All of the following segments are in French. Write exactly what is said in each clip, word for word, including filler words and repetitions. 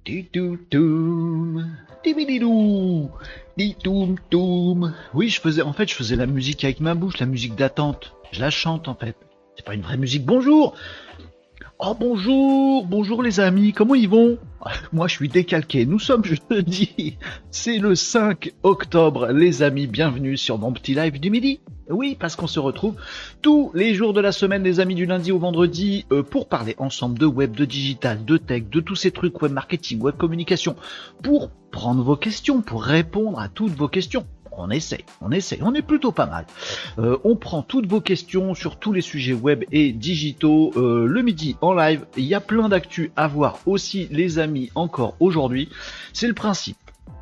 Di-dou-doum, di-bidi-dou, di-doum-doum. Oui, je faisais, en fait, je faisais la musique avec ma bouche, la musique d'attente. Je la chante, en fait. C'est pas une vraie musique. Bonjour! Oh, bonjour! Bonjour, les amis. Comment ils vont? Moi, je suis décalqué. Nous sommes jeudi. C'est le cinq octobre. Les amis, bienvenue sur mon petit live du midi. Oui, parce qu'on se retrouve tous les jours de la semaine, les amis, du lundi au vendredi, euh, pour parler ensemble de web, de digital, de tech, de tous ces trucs, web marketing, web communication, pour prendre vos questions, pour répondre à toutes vos questions. On essaie, on essaie, on est plutôt pas mal. Euh, on prend toutes vos questions sur tous les sujets web et digitaux euh, le midi en live. Il y a plein d'actu à voir aussi, les amis, encore aujourd'hui. C'est le principe.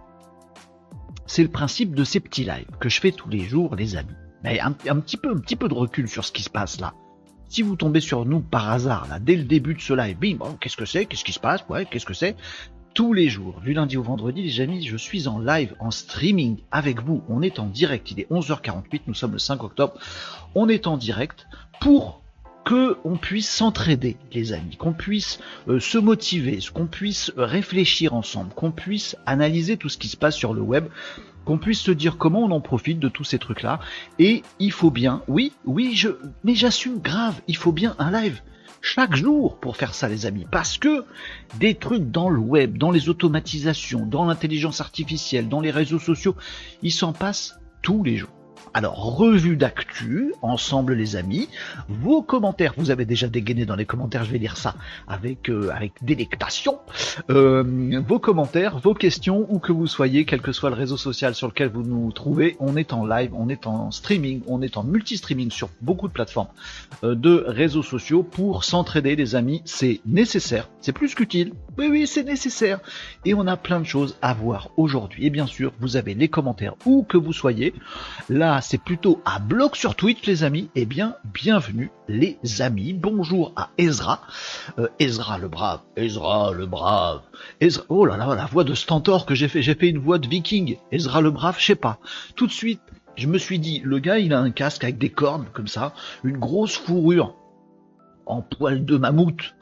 C'est le principe de ces petits lives que je fais tous les jours, les amis. Mais un, un petit peu, un petit peu de recul sur ce qui se passe là. Si vous tombez sur nous par hasard, là, dès le début de ce live, bim, oh, qu'est-ce que c'est, qu'est-ce qui se passe, ouais, qu'est-ce que c'est? Tous les jours, du lundi au vendredi, les amis, je suis en live, en streaming avec vous. On est en direct, il est onze heures quarante-huit, nous sommes le cinq octobre. On est en direct pour que on puisse s'entraider, les amis, qu'on puisse euh, se motiver, qu'on puisse réfléchir ensemble, qu'on puisse analyser tout ce qui se passe sur le web, qu'on puisse se dire comment on en profite de tous ces trucs-là. Et il faut bien, oui, oui, je, mais j'assume grave, il faut bien un live chaque jour pour faire ça, les amis, parce que des trucs dans le web, dans les automatisations, dans l'intelligence artificielle, dans les réseaux sociaux, il s'en passe tous les jours. Alors, revue d'actu, ensemble les amis, vos commentaires, vous avez déjà dégainé dans les commentaires, je vais lire ça avec euh, avec délectation, euh, vos commentaires, vos questions, où que vous soyez, quel que soit le réseau social sur lequel vous nous trouvez, on est en live, on est en streaming, on est en multi-streaming sur beaucoup de plateformes euh, de réseaux sociaux pour s'entraider, les amis, c'est nécessaire, c'est plus qu'utile, oui oui c'est nécessaire, et on a plein de choses à voir aujourd'hui, et bien sûr, vous avez les commentaires, où que vous soyez, là, c'est plutôt à bloc sur Twitch, les amis. Eh bien, bienvenue, les amis. Bonjour à Ezra. Euh, Ezra le brave. Ezra le brave. Ezra... Oh là là, la voix de Stentor que j'ai fait. J'ai fait une voix de viking. Ezra le brave, je sais pas. Tout de suite, je me suis dit, le gars, il a un casque avec des cornes, comme ça. Une grosse fourrure en poil de mammouth.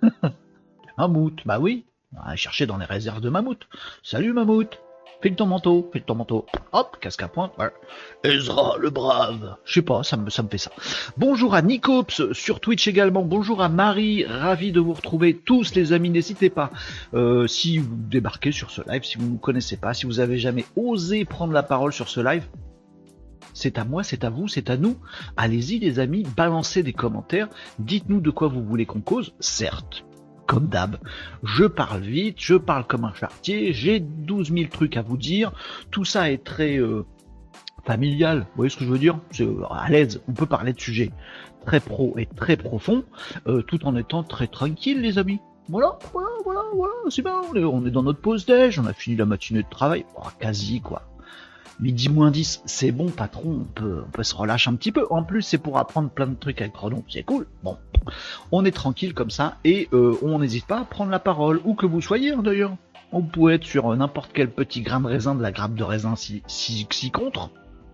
Mammouth, bah oui. On va chercher dans les réserves de mammouth. Salut, mammouth. File ton manteau, file ton manteau, hop, casque à pointe, ouais. Ezra le brave, je sais pas, ça me, ça me fait ça. Bonjour à Nicops sur Twitch également, bonjour à Marie, ravi de vous retrouver tous les amis, n'hésitez pas, euh, si vous débarquez sur ce live, si vous ne nous connaissez pas, si vous avez jamais osé prendre la parole sur ce live, c'est à moi, c'est à vous, c'est à nous, allez-y les amis, balancez des commentaires, dites-nous de quoi vous voulez qu'on cause, certes. Comme d'hab, je parle vite, je parle comme un charretier, j'ai douze mille trucs à vous dire, tout ça est très euh, familial, vous voyez ce que je veux dire? C'est à l'aise, on peut parler de sujets très pro et très profonds, euh, tout en étant très tranquille les amis. Voilà, voilà, voilà, voilà, c'est bien, on est, on est dans notre pause déj, on a fini la matinée de travail, oh, quasi quoi. Midi moins dix, c'est bon patron, on peut, on peut se relâcher un petit peu. En plus, c'est pour apprendre plein de trucs avec Renaud, c'est cool. Bon, on est tranquille comme ça et euh, on n'hésite pas à prendre la parole, où que vous soyez hein, d'ailleurs. On peut être sur n'importe quel petit grain de raisin de la grappe de raisin si, si, si contre.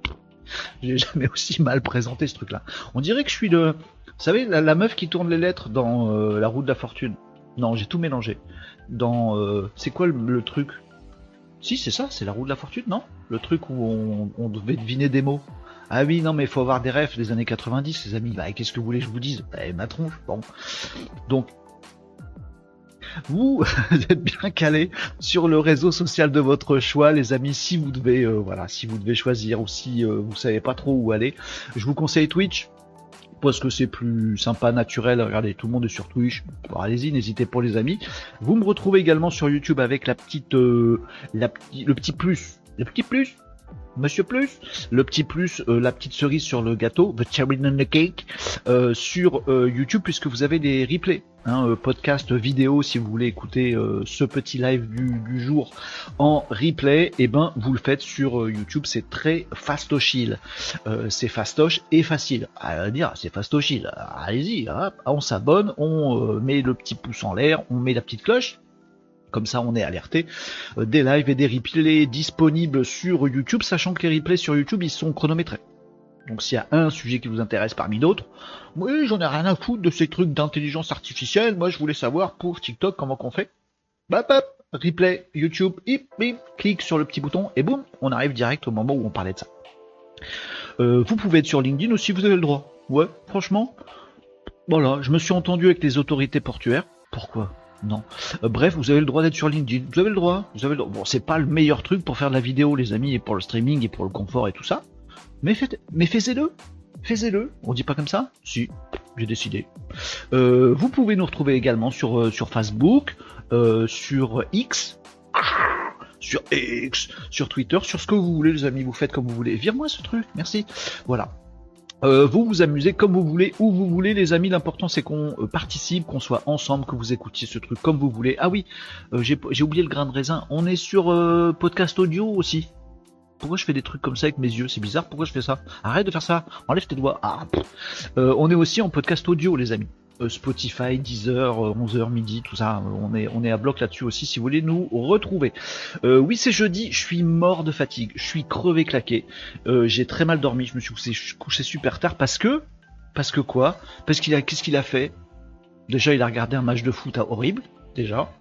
J'ai jamais aussi mal présenté ce truc-là. On dirait que je suis le... Vous savez, la, la meuf qui tourne les lettres dans euh, La Roue de la Fortune. Non, j'ai tout mélangé. Dans... Euh, c'est quoi le, le truc? Si, c'est ça, c'est La Roue de la Fortune, non? Le truc où on, on devait deviner des mots. Ah oui, non, mais il faut avoir des refs des années quatre-vingt-dix, les amis. Bah, qu'est-ce que vous voulez que je vous dise? Bah, ma tronche, bon. Donc, vous êtes bien calés sur le réseau social de votre choix, les amis. Si vous devez, euh, voilà, si vous devez choisir ou si euh, vous savez pas trop où aller, je vous conseille Twitch. Parce que c'est plus sympa, naturel, regardez, tout le monde est sur Twitch, bon, allez-y, n'hésitez pas les amis. Vous me retrouvez également sur YouTube avec la petite, euh, la petit, le petit plus, le petit plus, Monsieur Plus, le petit plus, euh, la petite cerise sur le gâteau, the cherry on the cake, euh, sur euh, YouTube, puisque vous avez des replays, hein, euh, podcast, vidéo, si vous voulez écouter euh, ce petit live du, du jour en replay, et ben vous le faites sur euh, YouTube, c'est très fastochil, euh, c'est fastoche et facile, à dire, c'est fastochil, allez-y, hop, on s'abonne, on euh, met le petit pouce en l'air, on met la petite cloche. Comme ça, on est alerté euh, des lives et des replays disponibles sur YouTube, sachant que les replays sur YouTube, ils sont chronométrés. Donc s'il y a un sujet qui vous intéresse parmi d'autres, oui, j'en ai rien à foutre de ces trucs d'intelligence artificielle, moi je voulais savoir pour TikTok comment qu'on fait. Bah, bah, replay, YouTube, hip, hip, clique sur le petit bouton et boum, on arrive direct au moment où on parlait de ça. Euh, vous pouvez être sur LinkedIn aussi, vous avez le droit. Ouais, franchement, voilà, je me suis entendu avec les autorités portuaires. Pourquoi ? Non. Euh, bref, vous avez le droit d'être sur LinkedIn. Vous avez le droit. Vous avez le droit. Bon, c'est pas le meilleur truc pour faire de la vidéo, les amis, et pour le streaming et pour le confort et tout ça. Mais faites, mais faites-le. Faites-le. On dit pas comme ça ? Si, j'ai décidé. Euh, vous pouvez nous retrouver également sur, euh, sur Facebook, euh, sur X, sur X, sur Twitter, sur ce que vous voulez, les amis. Vous faites comme vous voulez. Vire-moi ce truc. Merci. Voilà. Euh, vous vous amusez comme vous voulez, où vous voulez, les amis. L'important c'est qu'on euh, participe, qu'on soit ensemble, que vous écoutiez ce truc comme vous voulez. Ah oui, euh, j'ai, j'ai oublié le grain de raisin. On est sur euh, podcast audio aussi. Pourquoi je fais des trucs comme ça avec mes yeux ? C'est bizarre. Pourquoi je fais ça ? Arrête de faire ça. Enlève tes doigts. Ah, euh, on est aussi en podcast audio, les amis. Euh, Spotify, Deezer, euh, onze heures midi, tout ça. Euh, on est on est à bloc là-dessus aussi. Si vous voulez nous retrouver. Euh, oui, c'est jeudi. Je suis mort de fatigue. Je suis crevé claqué. Euh, j'ai très mal dormi. Je me suis couché, couché super tard parce que parce que quoi ? Parce qu'il a qu'est-ce qu'il a fait ? Déjà, il a regardé un match de foot horrible. Déjà.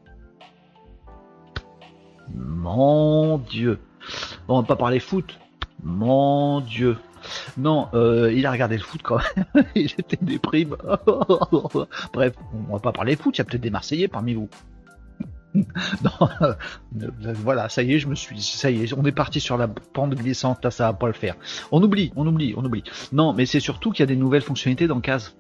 Mon Dieu. Bon, on va pas parler foot. Mon Dieu. Non, euh, il a regardé le foot quand même. Il était déprime. Bref, on va pas parler foot. Il y a peut-être des Marseillais parmi vous. Non, euh, voilà, ça y est, je me suis, ça y est, on est parti sur la pente glissante. Là, ça va pas le faire. On oublie, on oublie, on oublie. Non, mais c'est surtout qu'il y a des nouvelles fonctionnalités dans Case.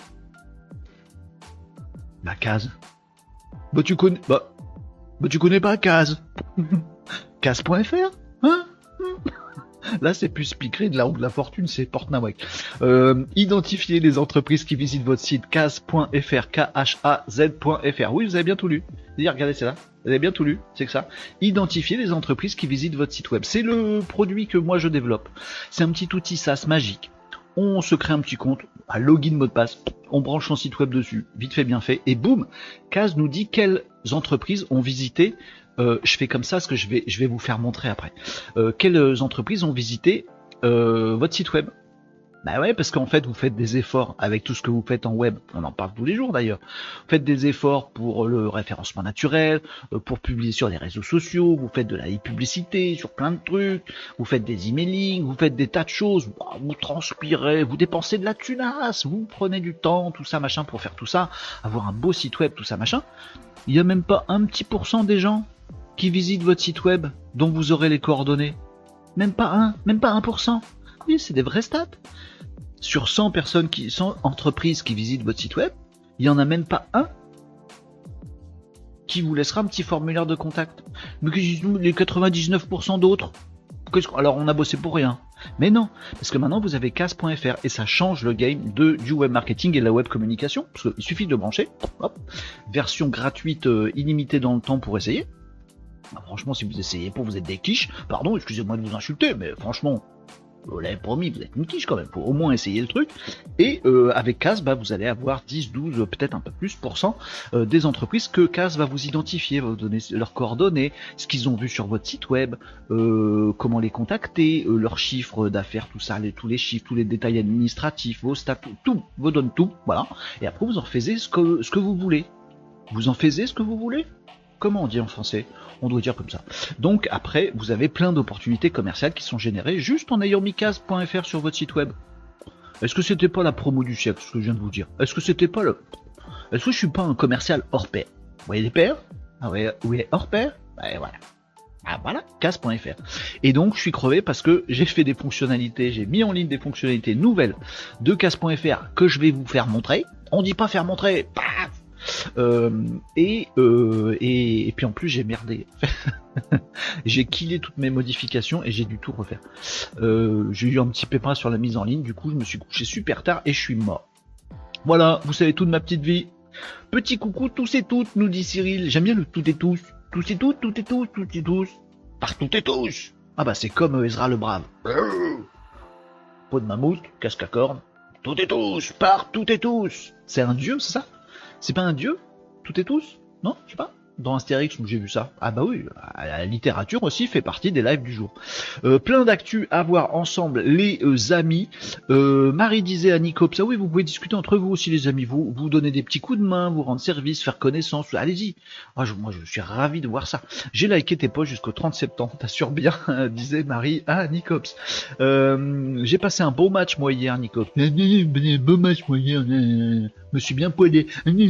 La Case. Bah tu connais, bah, bah tu connais pas Case. Case point F R, hein? Là, c'est plus piquerie de la roue de la fortune, c'est Portnawak. Euh, identifiez les entreprises qui visitent votre site case point F R, K H A Z point F R. Oui, vous avez bien tout lu. Dis, regardez, c'est là. Vous avez bien tout lu, c'est que ça. Identifiez les entreprises qui visitent votre site web. C'est le produit que moi je développe. C'est un petit outil SaaS magique. On se crée un petit compte, un login mot de passe, on branche son site web dessus, vite fait bien fait, et boum, Case nous dit quelles entreprises ont visité. Euh, je fais comme ça, ce que je vais, je vais vous faire montrer après. Euh, quelles entreprises ont visité euh, votre site web ? Bah ouais, parce qu'en fait, vous faites des efforts avec tout ce que vous faites en web. On en parle tous les jours d'ailleurs. Vous faites des efforts pour le référencement naturel, pour publier sur les réseaux sociaux. Vous faites de la e-publicité sur plein de trucs. Vous faites des emailing, vous faites des tas de choses. Vous transpirez, vous dépensez de la tunasse. Vous prenez du temps, tout ça machin pour faire tout ça, avoir un beau site web, tout ça machin. Il y a même pas un petit pourcent des gens qui visitent votre site web dont vous aurez les coordonnées. Même pas un, même pas un pour cent. Oui, c'est des vrais stats. Sur cent personnes qui, cent entreprises qui visitent votre site web, il y en a même pas un qui vous laissera un petit formulaire de contact. Mais les quatre-vingt-dix-neuf pour cent d'autres, alors on a bossé pour rien. Mais non, parce que maintenant vous avez case point F R et ça change le game de, du web marketing et de la web communication. Parce qu'il suffit de brancher, hop, version gratuite euh, illimitée dans le temps pour essayer. Ah, franchement, si vous essayez pas, vous êtes des quiches. Pardon, excusez-moi de vous insulter, mais franchement, vous l'avez promis, vous êtes une quiche quand même. Faut au moins essayer le truc. Et euh, avec Case, bah, vous allez avoir dix, douze, peut-être un peu plus pour cent euh, des entreprises que Case va vous identifier, va vous donner leurs coordonnées, ce qu'ils ont vu sur votre site web, euh, comment les contacter, euh, leurs chiffres d'affaires, tout ça, les, tous les chiffres, tous les détails administratifs, vos stats, tout, tout, vous donne tout, voilà. Et après, vous en faites ce que, ce que vous voulez. Vous en faites ce que vous voulez. Comment on dit en français ? On doit dire comme ça. Donc après, vous avez plein d'opportunités commerciales qui sont générées juste en ayant mis case point F R sur votre site web. Est-ce que c'était pas la promo du siècle, ce que je viens de vous dire ? Est-ce que c'était pas le... Est-ce que je suis pas un commercial hors pair ? Vous voyez les pairs ? Ah ouais, oui, hors pair ? Bah voilà. Ah voilà, case point F R. Et donc je suis crevé parce que j'ai fait des fonctionnalités, j'ai mis en ligne des fonctionnalités nouvelles de case point F R que je vais vous faire montrer. On dit pas faire montrer, paf. Euh, et, euh, et, et puis en plus j'ai merdé. J'ai killé toutes mes modifications et j'ai dû tout refaire. Euh, j'ai eu un petit pépin sur la mise en ligne, du coup je me suis couché super tard et je suis mort. Voilà, vous savez tout de ma petite vie. Petit coucou tous et toutes, nous dit Cyril. J'aime bien le tout et tous. Tous et toutes, tout et tous, tout et tous. Partout et tous. Ah bah c'est comme Ezra le Brave. Peau de mammouth, casque à cornes. Tout et tous, partout et tous. C'est un dieu, c'est ça ? C'est pas un dieu ? Toutes et tous ? Non ? Je sais pas. dans Astérix où j'ai vu ça. Ah bah oui, la littérature aussi fait partie des lives du jour. Euh, plein d'actu à voir ensemble, les euh, amis. Euh, Marie disait à Nicops, ah oui, vous pouvez discuter entre vous aussi les amis, vous vous donner des petits coups de main, vous rendre service, faire connaissance, allez-y. Ah, je, moi je suis ravi de voir ça. J'ai liké tes posts jusqu'au trente septembre, t'assures bien, disait Marie à Nicops. Euh, j'ai passé un beau match moi hier, Nicops. Beau match moi hier, me suis bien poilé.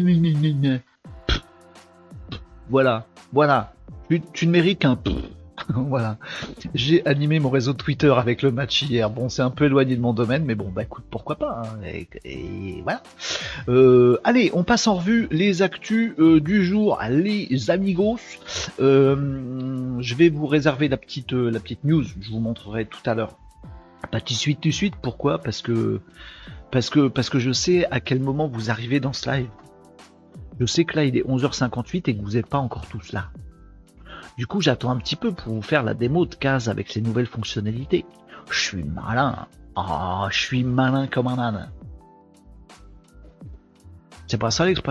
Voilà, voilà. Tu, tu ne mérites qu'un... Voilà. J'ai animé mon réseau Twitter avec le match hier. Bon, c'est un peu éloigné de mon domaine, mais bon, bah écoute, pourquoi pas. Hein. Et, et voilà. Euh, allez, on passe en revue les actus euh, du jour, les amigos. Euh, je vais vous réserver la petite, euh, la petite news. Je vous montrerai tout à l'heure. Pas tout de suite, tout de suite. Pourquoi ? Parce que, parce que, parce que je sais à quel moment vous arrivez dans ce live. Je sais que là il est onze heures cinquante-huit et que vous n'êtes pas encore tous là. Du coup j'attends un petit peu pour vous faire la démo de Kaz avec ses nouvelles fonctionnalités. Je suis malin. Ah, oh, je suis malin comme un âne. C'est pas ça l'expression ?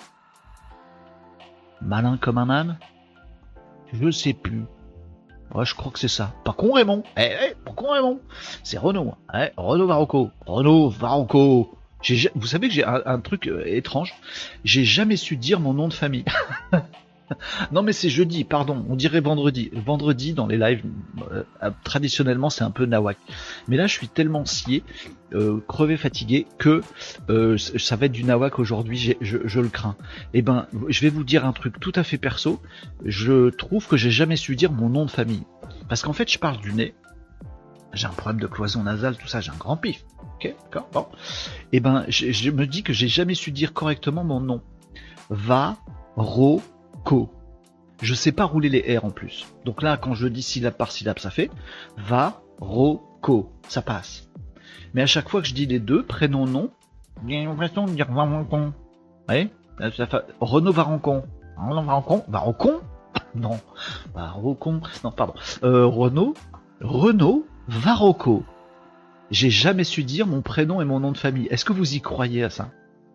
Malin comme un âne ? Je sais plus. Ouais, je crois que c'est ça. Pas con Raymond. Eh, eh, pas con Raymond. C'est Renaud. Eh, Renaud Varocco. Renaud Varocco. J'ai, vous savez que j'ai un, un truc euh, étrange, j'ai jamais su dire mon nom de famille. Non mais c'est jeudi, pardon, on dirait vendredi. Vendredi dans les lives, euh, traditionnellement c'est un peu nawak. Mais là je suis tellement scié, euh, crevé, fatigué, que euh, ça va être du nawak aujourd'hui, j'ai, je, je le crains. Et ben je vais vous dire un truc tout à fait perso, je trouve que j'ai jamais su dire mon nom de famille. Parce qu'en fait je parle du nez, j'ai un problème de cloison nasale, tout ça, j'ai un grand pif. Ok, d'accord, bon. Et ben, je, je me dis que j'ai jamais su dire correctement mon nom. Va, ro, ko. Je sais pas rouler les R en plus. Donc là, quand je dis syllabe par syllabe, ça fait va, ro, ko. Ça passe. Mais à chaque fois que je dis les deux, prénom, nom, j'ai l'impression de dire Varencon. Ouais, ça fait Renaud Varencon. Renaud Varencon, Varencon? Non. Varencon. Non, pardon. Euh, Renaud, Renaud Varocco. J'ai jamais su dire mon prénom et mon nom de famille. Est-ce que vous y croyez à ça ?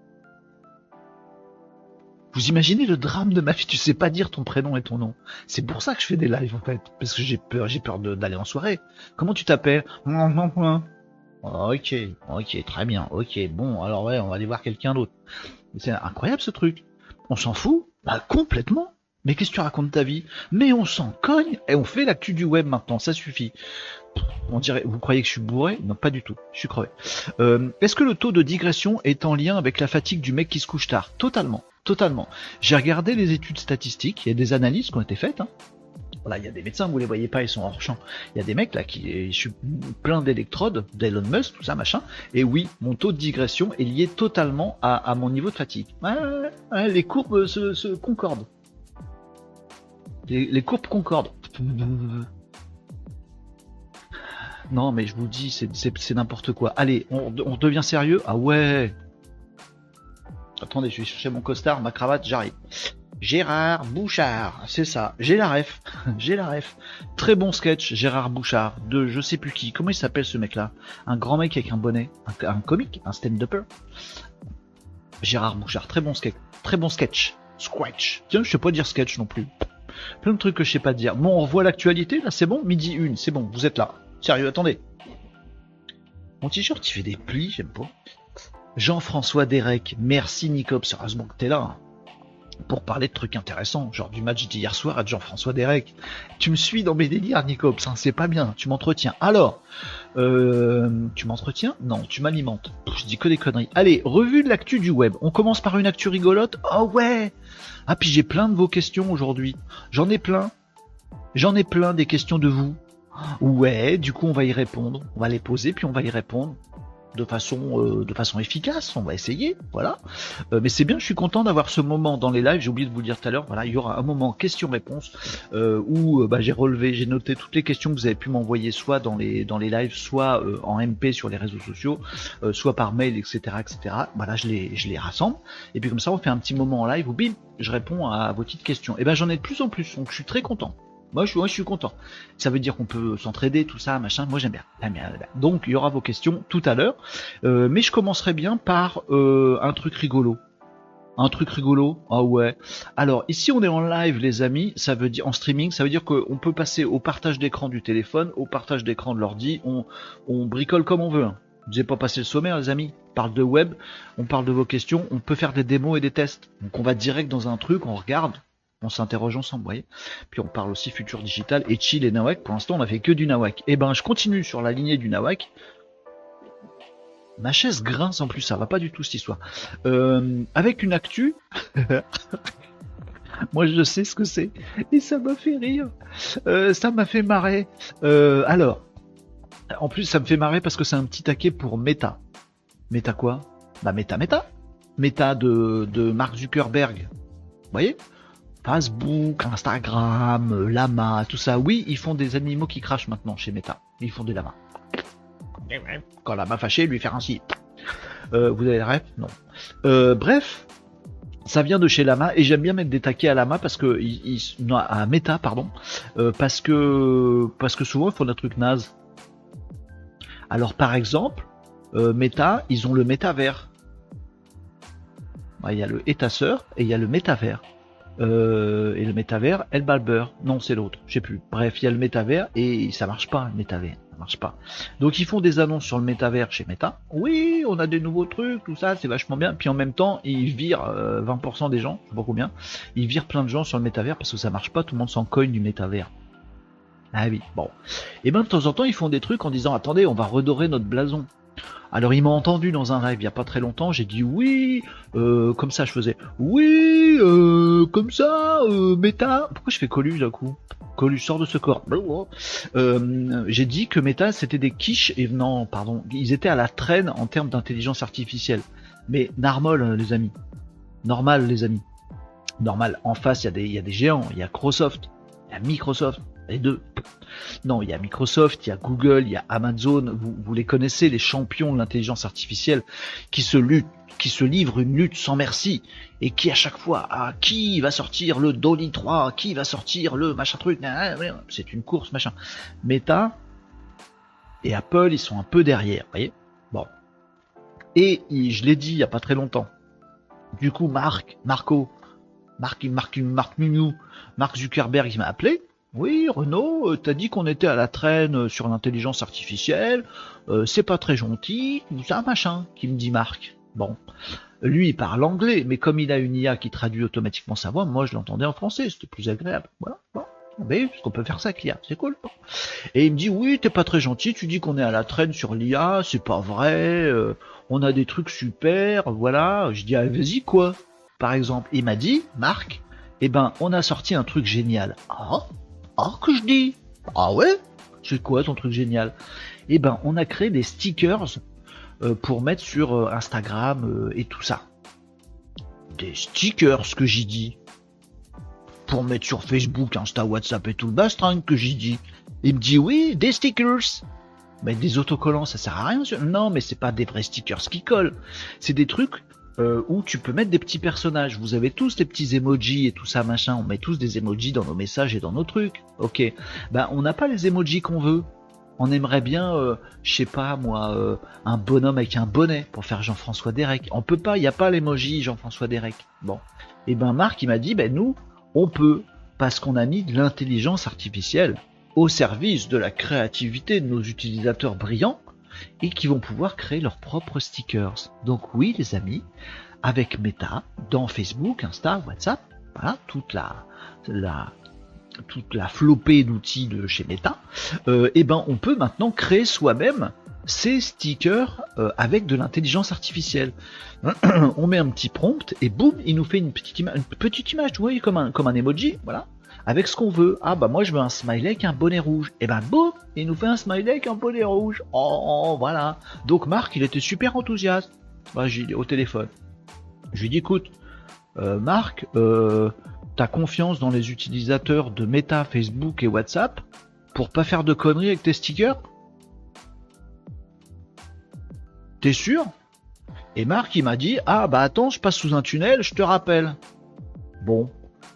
Vous imaginez le drame de ma vie ? Tu sais pas dire ton prénom et ton nom. C'est pour ça que je fais des lives en fait. Parce que j'ai peur, j'ai peur de, d'aller en soirée. Comment tu t'appelles ? Ok, ok, très bien. Ok, bon, alors ouais, on va aller voir quelqu'un d'autre. C'est incroyable ce truc. On s'en fout ? Bah complètement. Mais qu'est-ce que tu racontes ta vie ? Mais on s'en cogne et on fait l'actu du web maintenant, ça suffit. On dirait, vous croyez que je suis bourré ? Non, pas du tout, je suis crevé. Euh, est-ce que le taux de digression est en lien avec la fatigue du mec qui se couche tard ? Totalement, totalement. J'ai regardé les études statistiques, il y a des analyses qui ont été faites. Hein. Voilà, il y a des médecins, vous les voyez pas, ils sont hors champ. Il y a des mecs là qui, je suis plein d'électrodes, d'Elon Musk, tout ça, machin. Et oui, mon taux de digression est lié totalement à, à mon niveau de fatigue. Ouais, ouais, ouais, les courbes se, se concordent. Les, les courbes concordent. Non, mais je vous dis, c'est, c'est, c'est n'importe quoi. Allez, on, on devient sérieux ? Ah ouais. Attendez, je vais chercher mon costard, ma cravate, j'arrive. Gérard Bouchard, c'est ça. J'ai la ref. J'ai la ref. Très bon sketch, Gérard Bouchard, de je sais plus qui. Comment il s'appelle ce mec-là ? Un grand mec avec un bonnet. Un, un comique, un stand-upper. Gérard Bouchard, très bon sketch. Très bon sketch. Scratch. Tiens, je sais pas dire sketch non plus. Plein de trucs que je sais pas dire. Bon, on revoit l'actualité, là, c'est bon ? Midi une, c'est bon, vous êtes là. Sérieux, attendez. Mon t-shirt, il fait des plis, j'aime pas. Jean-François Derek, merci Nicops, heureusement que t'es là. Hein, pour parler de trucs intéressants, genre du match d'hier soir à Jean-François Derek. Tu me suis dans mes délires, Nicops, hein, c'est pas bien, tu m'entretiens. Alors, euh, tu m'entretiens ? Non, tu m'alimentes. Je dis que des conneries. Allez, revue de l'actu du web. On commence par une actu rigolote. Oh ouais. Ah, puis j'ai plein de vos questions aujourd'hui. J'en ai plein. J'en ai plein des questions de vous. Ouais, du coup on va y répondre, on va les poser puis on va y répondre de façon euh, de façon efficace, on va essayer, voilà. Euh, mais c'est bien, je suis content d'avoir ce moment dans les lives, j'ai oublié de vous le dire tout à l'heure, voilà, il y aura un moment questions-réponses euh, où euh, bah, j'ai relevé, j'ai noté toutes les questions que vous avez pu m'envoyer soit dans les dans les lives, soit euh, en M P sur les réseaux sociaux, euh, soit par mail, et cetera, et cetera. Voilà, je les je les rassemble et puis comme ça on fait un petit moment en live où bim, je réponds à vos petites questions. Et ben j'en ai de plus en plus, donc je suis très content. Moi je, moi, je suis content. Ça veut dire qu'on peut s'entraider, tout ça, machin. Moi, j'aime bien. Donc, il y aura vos questions tout à l'heure. Euh, mais je commencerai bien par euh, un truc rigolo. Un truc rigolo. Ah ouais. Alors ici on est en live les amis, ça veut dire en streaming, ça veut dire qu'on peut passer au partage d'écran du téléphone, au partage d'écran de l'ordi, on, on bricole comme on veut. Hein. J'ai pas passé le sommaire les amis. On parle de web, on parle de vos questions, on peut faire des démos et des tests. Donc on va direct dans un truc, on regarde, on s'interroge ensemble, vous voyez. Puis on parle aussi futur digital et chill et nawak. Pour l'instant on a fait que du nawak. Et ben je continue sur la lignée du nawak. Ma chaise grince en plus, ça va pas du tout cette histoire. Euh, avec une actu, moi je sais ce que c'est, et ça m'a fait rire, euh, ça m'a fait marrer. Euh, alors, en plus ça me fait marrer parce que c'est un petit taquet pour Meta. Meta quoi? Bah Meta Meta. Meta de, de Mark Zuckerberg. Vous voyez? Facebook, Instagram, Lama, tout ça. Oui, ils font des animaux qui crachent maintenant chez Meta. Ils font des lamas. Quand la main fâchée, lui faire ainsi. Euh, vous avez la ref? Non. Euh, bref, ça vient de chez Lama et j'aime bien mettre des taquets à Lama parce que ils, ils, non, à Meta pardon, euh, parce que parce que souvent ils font des trucs nazes. Alors par exemple, euh, Meta, ils ont le métavers. Il y a le étasseur et il y a le métavers. Euh, et le métavers, El Balber. Non, c'est l'autre. Je sais plus. Bref, il y a le métavers et ça marche pas le métavers. Marche pas. Donc ils font des annonces sur le métavers chez Meta. Oui, on a des nouveaux trucs, tout ça, c'est vachement bien. Puis en même temps, ils virent euh, vingt pour cent des gens, je sais pas combien. Ils virent plein de gens sur le métavers parce que ça marche pas, tout le monde s'en cogne du métavers. Ah oui, bon. Et ben de temps en temps, ils font des trucs en disant attendez, on va redorer notre blason. Alors il m'a entendu dans un live il y a pas très longtemps, j'ai dit oui, euh, comme ça je faisais oui, euh, comme ça, euh, Meta. Pourquoi je fais Coluche d'un coup? Coluche sort de ce corps. Euh, j'ai dit que Meta c'était des quiches et non, pardon, ils étaient à la traîne en termes d'intelligence artificielle. Mais normal les amis, normal les amis, normal. En face il y a des, il y a des géants, il y a Microsoft, il y a Microsoft. Les deux. Non, il y a Microsoft, il y a Google, il y a Amazon, vous, vous les connaissez, les champions de l'intelligence artificielle qui se luttent, qui se livrent une lutte sans merci et qui à chaque fois, ah, qui va sortir le Dolly trois, qui va sortir le machin truc, c'est une course machin. Meta et Apple, ils sont un peu derrière, vous voyez. Bon. Et je l'ai dit il y a pas très longtemps. Du coup, Marc, Marco, Marc, Marc, Marc Minou, Mark Zuckerberg, il m'a appelé. Oui, Renaud, t'as dit qu'on était à la traîne sur l'intelligence artificielle, euh, c'est pas très gentil, c'est un machin, qui me dit Marc. Bon, lui il parle anglais, mais comme il a une I A qui traduit automatiquement sa voix, moi je l'entendais en français, c'était plus agréable. Voilà, bon, mais parce qu'on peut faire ça avec l'I A, c'est cool. Bon. Et il me dit oui, t'es pas très gentil, tu dis qu'on est à la traîne sur l'I A, c'est pas vrai, euh, on a des trucs super, voilà. Je dis ah, vas-y quoi, par exemple. Il m'a dit Marc, eh ben on a sorti un truc génial. Ah. Ah, que je dis? Ah ouais? C'est quoi ton truc génial? Eh ben, on a créé des stickers euh, pour mettre sur euh, Instagram euh, et tout ça. Des stickers, ce que j'y dis. Pour mettre sur Facebook, Insta, WhatsApp et tout le bastring que j'y dis. Il me dit oui, des stickers. Mais des autocollants, ça sert à rien. Non, mais c'est pas des vrais stickers qui collent. C'est des trucs Euh, où tu peux mettre des petits personnages. Vous avez tous des petits emojis et tout ça machin, on met tous des emojis dans nos messages et dans nos trucs. Ok, ben on n'a pas les emojis qu'on veut. On aimerait bien, euh, je sais pas moi, euh, un bonhomme avec un bonnet pour faire Jean-François Derek. On peut pas, il n'y a pas l'emoji Jean-François Derek. Bon, et ben Marc il m'a dit, ben nous on peut parce qu'on a mis de l'intelligence artificielle au service de la créativité de nos utilisateurs brillants. Et qui vont pouvoir créer leurs propres stickers. Donc oui les amis, avec Meta, dans Facebook, Insta, WhatsApp, voilà, toute la, la, toute la flopée d'outils de chez Meta, euh, et ben on peut maintenant créer soi-même ces stickers euh, avec de l'intelligence artificielle. On met un petit prompt et boum, il nous fait une petite, ima- une petite image, vous voyez, comme un, comme un emoji, voilà. Avec ce qu'on veut. Ah bah moi je veux un smiley avec un bonnet rouge. Et ben boum, il nous fait un smiley avec un bonnet rouge. Oh, oh voilà. Donc Marc il était super enthousiaste. Bah, j'ai au téléphone. Je lui dis écoute, euh, Marc, euh, t'as confiance dans les utilisateurs de Meta, Facebook et WhatsApp pour pas faire de conneries avec tes stickers? T'es sûr? Et Marc il m'a dit ah bah attends, je passe sous un tunnel, je te rappelle. Bon.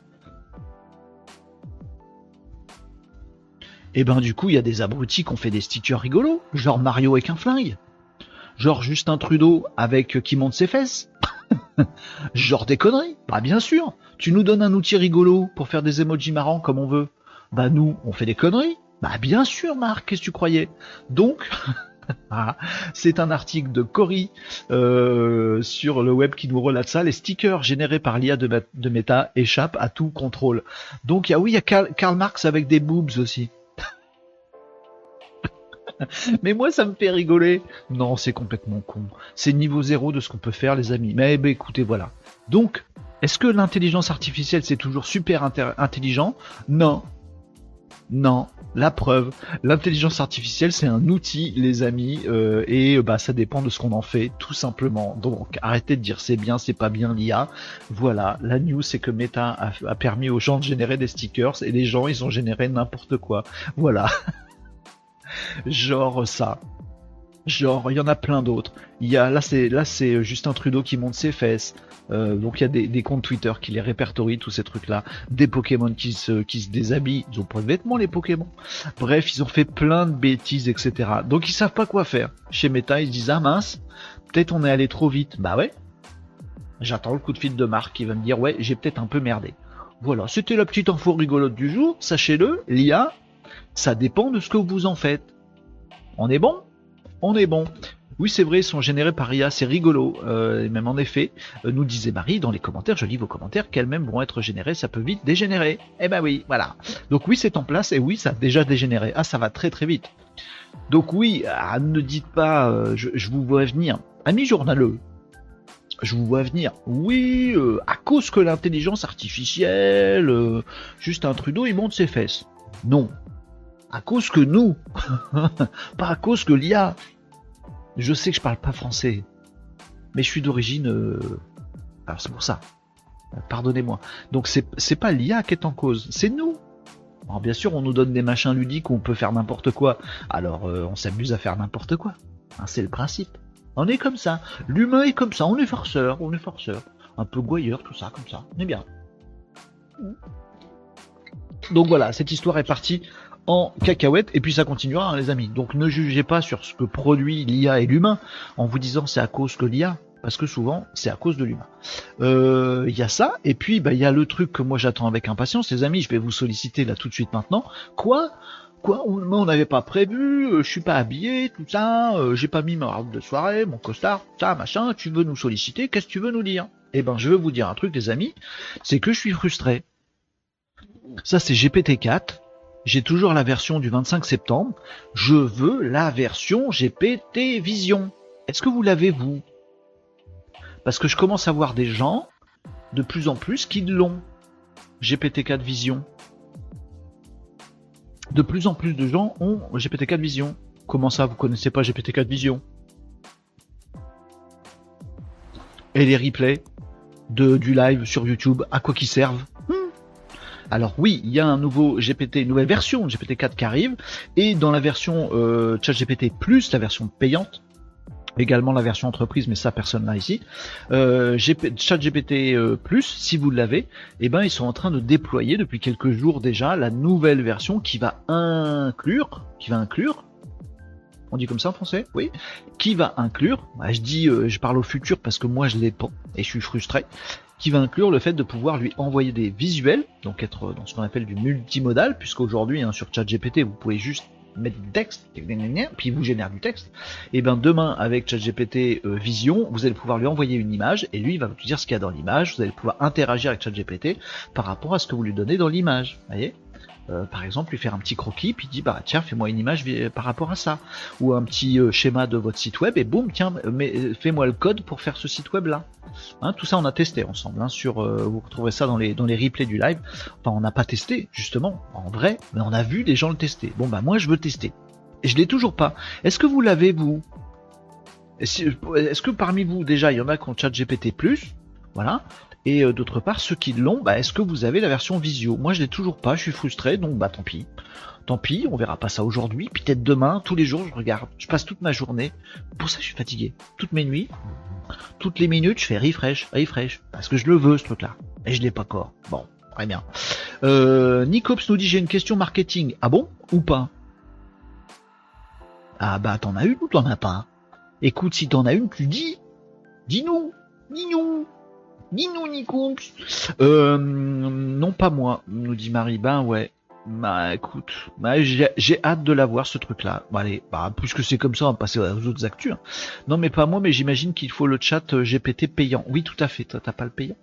Et ben du coup, il y a des abrutis qui ont fait des stickers rigolos, genre Mario avec un flingue, genre Justin Trudeau avec qui monte ses fesses. Genre des conneries. Bah bien sûr. Tu nous donnes un outil rigolo pour faire des emojis marrants comme on veut. Bah nous, on fait des conneries. Bah bien sûr, Marc, qu'est-ce que tu croyais? Donc, ah, c'est un article de Cory euh, sur le web qui nous relate ça. Les stickers générés par l'I A de, de Meta échappent à tout contrôle. Donc, y a, oui, il y a Karl, Karl Marx avec des boobs aussi. Mais moi, ça me fait rigoler. Non, c'est complètement con. C'est niveau zéro de ce qu'on peut faire, les amis. Mais bah, écoutez, voilà. Donc, est-ce que l'intelligence artificielle, c'est toujours super intelligent? Non. Non, la preuve, l'intelligence artificielle c'est un outil les amis euh, et bah ça dépend de ce qu'on en fait tout simplement. Donc arrêtez de dire c'est bien, c'est pas bien l'I A. Voilà, la news c'est que Meta a, a permis aux gens de générer des stickers et les gens ils ont généré n'importe quoi. Voilà, genre ça. Genre, il y en a plein d'autres. Il y a là, c'est là, c'est Justin Trudeau qui monte ses fesses. Euh, donc il y a des, des comptes Twitter qui les répertorient tous ces trucs-là. Des Pokémon qui se qui se déshabillent. Ils ont pas de vêtements les Pokémon. Bref, ils ont fait plein de bêtises, et cetera. Donc ils savent pas quoi faire. Chez Meta, ils se disent ah mince, peut-être on est allé trop vite. Bah ouais. J'attends le coup de fil de Marc qui va me dire ouais, j'ai peut-être un peu merdé. Voilà, c'était la petite info rigolote du jour. Sachez-le, l'I A, ça dépend de ce que vous en faites. On est bon? On est bon. Oui, c'est vrai, ils sont générés par I A, c'est rigolo. Euh, et même en effet, euh, nous disait Marie dans les commentaires, je lis vos commentaires, qu'elles-mêmes vont être générées, ça peut vite dégénérer. Eh ben oui, voilà. Donc oui, c'est en place, et oui, ça a déjà dégénéré. Ah, ça va très très vite. Donc oui, ah, ne dites pas, euh, je, je vous vois venir. Amis journaleux, je vous vois venir. Oui, euh, à cause que l'intelligence artificielle, euh, Justin Trudeau, il monte ses fesses. Non. À cause que nous, pas à cause que l'I A. Je sais que je parle pas français, mais je suis d'origine. Euh... Alors c'est pour ça. Pardonnez-moi. Donc c'est c'est pas l'I A qui est en cause, c'est nous. Alors bien sûr, on nous donne des machins ludiques où on peut faire n'importe quoi. Alors euh, on s'amuse à faire n'importe quoi. Hein, c'est le principe. On est comme ça. L'humain est comme ça. On est farceur, on est farceur. Un peu gouailleur, tout ça, comme ça. On est bien. Donc voilà, cette histoire est partie en cacahuète, et puis ça continuera hein, les amis, donc ne jugez pas sur ce que produit l'I A et l'humain en vous disant c'est à cause que l'I A, parce que souvent c'est à cause de l'humain. Il euh, y a ça, et puis il bah, y a le truc que moi j'attends avec impatience les amis, je vais vous solliciter là tout de suite maintenant. Quoi Quoi on n'avait pas prévu, euh, je suis pas habillé, tout ça, euh, j'ai pas mis ma robe de soirée, mon costard, tout ça, machin, tu veux nous solliciter, qu'est-ce que tu veux nous dire? Eh ben je veux vous dire un truc les amis, c'est que je suis frustré. Ça c'est G P T quatre. J'ai toujours la version du vingt-cinq septembre. Je veux la version G P T Vision. Est-ce que vous l'avez, vous? Parce que je commence à voir des gens, de plus en plus, qui l'ont. G P T quatre Vision. De plus en plus de gens ont G P T quatre Vision. Comment ça, vous connaissez pas G P T quatre Vision? Et les replays de, du live sur YouTube, à quoi qu'ils servent? Alors oui, il y a un nouveau G P T, une nouvelle version de G P T quatre qui arrive, et dans la version euh, ChatGPT plus, la version payante, également la version entreprise, mais ça personne n'a ici, euh, ChatGPT euh, plus, si vous l'avez, eh ben ils sont en train de déployer depuis quelques jours déjà la nouvelle version qui va inclure, qui va inclure, on dit comme ça en français, oui, qui va inclure, bah, je dis, euh, je parle au futur parce que moi je l'ai pas et je suis frustré, qui va inclure le fait de pouvoir lui envoyer des visuels, donc être dans ce qu'on appelle du multimodal, puisqu'aujourd'hui hein, sur ChatGPT vous pouvez juste mettre du texte, puis il vous génère du texte, et bien demain avec ChatGPT euh, Vision, vous allez pouvoir lui envoyer une image, et lui il va vous dire ce qu'il y a dans l'image, vous allez pouvoir interagir avec ChatGPT par rapport à ce que vous lui donnez dans l'image, vous voyez. Euh, par exemple, lui faire un petit croquis, puis il dit bah tiens, fais-moi une image par rapport à ça, ou un petit euh, schéma de votre site web, et boum, tiens, mais, fais-moi le code pour faire ce site web là. Hein, tout ça on a testé ensemble. Hein, sur, euh, vous retrouverez ça dans les dans les replays du live. Enfin, on n'a pas testé justement en vrai, mais on a vu des gens le tester. Bon bah moi je veux tester. Et je l'ai toujours pas. Est-ce que vous l'avez vous? Est-ce que parmi vous déjà il y en a qui ont ChatGPT plus? Voilà. Et euh, d'autre part, ceux qui l'ont, bah, est-ce que vous avez la version visio? Moi, je l'ai toujours pas, je suis frustré, donc bah tant pis. Tant pis, on verra pas ça aujourd'hui, peut-être demain, tous les jours, je regarde. Je passe toute ma journée. Pour ça, je suis fatigué. Toutes mes nuits, toutes les minutes, je fais refresh, refresh. Parce que je le veux, ce truc-là. Et je l'ai pas encore. Bon, très bien. Euh, Nicops nous dit, j'ai une question marketing. Ah bon? Ou pas? Ah bah, t'en as une ou t'en as pas? Écoute, si t'en as une, tu dis. Dis-nous. Ninou, Ninou Nicoups. Euh, non, pas moi, nous dit Marie. Ben ouais. Bah écoute, bah, j'ai, j'ai hâte de la voir ce truc-là. Bon, allez, bah, puisque c'est comme ça, on va passer aux autres actus. Hein. Non, mais pas moi, mais j'imagine qu'il faut le chat G P T payant. Oui, tout à fait. Toi, t'as pas le payant?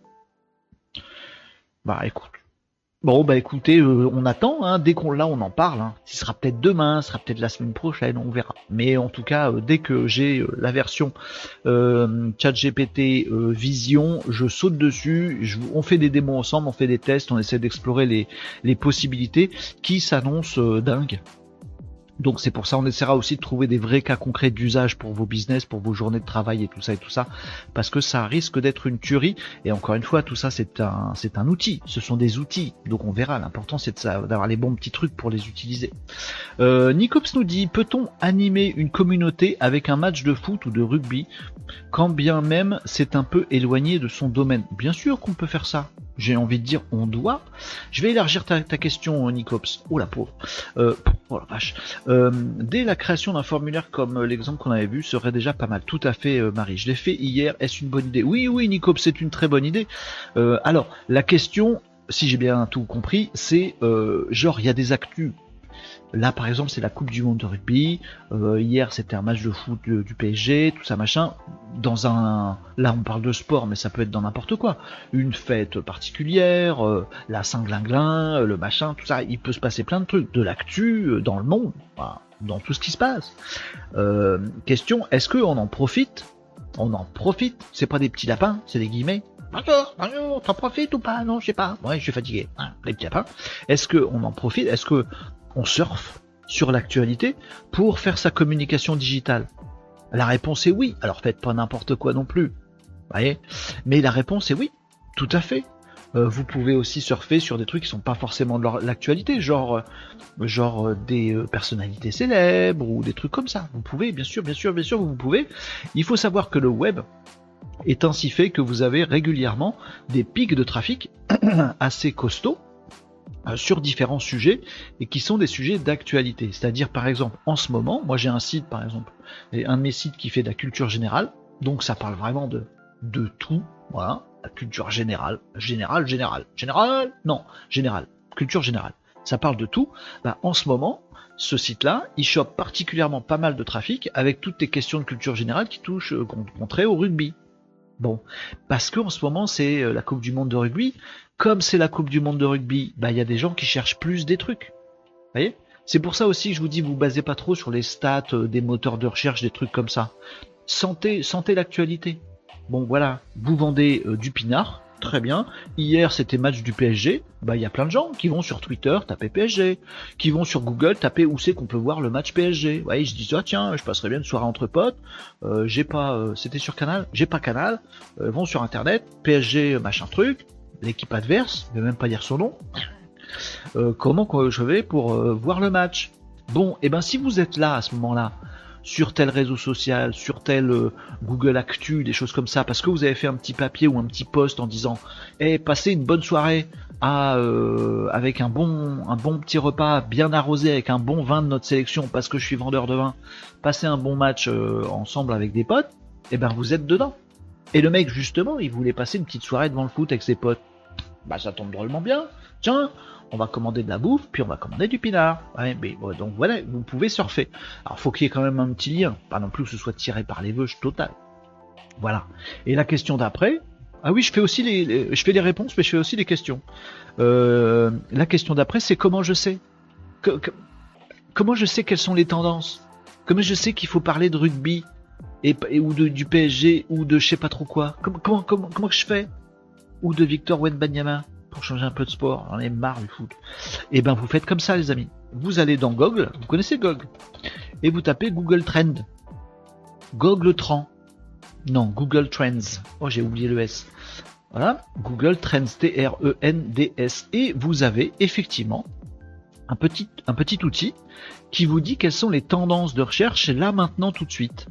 Bah écoute. Bon, bah écoutez, euh, on attend, hein, dès qu'on l'a, on en parle. Hein. Ce sera peut-être demain, ce sera peut-être la semaine prochaine, on verra. Mais en tout cas, euh, dès que j'ai euh, la version euh, ChatGPT euh, Vision, je saute dessus, je, on fait des démos ensemble, on fait des tests, on essaie d'explorer les, les possibilités qui s'annoncent euh, dingues. Donc c'est pour ça on essaiera aussi de trouver des vrais cas concrets d'usage pour vos business, pour vos journées de travail et tout ça et tout ça, parce que ça risque d'être une tuerie. Et encore une fois, tout ça c'est un c'est un outil, ce sont des outils, donc on verra. L'important c'est de ça, d'avoir les bons petits trucs pour les utiliser. Euh, Nicops nous dit, peut-on animer une communauté avec un match de foot ou de rugby, quand bien même c'est un peu éloigné de son domaine? Bien sûr qu'on peut faire ça. J'ai envie de dire, on doit. Je vais élargir ta, ta question, Nicops. Oh la pauvre. Euh, oh la vache. Euh, dès la création d'un formulaire comme l'exemple qu'on avait vu serait déjà pas mal. Tout à fait, euh, Marie. Je l'ai fait hier. Est-ce une bonne idée? Oui, oui, Nicops, c'est une très bonne idée. Euh, alors, la question, si j'ai bien tout compris, c'est euh, genre, il y a des actus. Là, par exemple, c'est la Coupe du Monde de rugby. Euh, hier, c'était un match de foot de, du P S G, tout ça, machin. Dans un, là, on parle de sport, mais ça peut être dans n'importe quoi. Une fête particulière, euh, la Saint-Glinglin, euh, le machin, tout ça. Il peut se passer plein de trucs, de l'actu euh, dans le monde, voilà, dans tout ce qui se passe. Euh, question, est-ce qu'on en profite? On en profite. C'est pas des petits lapins, c'est des guillemets. Bonjour, bonjour, t'en profites ou pas? Non, je sais pas. Ouais, je suis fatigué. Hein, les petits lapins. Est-ce qu'on en profite? Est-ce que on surfe sur l'actualité pour faire sa communication digitale? La réponse est oui. Alors faites pas n'importe quoi non plus, voyez. Mais la réponse est oui, tout à fait. Euh, vous pouvez aussi surfer sur des trucs qui sont pas forcément de l'actualité, genre, euh, genre euh, des euh, personnalités célèbres ou des trucs comme ça. Vous pouvez, bien sûr, bien sûr, bien sûr, vous pouvez. Il faut savoir que le web est ainsi fait que vous avez régulièrement des pics de trafic assez costauds sur différents sujets et qui sont des sujets d'actualité. C'est-à-dire par exemple en ce moment, moi j'ai un site par exemple, et un de mes sites qui fait de la culture générale, donc ça parle vraiment de, de tout, voilà, la culture générale, générale, générale, générale, non, générale, culture générale, ça parle de tout. Bah, en ce moment, ce site-là, il chope particulièrement pas mal de trafic avec toutes les questions de culture générale qui touchent, euh, qu'on trait au rugby. Bon, parce qu'en ce moment c'est la Coupe du Monde de rugby. Comme c'est la Coupe du Monde de rugby, bah il y a des gens qui cherchent plus des trucs. Vous voyez? C'est pour ça aussi que je vous dis, vous basez pas trop sur les stats euh, des moteurs de recherche, des trucs comme ça. Sentez, sentez l'actualité. Bon voilà, vous vendez euh, du pinard, très bien. Hier c'était match du P S G, bah il y a plein de gens qui vont sur Twitter taper P S G, qui vont sur Google taper où c'est qu'on peut voir le match P S G. Vous voyez, je dis ah tiens, je passerai bien une soirée entre potes. Euh, j'ai pas, euh, c'était sur Canal, j'ai pas Canal. Euh, vont sur internet, P S G machin truc. L'équipe adverse, je vais même pas dire son nom. Euh, comment je vais pour euh, voir le match? Bon, et ben si vous êtes là à ce moment-là, sur tel réseau social, sur tel euh, Google Actu, des choses comme ça, parce que vous avez fait un petit papier ou un petit post en disant eh, passez une bonne soirée à, euh, avec un bon, un bon petit repas bien arrosé avec un bon vin de notre sélection parce que je suis vendeur de vin, passez un bon match euh, ensemble avec des potes, et ben vous êtes dedans. Et le mec justement, il voulait passer une petite soirée devant le foot avec ses potes. Bah ça tombe drôlement bien. Tiens, on va commander de la bouffe, puis on va commander du pinard. Ouais, mais ouais, donc voilà, vous pouvez surfer. Alors faut qu'il y ait quand même un petit lien, pas non plus que ce soit tiré par les veuches total. Voilà. Et la question d'après, ah oui, je fais aussi les, les, je fais les réponses, mais je fais aussi les questions. Euh, la question d'après, c'est comment je sais, que, que, comment je sais quelles sont les tendances, comment je sais qu'il faut parler de rugby et, et ou de, du P S G ou de je sais pas trop quoi. Comment comment comment, comment que je fais? Ou de Victor Wembanyama pour changer un peu de sport, j'en ai marre du foot. Et ben vous faites comme ça les amis. Vous allez dans Google, vous connaissez Google, et vous tapez Google Trend. Google Trend. Non, Google Trends. Oh j'ai oublié le S. Voilà, Google Trends, T R E N D S. Et vous avez effectivement un petit, un petit outil qui vous dit quelles sont les tendances de recherche là maintenant tout de suite.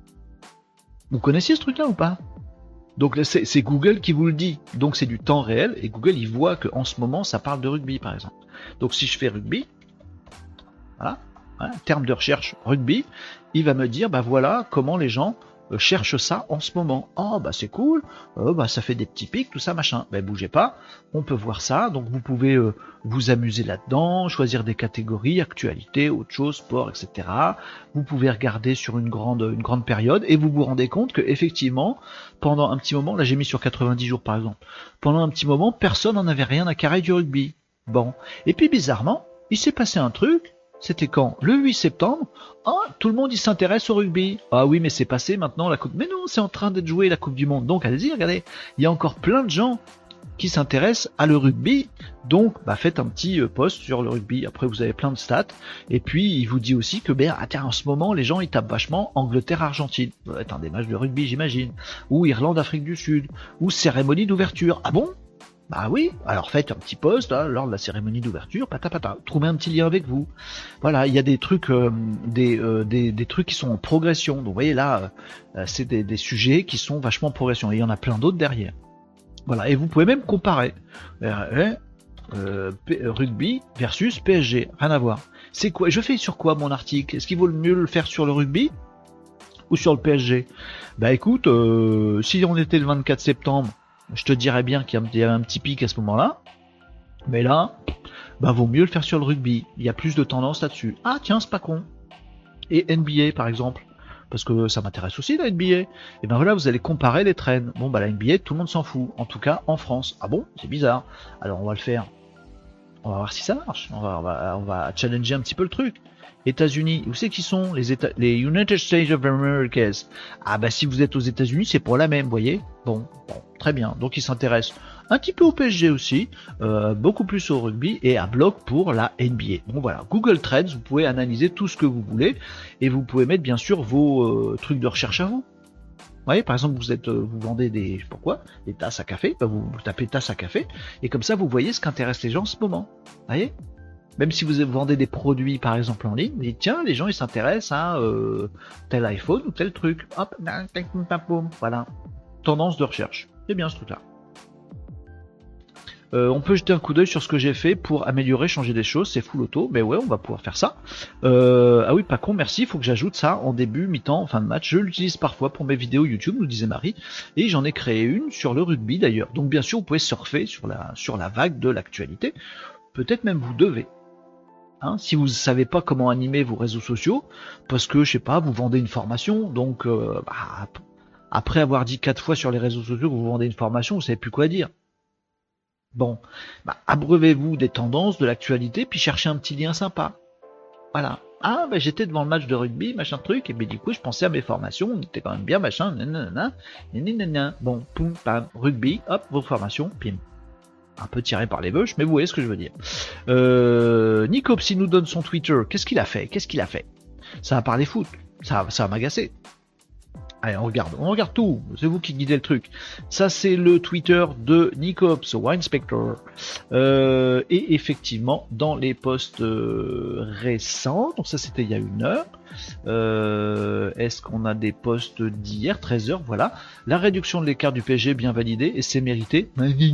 Vous connaissiez ce truc là ou pas? Donc c'est, c'est Google qui vous le dit, donc c'est du temps réel, et Google il voit qu'en ce moment ça parle de rugby par exemple. Donc si je fais rugby, voilà, voilà, terme de recherche rugby, il va me dire bah voilà comment les gens euh, cherche ça en ce moment. Oh bah c'est cool, euh, bah ça fait des petits pics, tout ça machin. Ben bougez pas, on peut voir ça. Donc vous pouvez euh, vous amuser là-dedans, choisir des catégories, actualité, autre chose, sport, et cetera. Vous pouvez regarder sur une grande une grande période et vous vous rendez compte que effectivement pendant un petit moment, là j'ai mis sur quatre-vingt-dix jours par exemple, pendant un petit moment personne n'en avait rien à carrer du rugby. Bon, et puis bizarrement, il s'est passé un truc. C'était quand? Le huit septembre. Ah, tout le monde il s'intéresse au rugby. Ah oui, mais c'est passé maintenant la coupe. Mais non, c'est en train d'être joué la Coupe du Monde. Donc allez-y, regardez. Il y a encore plein de gens qui s'intéressent à le rugby. Donc, bah faites un petit euh, post sur le rugby. Après, vous avez plein de stats. Et puis, il vous dit aussi que, ben, ah, tiens, en ce moment, les gens ils tapent vachement Angleterre-Argentine. Ça doit être un des matchs de rugby, j'imagine. Ou Irlande-Afrique du Sud. Ou cérémonie d'ouverture. Ah bon? Bah oui, alors faites un petit post hein, lors de la cérémonie d'ouverture, patapata, trouvez un petit lien avec vous. Voilà, il y a des trucs, euh, des, euh, des, des trucs qui sont en progression. Donc vous voyez là, euh, c'est des, des sujets qui sont vachement en progression. Et il y en a plein d'autres derrière. Voilà, et vous pouvez même comparer. Euh, euh, rugby versus P S G, rien à voir. C'est quoi? Je fais sur quoi mon article? Est-ce qu'il vaut mieux le faire sur le rugby ou sur le P S G? Bah écoute, euh, si on était le vingt-quatre septembre, je te dirais bien qu'il y avait un petit pic à ce moment-là. Mais là, bah vaut mieux le faire sur le rugby. Il y a plus de tendance là-dessus. Ah tiens, c'est pas con. Et N B A par exemple. Parce que ça m'intéresse aussi la N B A. Et ben voilà, vous allez comparer les trends. Bon bah la N B A, tout le monde s'en fout. En tout cas en France. Ah bon? C'est bizarre. Alors on va le faire. On va voir si ça marche. On va, on va, on va challenger un petit peu le truc. États-Unis, où c'est qu'ils sont les, États, les United States of America. Ah bah si vous êtes aux États-Unis, c'est pour la même, vous voyez. Bon, bon, très bien. Donc ils s'intéressent un petit peu au P S G aussi, euh, beaucoup plus au rugby et à bloc pour la N B A. Bon voilà, Google Trends, vous pouvez analyser tout ce que vous voulez et vous pouvez mettre bien sûr vos euh, trucs de recherche à vous. Vous voyez, par exemple, vous êtes, vous vendez des, je sais pas quoi, des tasses à café, bah vous, vous tapez tasse à café et comme ça vous voyez ce qu'intéresse les gens en ce moment. Vous voyez? Même si vous vendez des produits par exemple en ligne, vous dites tiens, les gens ils s'intéressent à euh, tel iPhone ou tel truc. Hop, voilà. Tendance de recherche. C'est bien ce truc-là. Euh, on peut jeter un coup d'œil sur ce que j'ai fait pour améliorer, changer des choses, c'est full auto, mais ouais, on va pouvoir faire ça. Euh, ah oui, pas con, merci, il faut que j'ajoute ça en début, mi-temps, en fin de match. Je l'utilise parfois pour mes vidéos YouTube, nous disait Marie, et j'en ai créé une sur le rugby d'ailleurs. Donc bien sûr, vous pouvez surfer sur la, sur la vague de l'actualité. Peut-être même vous devez. Hein, si vous ne savez pas comment animer vos réseaux sociaux, parce que je sais pas, vous vendez une formation, donc euh, bah, après avoir dit quatre fois sur les réseaux sociaux que vous vendez une formation, vous savez plus quoi dire. Bon, bah, abreuvez-vous des tendances, de l'actualité, puis cherchez un petit lien sympa. Voilà. Ah, bah, j'étais devant le match de rugby, machin truc, et ben du coup je pensais à mes formations, on était quand même bien, machin, nanana, nanana. Bon, poum, pam, rugby, hop, vos formations, pim. Un peu tiré par les bûches, mais vous voyez ce que je veux dire. Euh, Nicops, il nous donne son Twitter. Qu'est-ce qu'il a fait Qu'est-ce qu'il a fait Ça va parler foot. Ça, ça va m'agacer. Allez, on regarde. On regarde tout. C'est vous qui guidez le truc. Ça, c'est le Twitter de Nicops, Winespector. Euh, et effectivement, dans les posts euh, récents, donc ça c'était il y a une heure, euh, est-ce qu'on a des posts d'hier, treize heures, voilà. La réduction de l'écart du P S G bien validée et c'est mérité.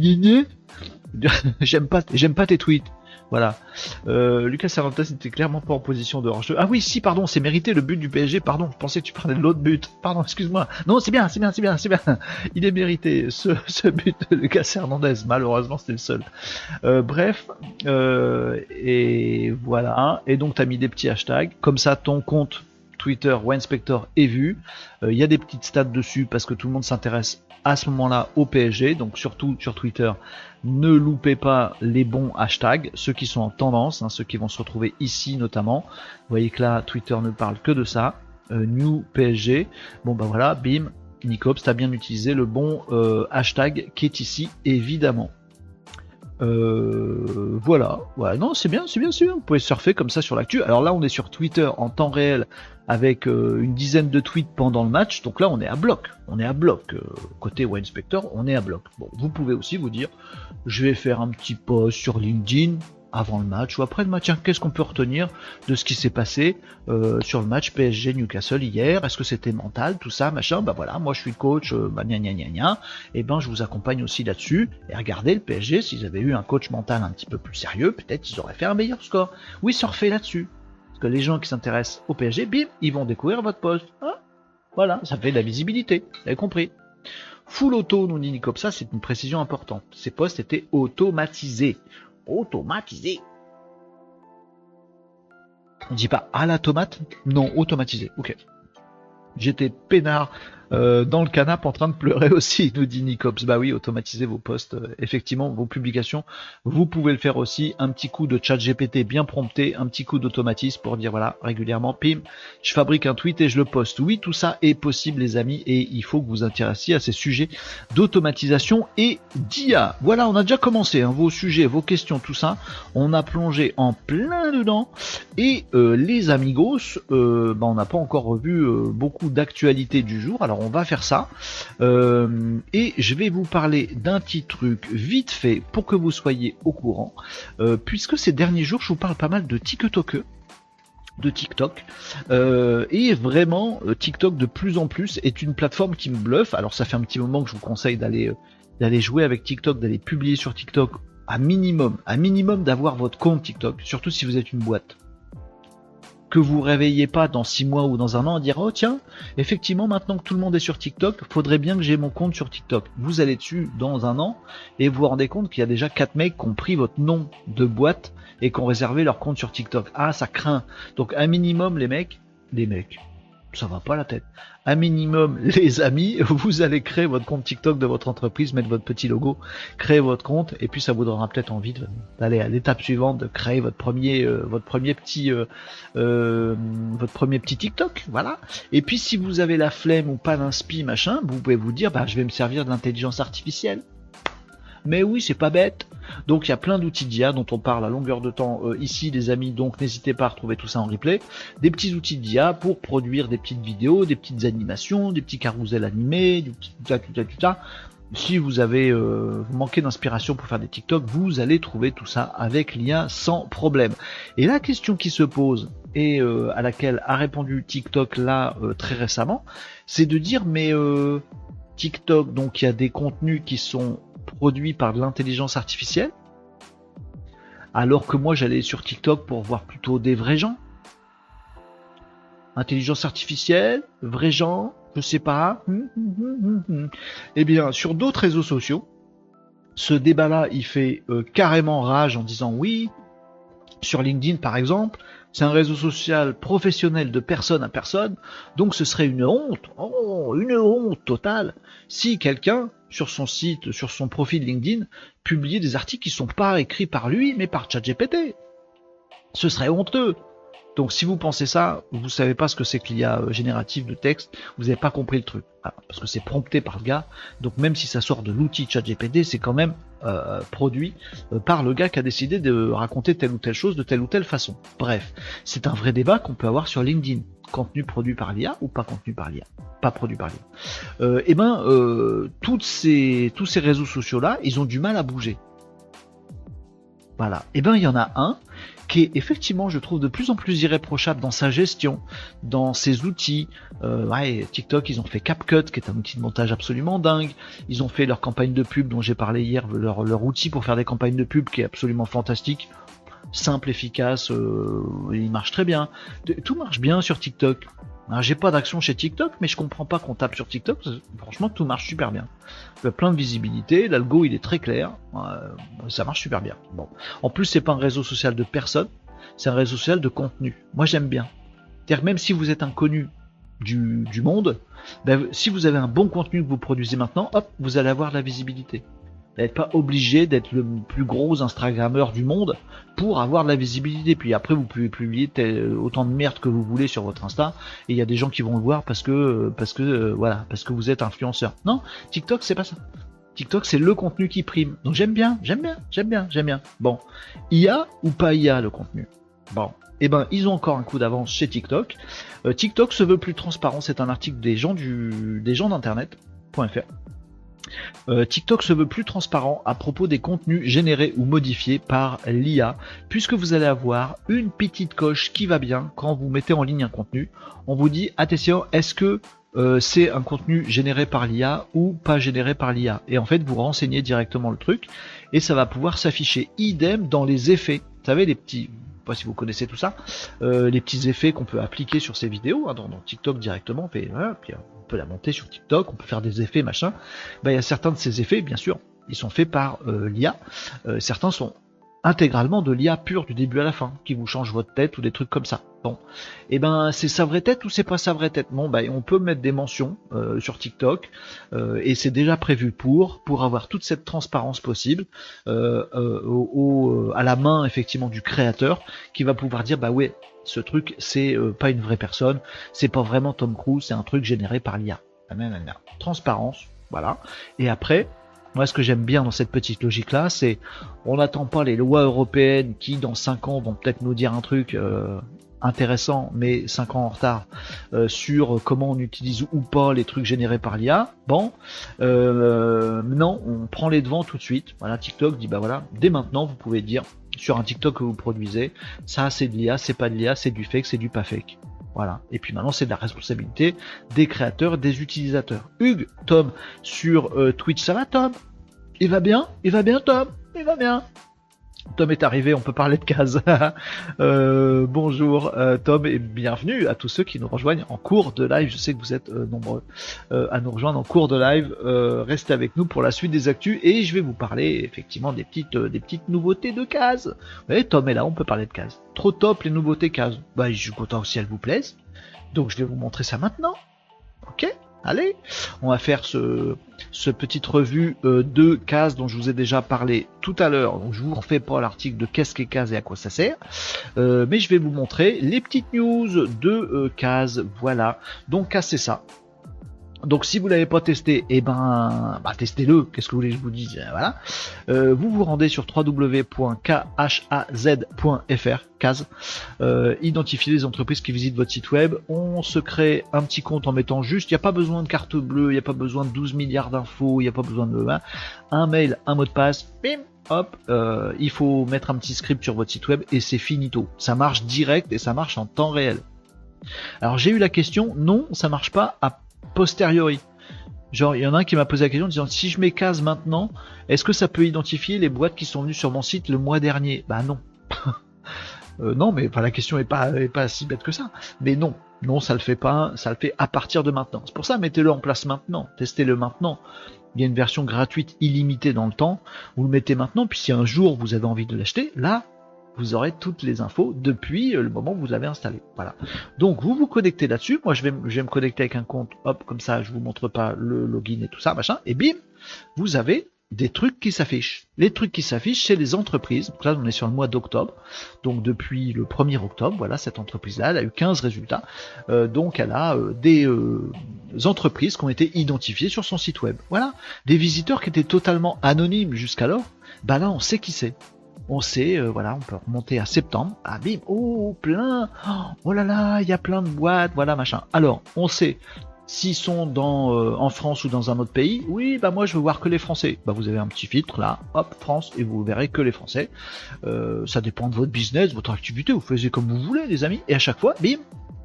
J'aime pas, j'aime pas tes tweets. Voilà. Euh, Lucas Cervantes n'était clairement pas en position de hors-jeu. Ah oui, si, pardon, c'est mérité le but du P S G. Pardon, je pensais que tu parlais de l'autre but. Pardon, excuse-moi. Non, c'est bien, c'est bien, c'est bien, c'est bien. Il est mérité, ce, ce but de Lucas Hernandez. Malheureusement, c'était le seul. Euh, bref, euh, et voilà. Et donc, t'as mis des petits hashtags. Comme ça, ton compte Twitter Winespector est vu. Il euh, y a des petites stats dessus parce que tout le monde s'intéresse à ce moment-là au P S G. Donc, surtout sur Twitter, ne loupez pas les bons hashtags, ceux qui sont en tendance, hein, ceux qui vont se retrouver ici notamment. Vous voyez que là, Twitter ne parle que de ça. Euh, New P S G. Bon, bah voilà, bim. Nicops, t'as bien utilisé le bon euh, hashtag qui est ici, évidemment. Euh, voilà, voilà, non, c'est bien, c'est bien, c'est bien. Vous pouvez surfer comme ça sur l'actu. Alors là, on est sur Twitter en temps réel avec euh, une dizaine de tweets pendant le match. Donc là, on est à bloc. On est à bloc. Euh, côté Winespector, on est à bloc. Bon, vous pouvez aussi vous dire, je vais faire un petit post sur LinkedIn avant le match ou après le match. Hein, qu'est-ce qu'on peut retenir de ce qui s'est passé euh, sur le match P S G Newcastle hier? Est-ce que c'était mental, tout ça, machin? Bah voilà, moi je suis le coach, euh, bah gna gna gna gna. Et ben je vous accompagne aussi là-dessus. Et regardez le P S G, s'ils avaient eu un coach mental un petit peu plus sérieux, peut-être ils auraient fait un meilleur score. Oui, surfez là-dessus. Parce que les gens qui s'intéressent au P S G, bim, ils vont découvrir votre post. Hein, Voilà, ça fait de la visibilité, vous avez compris. Full auto, nous dit Nicop, ça c'est une précision importante. Ces posts étaient automatisés. Automatisés. On dit pas à la tomate? Non, automatisé, ok. J'étais peinard euh, dans le canapé en train de pleurer aussi, nous dit Nicops. Bah oui, automatisez vos posts, euh, effectivement, vos publications. Vous pouvez le faire aussi. Un petit coup de chat G P T bien prompté, un petit coup d'automatisme pour dire voilà, régulièrement, pim, je fabrique un tweet et je le poste. Oui, tout ça est possible, les amis, et il faut que vous intéressiez à ces sujets d'automatisation et d'I A. Voilà, on a déjà commencé, hein, vos sujets, vos questions, tout ça. On a plongé en plein dedans. Et euh, les amigos, euh, bah, on n'a pas encore revu euh, beaucoup d'actualités du jour. Alors on va faire ça euh, et je vais vous parler d'un petit truc vite fait pour que vous soyez au courant, euh, puisque ces derniers jours je vous parle pas mal de TikTok, de TikTok euh, et vraiment euh, TikTok de plus en plus est une plateforme qui me bluffe. Alors ça fait un petit moment que je vous conseille d'aller euh, d'aller jouer avec TikTok, d'aller publier sur TikTok, à minimum, à minimum d'avoir votre compte TikTok, surtout si vous êtes une boîte. Que vous réveillez pas dans six mois ou dans un an à dire oh tiens, effectivement maintenant que tout le monde est sur TikTok, faudrait bien que j'ai mon compte sur TikTok. Vous allez dessus dans un an et vous vous rendez compte qu'il y a déjà quatre mecs qui ont pris votre nom de boîte et qui ont réservé leur compte sur TikTok. Ah, ça craint. Donc un minimum les mecs, les mecs, ça va pas la tête. Un minimum les amis, vous allez créer votre compte TikTok de votre entreprise, mettre votre petit logo, créer votre compte et puis ça vous donnera peut-être envie de, d'aller à l'étape suivante, de créer votre premier euh, votre premier petit euh, euh, votre premier petit TikTok, voilà. Et puis si vous avez la flemme ou pas d'inspi machin, vous pouvez vous dire bah je vais me servir de l'intelligence artificielle. Mais oui, c'est pas bête. Donc il y a plein d'outils d'I A dont on parle à longueur de temps euh, ici les amis, donc n'hésitez pas à retrouver tout ça en replay. Des petits outils d'I A pour produire des petites vidéos, des petites animations, des petits carousels animés, du petit tout ça, tout ça, tout ça. Si vous avez euh, vous manquez d'inspiration pour faire des TikTok, vous allez trouver tout ça avec l'I A sans problème. Et la question qui se pose et euh, à laquelle a répondu TikTok là euh, très récemment, c'est de dire mais euh, TikTok, donc il y a des contenus qui sont produits par de l'intelligence artificielle, alors que moi j'allais sur TikTok pour voir plutôt des vrais gens. Intelligence artificielle, vrais gens, je sais pas. Eh bien, sur d'autres réseaux sociaux, ce débat-là, il fait euh, carrément rage en disant oui. Sur LinkedIn, par exemple, c'est un réseau social professionnel de personne à personne, donc ce serait une honte, oh, une honte totale, si quelqu'un, sur son site, sur son profil LinkedIn, publiait des articles qui sont pas écrits par lui, mais par ChatGPT. Ce serait honteux. Donc si vous pensez ça, vous savez pas ce que c'est que l'I A générative de texte, vous n'avez pas compris le truc. Ah, parce que c'est prompté par le gars, donc même si ça sort de l'outil ChatGPT, c'est quand même euh, produit euh, par le gars qui a décidé de raconter telle ou telle chose de telle ou telle façon. Bref, c'est un vrai débat qu'on peut avoir sur LinkedIn. Contenu produit par l'I A ou pas contenu par l'I A, pas produit par l'I A. Euh, et ben, euh, toutes ces, tous ces réseaux sociaux-là, ils ont du mal à bouger. Voilà. Et ben, il y en a un qui est effectivement, je trouve, de plus en plus irréprochable dans sa gestion, dans ses outils. Euh, ouais, TikTok, ils ont fait CapCut, qui est un outil de montage absolument dingue. Ils ont fait leur campagne de pub dont j'ai parlé hier, leur, leur outil pour faire des campagnes de pub qui est absolument fantastique. Simple, efficace, euh, il marche très bien. Tout marche bien sur TikTok. Alors, j'ai pas d'action chez TikTok, mais je comprends pas qu'on tape sur TikTok. Franchement, tout marche super bien. Il y a plein de visibilité, l'algo il est très clair, euh, ça marche super bien. Bon, en plus c'est pas un réseau social de personnes, c'est un réseau social de contenu. Moi j'aime bien. C'est-à-dire que même si vous êtes inconnu du, du monde, ben, si vous avez un bon contenu que vous produisez maintenant, hop, vous allez avoir de la visibilité. Vous n'êtes pas obligé d'être le plus gros Instagrammeur du monde pour avoir de la visibilité. Puis après, vous pouvez publier tel, autant de merde que vous voulez sur votre Insta, et il y a des gens qui vont le voir parce que, parce que, euh, voilà, parce que vous êtes influenceur. Non, TikTok, c'est pas ça. TikTok, c'est le contenu qui prime. Donc j'aime bien, j'aime bien, j'aime bien, j'aime bien. Bon, I A ou pas I A le contenu. Bon, eh ben, ils ont encore un coup d'avance chez TikTok. Euh, TikTok se veut plus transparent. C'est un article des gens du, des gens d'internet point F R. Euh, TikTok se veut plus transparent à propos des contenus générés ou modifiés par l'I A, puisque vous allez avoir une petite coche qui va bien quand vous mettez en ligne un contenu. On vous dit attention, est-ce que euh, c'est un contenu généré par l'I A ou pas généré par l'I A, et en fait vous renseignez directement le truc et ça va pouvoir s'afficher. Idem dans les effets, vous savez, les petits, sais pas si vous connaissez tout ça, euh, les petits effets qu'on peut appliquer sur ces vidéos, hein, dans, dans TikTok directement, on fait, voilà, puis on peut la monter sur TikTok, on peut faire des effets, machin. Ben, il y a certains de ces effets, bien sûr, ils sont faits par euh, l'I A, euh, certains sont intégralement de l'I A pure du début à la fin, qui vous change votre tête ou des trucs comme ça. Bon, et ben c'est sa vraie tête ou c'est pas sa vraie tête. Bon, ben on peut mettre des mentions euh, sur TikTok euh, et c'est déjà prévu pour pour avoir toute cette transparence possible euh, euh, au, au, à la main effectivement du créateur qui va pouvoir dire bah ouais ce truc c'est euh, pas une vraie personne, c'est pas vraiment Tom Cruise, c'est un truc généré par l'I A. Transparence, voilà. Et après. Moi, ce que j'aime bien dans cette petite logique-là, c'est on n'attend pas les lois européennes qui, dans cinq ans, vont peut-être nous dire un truc euh, intéressant, mais cinq ans en retard, euh, sur comment on utilise ou pas les trucs générés par l'I A. Bon, euh, non, on prend les devants tout de suite. Voilà, TikTok dit, bah voilà, dès maintenant, vous pouvez dire sur un TikTok que vous produisez, ça c'est de l'I A, c'est pas de l'I A, c'est du fake, c'est du pas fake. Voilà. Et puis maintenant, c'est de la responsabilité des créateurs, des utilisateurs. Hugues, Tom, sur euh, Twitch, ça va, Tom? Il va bien? Il va bien, Tom? Il va bien. Tom est arrivé, on peut parler de case. euh, bonjour, euh, Tom, et bienvenue à tous ceux qui nous rejoignent en cours de live. Je sais que vous êtes euh, nombreux euh, à nous rejoindre en cours de live. Euh, restez avec nous pour la suite des actus et je vais vous parler effectivement des petites, euh, des petites nouveautés de case. Vous voyez, Tom est là, on peut parler de case. Trop top les nouveautés case. Bah, je suis content que si elles vous plaisent. Donc je vais vous montrer ça maintenant. Ok? Allez, on va faire ce, ce petite revue euh, de case dont je vous ai déjà parlé tout à l'heure. Donc je vous refais pas l'article de qu'est-ce qu'est case et à quoi ça sert, euh, mais je vais vous montrer les petites news de euh, case. Voilà, donc case c'est ça. Donc si vous l'avez pas testé, eh ben, bah, testez-le. Qu'est-ce que vous voulez que je vous dise? Voilà. Euh, vous vous rendez sur w w w point khaz point f r, case. Euh, identifiez les entreprises qui visitent votre site web. On se crée un petit compte en mettant juste. Il n'y a pas besoin de carte bleue, il n'y a pas besoin de douze milliards d'infos, il n'y a pas besoin de hein, un mail, un mot de passe. Bim. Hop, euh, il faut mettre un petit script sur votre site web et c'est finito. Ça marche direct et ça marche en temps réel. Alors j'ai eu la question, non, ça marche pas à posteriori. Genre, il y en a un qui m'a posé la question en disant si je mets case maintenant, est-ce que ça peut identifier les boîtes qui sont venues sur mon site le mois dernier? Bah non. euh, non, mais enfin, la question est pas, est pas si bête que ça. Mais non, non, ça le fait pas, ça le fait à partir de maintenant. C'est pour ça, mettez-le en place maintenant, testez-le maintenant. Il y a une version gratuite illimitée dans le temps, vous le mettez maintenant, puis si un jour vous avez envie de l'acheter, là, vous aurez toutes les infos depuis le moment où vous l'avez installé. Voilà. Donc vous vous connectez là-dessus. Moi je vais, je vais me connecter avec un compte. Hop, comme ça je vous montre pas le login et tout ça, machin. Et bim, vous avez des trucs qui s'affichent. Les trucs qui s'affichent, c'est les entreprises. Donc là on est sur le mois d'octobre. Donc depuis le premier octobre, voilà, cette entreprise-là, elle a eu quinze résultats. Euh, donc elle a euh, des euh, entreprises qui ont été identifiées sur son site web. Voilà. Des visiteurs qui étaient totalement anonymes jusqu'alors. Bah là on sait qui c'est. On sait, euh, voilà, on peut remonter à septembre. Ah bim, oh plein, oh là là, il y a plein de boîtes, voilà machin. Alors, on sait s'ils sont dans euh, en France ou dans un autre pays. Oui, bah moi je veux voir que les Français. Bah vous avez un petit filtre là, hop France, et vous verrez que les Français. Euh, ça dépend de votre business, votre activité. Vous faites comme vous voulez, les amis. Et à chaque fois, bim.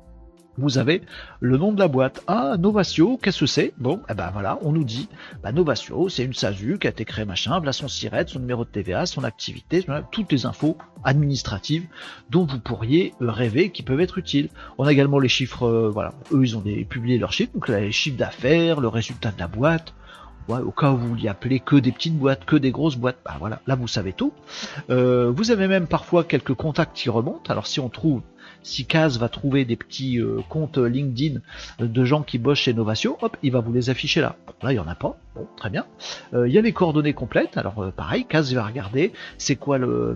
Vous avez le nom de la boîte. Ah, Novatio, qu'est-ce que c'est? Bon, eh ben voilà, on nous dit, bah Novatio, c'est une S A S U qui a été créée machin, voilà son SIRET, son numéro de T V A, son activité, toutes les infos administratives dont vous pourriez rêver qui peuvent être utiles. On a également les chiffres, euh, voilà, eux ils ont des, publié leurs chiffres, donc là, les chiffres d'affaires, le résultat de la boîte. Ouais, au cas où vous y appelez que des petites boîtes, que des grosses boîtes, bah voilà, là vous savez tout. Euh, vous avez même parfois quelques contacts qui remontent. Alors si on trouve, si Case va trouver des petits euh, comptes LinkedIn de gens qui bossent chez Novatio, hop, il va vous les afficher là. Bon, là il y en a pas, bon, très bien. Euh, il y a les coordonnées complètes. Alors euh, pareil, Case va regarder, c'est quoi le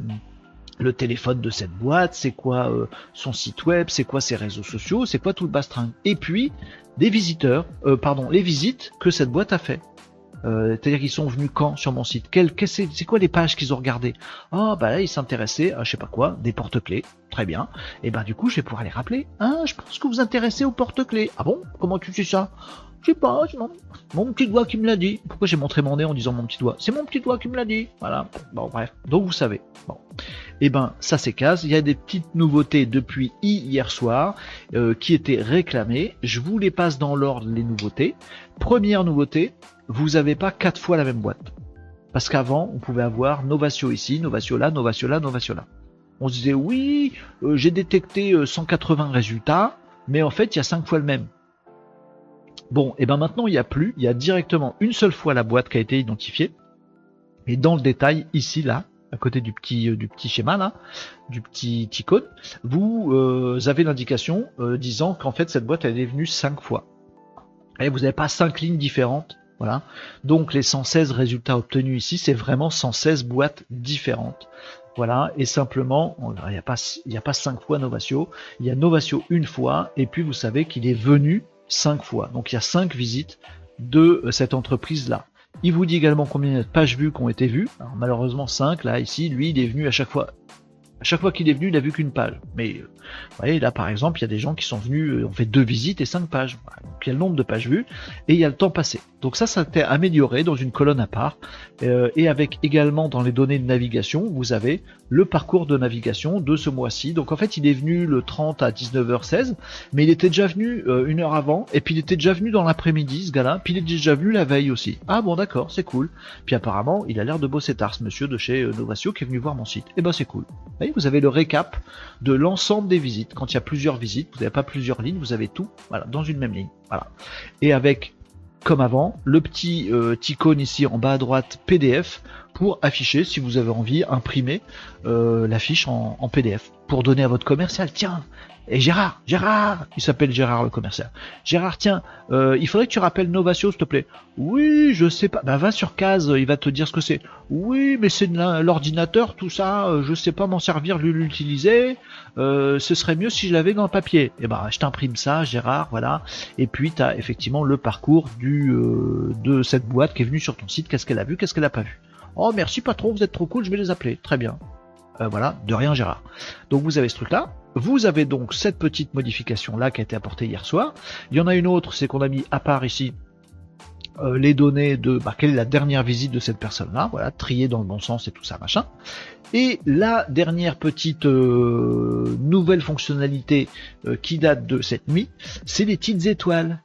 le téléphone de cette boîte, c'est quoi euh, son site web, c'est quoi ses réseaux sociaux, c'est quoi tout le bastring. Et puis des visiteurs, euh, pardon, les visites que cette boîte a fait. Euh, c'est-à-dire qu'ils sont venus quand sur mon site? Quel, quel, c'est, c'est quoi les pages qu'ils ont regardées? Oh bah là ils s'intéressaient à je sais pas quoi, des porte-clés, très bien. Et ben du coup je vais pouvoir les rappeler. Ah je pense que vous vous intéressez aux porte-clés. Ah bon? Comment tu sais ça? Je sais pas, c'est mon, mon petit doigt qui me l'a dit. Pourquoi j'ai montré mon nez en disant mon petit doigt? C'est mon petit doigt qui me l'a dit. Voilà. Bon bref. Donc vous savez. Bon. Et ben ça c'est Case. Il y a des petites nouveautés depuis hier soir euh, qui étaient réclamées. Je vous les passe dans l'ordre les nouveautés. Première nouveauté, vous n'avez pas quatre fois la même boîte. Parce qu'avant, on pouvait avoir Novatio ici, Novatio là, Novatio là, Novatio là. On se disait oui, euh, j'ai détecté euh, cent quatre-vingts résultats, mais en fait il y a cinq fois le même. Bon, et ben maintenant il n'y a plus, il y a directement une seule fois la boîte qui a été identifiée, et dans le détail, ici, là, à côté du petit, euh, du petit schéma, là, du petit icône, vous euh, avez l'indication euh, disant qu'en fait cette boîte elle est venue cinq fois. Et vous n'avez pas cinq lignes différentes, voilà. Donc les cent seize résultats obtenus ici, c'est vraiment cent seize boîtes différentes. Voilà, et simplement, il n'y a pas, il n'y a pas cinq fois Novatio, il y a Novatio une fois, et puis vous savez qu'il est venu cinq fois. Donc il y a cinq visites de euh, cette entreprise-là. Il vous dit également combien il y a de pages vues qui ont été vues. Alors, malheureusement cinq, là, ici, lui, il est venu à chaque fois. À chaque fois qu'il est venu, il a vu qu'une page. Mais, euh, vous voyez, là, par exemple, il y a des gens qui sont venus, euh, ont fait deux visites et cinq pages. Voilà. Donc, il y a le nombre de pages vues et il y a le temps passé. Donc ça, ça a été amélioré dans une colonne à part. Euh, et avec également dans les données de navigation, vous avez le parcours de navigation de ce mois-ci. Donc en fait, il est venu le trente à dix-neuf heures seize, mais il était déjà venu euh, une heure avant, et puis il était déjà venu dans l'après-midi, ce gars-là, puis il est déjà venu la veille aussi. Ah bon, d'accord, c'est cool. Puis apparemment, il a l'air de bosser tard, ce monsieur de chez euh, Novatio qui est venu voir mon site. Et ben c'est cool. Vous voyez, vous avez le récap de l'ensemble des visites. Quand il y a plusieurs visites, vous n'avez pas plusieurs lignes, vous avez tout, voilà, dans une même ligne. Voilà. Et avec, comme avant, le petit euh, icône ici en bas à droite P D F pour afficher, si vous avez envie, imprimer euh, la fiche en, en P D F pour donner à votre commercial. Tiens, et Gérard, Gérard, il s'appelle Gérard le commercial. Gérard, tiens, euh, il faudrait que tu rappelles Novatio, s'il te plaît. Oui, je sais pas. Bah va sur Case, il va te dire ce que c'est. Oui, mais c'est de l'ordinateur, tout ça. Euh, je sais pas m'en servir, l'utiliser. Euh, ce serait mieux si je l'avais dans le papier. Et bah, je t'imprime ça, Gérard, voilà. Et puis tu as effectivement le parcours du euh, de cette boîte qui est venue sur ton site. Qu'est-ce qu'elle a vu, qu'est-ce qu'elle a pas vu. Oh merci patron, vous êtes trop cool, je vais les appeler. Très bien. Euh, voilà, de rien Gérard. Donc vous avez ce truc-là. Vous avez donc cette petite modification-là qui a été apportée hier soir. Il y en a une autre, c'est qu'on a mis à part ici euh, les données de bah, quelle est la dernière visite de cette personne-là, voilà, trier dans le bon sens et tout ça, machin. Et la dernière petite euh, nouvelle fonctionnalité euh, qui date de cette nuit, c'est les petites étoiles.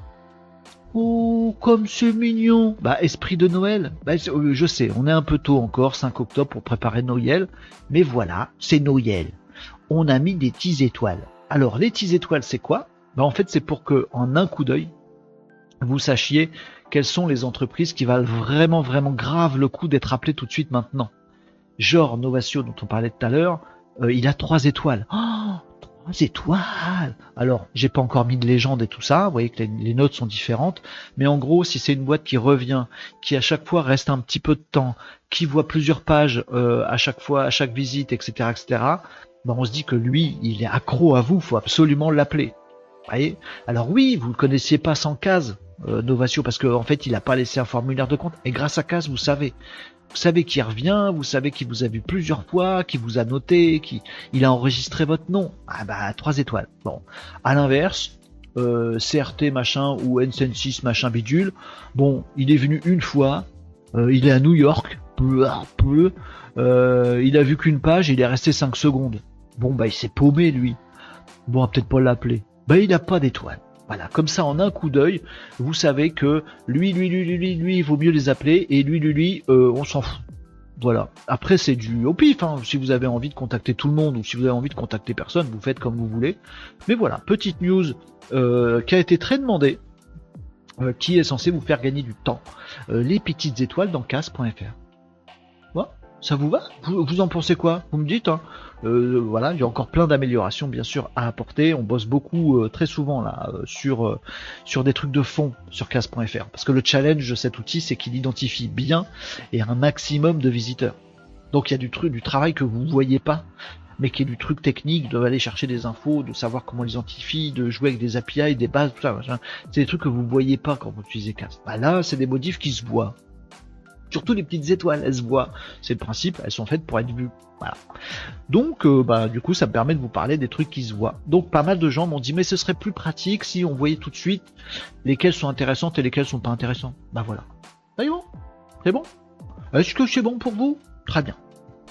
Oh, comme c'est mignon. Bah, esprit de Noël. Bah, je sais, on est un peu tôt encore, cinq octobre pour préparer Noël. Mais voilà, c'est Noël. On a mis des petites étoiles. Alors, les petites étoiles, c'est quoi? Bah, en fait, c'est pour que, en un coup d'œil, vous sachiez quelles sont les entreprises qui valent vraiment, vraiment grave le coup d'être appelées tout de suite maintenant. Genre, Novatio, dont on parlait tout à l'heure, euh, il a trois étoiles. Oh, trois étoiles. Alors, j'ai pas encore mis de légende et tout ça. Vous voyez que les, les notes sont différentes. Mais en gros, si c'est une boîte qui revient, qui à chaque fois reste un petit peu de temps, qui voit plusieurs pages euh, à chaque fois, à chaque visite, et cetera, et cetera, ben on se dit que lui, il est accro à vous. Faut absolument l'appeler. Vous voyez? Alors oui, vous le connaissiez pas sans Case, euh, Novatio, parce qu'en en fait, il a pas laissé un formulaire de compte. Et grâce à Case, vous savez. Vous savez qui revient, vous savez qu'il vous a vu plusieurs fois, qui vous a noté, qui il a enregistré votre nom. Ah bah trois étoiles. Bon, à l'inverse, euh, C R T machin ou N C N six machin bidule. Bon, il est venu une fois, euh, il est à New York, peu, peu. Euh, il a vu qu'une page, il est resté cinq secondes. Bon bah il s'est paumé lui. Bon, on va peut-être pas l'appeler. Bah il a pas d'étoile. Voilà, comme ça en un coup d'œil, vous savez que lui, lui, lui, lui, lui, lui, il vaut mieux les appeler, et lui, lui, lui, euh, on s'en fout. Voilà. Après, c'est du au pif, hein. Si vous avez envie de contacter tout le monde, ou si vous avez envie de contacter personne, vous faites comme vous voulez. Mais voilà, petite news euh, qui a été très demandée, euh, qui est censée vous faire gagner du temps. Euh, les petites étoiles dans case point f r. Voilà. Ça vous va? vous, vous en pensez quoi? Vous me dites, hein. Euh, voilà, il y a encore plein d'améliorations bien sûr à apporter. On bosse beaucoup euh, très souvent là euh, sur euh, sur des trucs de fond sur case point f r parce que le challenge de cet outil c'est qu'il identifie bien et un maximum de visiteurs. Donc il y a du truc, du travail que vous voyez pas, mais qui est du truc technique, de aller chercher des infos, de savoir comment on les identifie, de jouer avec des A P I, des bases, tout ça. Machin. C'est des trucs que vous voyez pas quand vous utilisez Case. Bah là, c'est des modifs qui se voient. Surtout les petites étoiles, elles se voient. C'est le principe, elles sont faites pour être vues. Voilà. Donc, euh, bah, du coup, ça me permet de vous parler des trucs qui se voient. Donc, pas mal de gens m'ont dit, mais ce serait plus pratique si on voyait tout de suite lesquelles sont intéressantes et lesquelles sont pas intéressantes. Bah voilà. C'est bon. C'est bon. Est-ce que c'est bon pour vous? Très bien.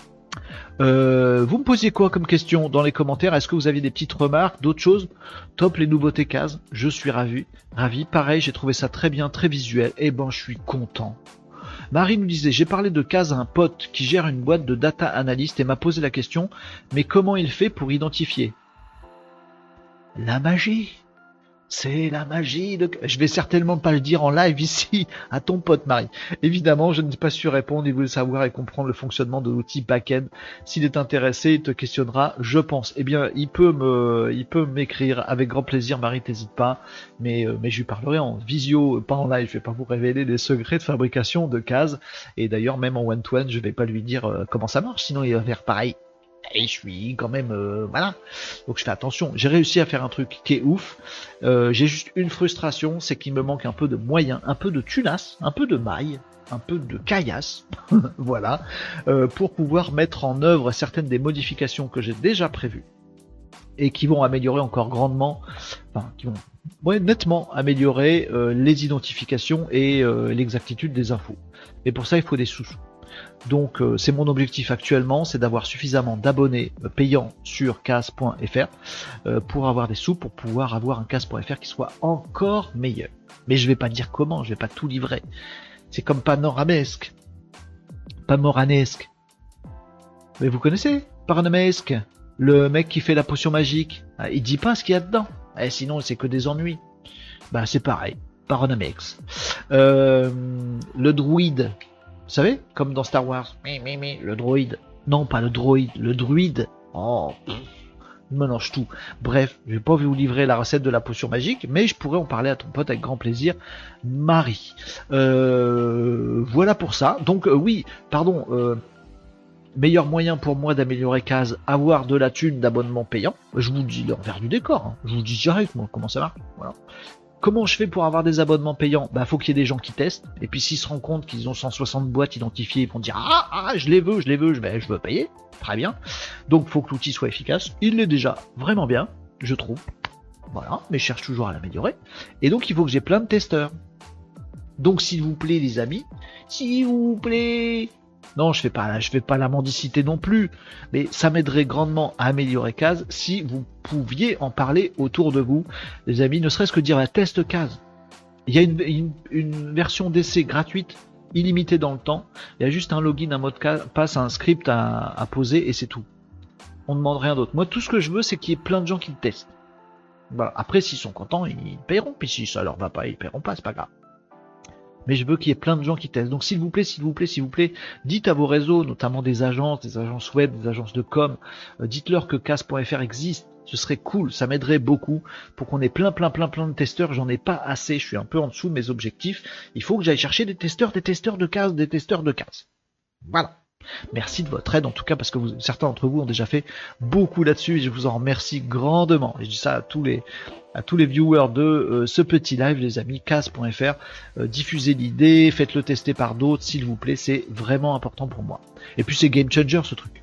Euh, vous me posiez quoi comme question dans les commentaires? Est-ce que vous aviez des petites remarques, d'autres choses? Top les nouveautés Case. Je suis ravi. Ravi. Pareil, j'ai trouvé ça très bien, très visuel. Et ben, je suis content. Marie nous disait, j'ai parlé de case à un pote qui gère une boîte de data analyst et m'a posé la question, mais comment il fait pour identifier? La magie. C'est la magie de... Je vais certainement pas le dire en live ici à ton pote Marie. Évidemment, je ne suis pas su répondre, il veut savoir et comprendre le fonctionnement de l'outil back-end. S'il est intéressé, il te questionnera, je pense. Eh bien, il peut me, il peut m'écrire avec grand plaisir, Marie, t'hésite pas. Mais, euh, mais je lui parlerai en visio, pas en live. Je vais pas vous révéler les secrets de fabrication de cases. Et d'ailleurs, même en one-to-one, je vais pas lui dire euh, comment ça marche, sinon il va faire pareil. Et je suis quand même euh, voilà, donc je fais attention. J'ai réussi à faire un truc qui est ouf. Euh, j'ai juste une frustration, c'est qu'il me manque un peu de moyens, un peu de tunas, un peu de maille, un peu de caillasse, voilà, euh, pour pouvoir mettre en œuvre certaines des modifications que j'ai déjà prévues et qui vont améliorer encore grandement, enfin qui vont ouais, nettement améliorer euh, les identifications et euh, l'exactitude des infos. Et pour ça, il faut des sous-sous. Donc euh, c'est mon objectif actuellement, c'est d'avoir suffisamment d'abonnés euh, payants sur case point f r euh, pour avoir des sous, pour pouvoir avoir un case point f r qui soit encore meilleur. Mais je vais pas dire comment, je vais pas tout livrer. C'est comme Panoramesque. Panoramesque. Mais vous connaissez Panoramesque, le mec qui fait la potion magique. Ah, il dit pas ce qu'il y a dedans. Eh, sinon c'est que des ennuis. Bah c'est pareil. Panoramesque. Euh, le druide. Vous savez, comme dans Star Wars, mais, mais, mais, le droïde. Non, pas le droïde, le druide. Oh, pff, il mélange tout. Bref, je vais pas vous livrer la recette de la potion magique, mais je pourrais en parler à ton pote avec grand plaisir, Marie. Euh, voilà pour ça. Donc euh, oui, pardon, euh, meilleur moyen pour moi d'améliorer case, avoir de la thune d'abonnement payant. Je vous dis l'envers du décor. Hein. Je vous dis direct, moi, comment ça marche. Voilà. Comment je fais pour avoir des abonnements payants? Bah faut qu'il y ait des gens qui testent, et puis s'ils se rendent compte qu'ils ont cent soixante boîtes identifiées, ils vont dire ah, ah je les veux, je les veux, je, ben, je veux payer, très bien. Donc faut que l'outil soit efficace, il l'est déjà vraiment bien, je trouve. Voilà, mais je cherche toujours à l'améliorer. Et donc il faut que j'ai plein de testeurs. Donc s'il vous plaît les amis, s'il vous plaît... Non, je fais pas, je fais pas la mendicité non plus, mais ça m'aiderait grandement à améliorer case si vous pouviez en parler autour de vous, les amis, ne serait-ce que dire la test case. Il y a une, une, une version d'essai gratuite, illimitée dans le temps. Il y a juste un login, un mot de passe, un script à, à poser et c'est tout. On ne demande rien d'autre. Moi, tout ce que je veux, c'est qu'il y ait plein de gens qui le testent. Voilà. Après, s'ils sont contents, ils paieront. Puis si ça leur va pas, ils paieront pas, c'est pas grave. Mais je veux qu'il y ait plein de gens qui testent. Donc s'il vous plaît, s'il vous plaît, s'il vous plaît, dites à vos réseaux, notamment des agences, des agences web, des agences de com, euh, dites-leur que case point f r existe. Ce serait cool, ça m'aiderait beaucoup pour qu'on ait plein, plein, plein, plein de testeurs. J'en ai pas assez, je suis un peu en dessous de mes objectifs. Il faut que j'aille chercher des testeurs, des testeurs de case, des testeurs de case. Voilà. Merci de votre aide en tout cas parce que vous, certains d'entre vous ont déjà fait beaucoup là-dessus et je vous en remercie grandement. Et je dis ça à tous les à tous les viewers de euh, ce petit live, les amis, case point f r. Euh, diffusez l'idée, faites-le tester par d'autres, s'il vous plaît, c'est vraiment important pour moi. Et puis c'est game changer ce truc.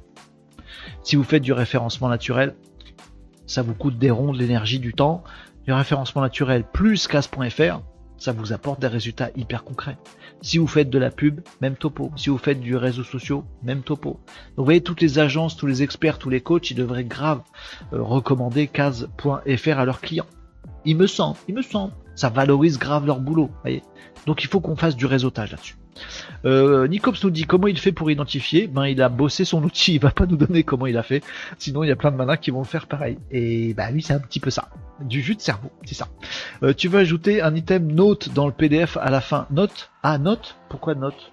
Si vous faites du référencement naturel, ça vous coûte des ronds, de l'énergie, du temps. Du référencement naturel plus case point f r, ça vous apporte des résultats hyper concrets. Si vous faites de la pub, même topo. Si vous faites du réseau social, même topo. Donc vous voyez, toutes les agences, tous les experts, tous les coachs, ils devraient grave euh, recommander case point f r à leurs clients. Il me semble, il me semble. Ça valorise grave leur boulot. Voyez. Donc il faut qu'on fasse du réseautage là-dessus. Euh, Nicops nous dit comment il fait pour identifier. Ben il a bossé son outil, il va pas nous donner comment il a fait. Sinon il y a plein de malins qui vont le faire pareil. Et bah lui c'est un petit peu ça. Du jus de cerveau, c'est ça. Euh, tu veux ajouter un item note dans le P D F à la fin. Note? Ah note? Pourquoi note?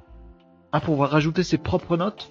Ah pour rajouter ses propres notes?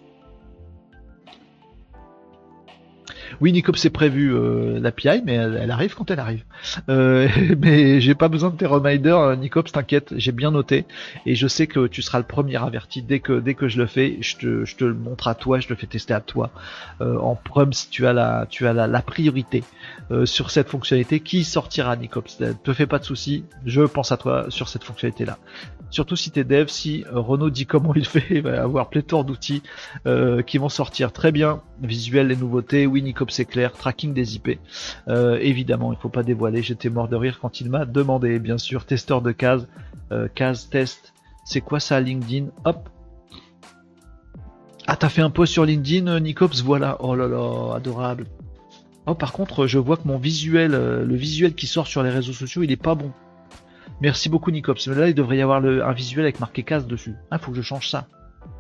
Oui, Nicops, c'est prévu euh, l'A P I, mais elle, elle arrive quand elle arrive. Euh, mais j'ai pas besoin de tes reminders, Nicops, t'inquiète, j'ai bien noté et je sais que tu seras le premier averti dès que dès que je le fais. Je te je te le montre à toi, je le fais tester à toi. Euh, en prom, si tu as la tu as la, la priorité euh, sur cette fonctionnalité qui sortira, Nicops. Ne te fais pas de soucis, je pense à toi sur cette fonctionnalité-là. Surtout si t'es dev, si euh, Renaud dit comment il fait, il va avoir pléthore d'outils euh, qui vont sortir très bien. Visuel, les nouveautés, oui Nicops c'est clair, tracking des I P. Euh, évidemment, il faut pas dévoiler, j'étais mort de rire quand il m'a demandé, bien sûr, testeur de case, euh, case test, c'est quoi ça LinkedIn? Hop. Ah t'as fait un post sur LinkedIn Nicops, voilà, oh là là, adorable. Oh par contre je vois que mon visuel, euh, le visuel qui sort sur les réseaux sociaux il est pas bon. Merci beaucoup Nicops. Là il devrait y avoir le, un visuel avec marqué case dessus. Ah, faut que je change ça.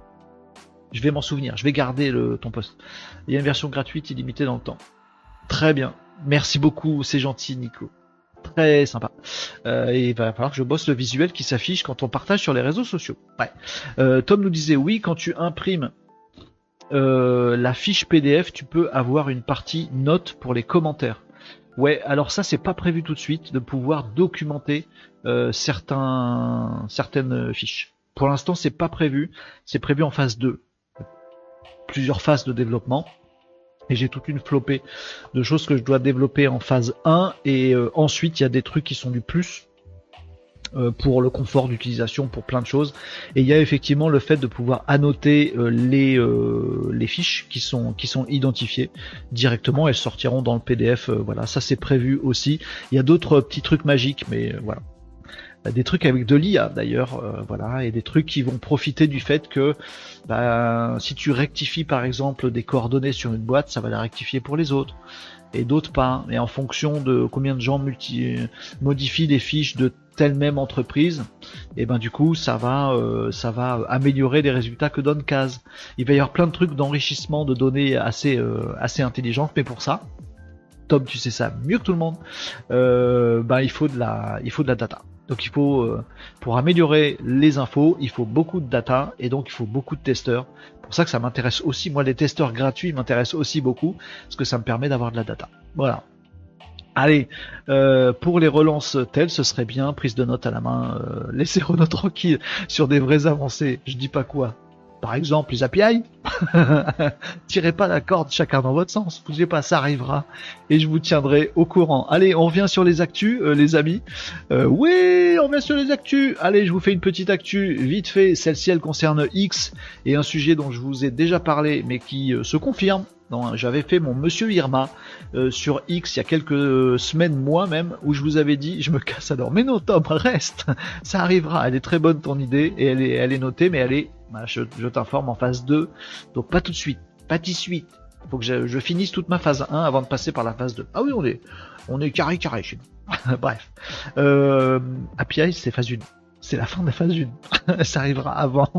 Je vais m'en souvenir, je vais garder le, ton post. Il y a une version gratuite illimitée dans le temps. Très bien. Merci beaucoup, c'est gentil Nico. Très sympa. Euh, et il va falloir que je bosse le visuel qui s'affiche quand on partage sur les réseaux sociaux. Ouais. Euh, Tom nous disait oui, quand tu imprimes euh, la fiche P D F, tu peux avoir une partie note pour les commentaires. Ouais, alors ça c'est pas prévu tout de suite de pouvoir documenter euh, certains certaines fiches. Pour l'instant c'est pas prévu, c'est prévu en phase deux. Plusieurs phases de développement. Et j'ai toute une flopée de choses que je dois développer en phase un. Et euh, ensuite, il y a des trucs qui sont du plus euh, pour le confort d'utilisation, pour plein de choses. Et il y a effectivement le fait de pouvoir annoter euh, les, euh, les fiches qui sont, qui sont identifiées directement. Elles sortiront dans le P D F. Euh, voilà, ça c'est prévu aussi. Il y a d'autres petits trucs magiques, mais euh, voilà. Des trucs avec de l'I A d'ailleurs, euh, voilà, et des trucs qui vont profiter du fait que bah, si tu rectifies par exemple des coordonnées sur une boîte, ça va la rectifier pour les autres, et d'autres pas. Et en fonction de combien de gens multi modifient des fiches de telle même entreprise, et ben du coup ça va, euh, ça va améliorer les résultats que donne Case. Il va y avoir plein de trucs d'enrichissement de données assez, euh, assez intelligentes, mais pour ça, Tom, tu sais ça mieux que tout le monde, euh, ben il faut de la, il faut de la data. Donc il faut, euh, pour améliorer les infos, il faut beaucoup de data et donc il faut beaucoup de testeurs. C'est pour ça que ça m'intéresse aussi, moi les testeurs gratuits m'intéressent aussi beaucoup, parce que ça me permet d'avoir de la data. Voilà. Allez, euh, pour les relances telles, ce serait bien, prise de notes à la main, euh, laissez Renaud tranquille sur des vraies avancées, je dis pas quoi. Par exemple, les A P I, tirez pas la corde chacun dans votre sens, bougez pas, ça arrivera et je vous tiendrai au courant. Allez, on revient sur les actus, euh, les amis. Euh, oui, on revient sur les actus. Allez, je vous fais une petite actu vite fait. Celle-ci, elle concerne X et un sujet dont je vous ai déjà parlé, mais qui euh, se confirme. Non, j'avais fait mon Monsieur Irma euh, sur X il y a quelques semaines, mois même, où je vous avais dit, je me casse alors. Mais non, Tom, reste, ça arrivera. Elle est très bonne ton idée et elle est, elle est notée, mais elle est, bah, je, je t'informe, en phase deux, donc pas tout de suite, pas tout de suite. Il faut que je, je finisse toute ma phase un avant de passer par la phase deux. Ah oui, on est, on est carré carré chez nous. Bref, euh, A P I, c'est phase un, c'est la fin de la phase un. Ça arrivera avant.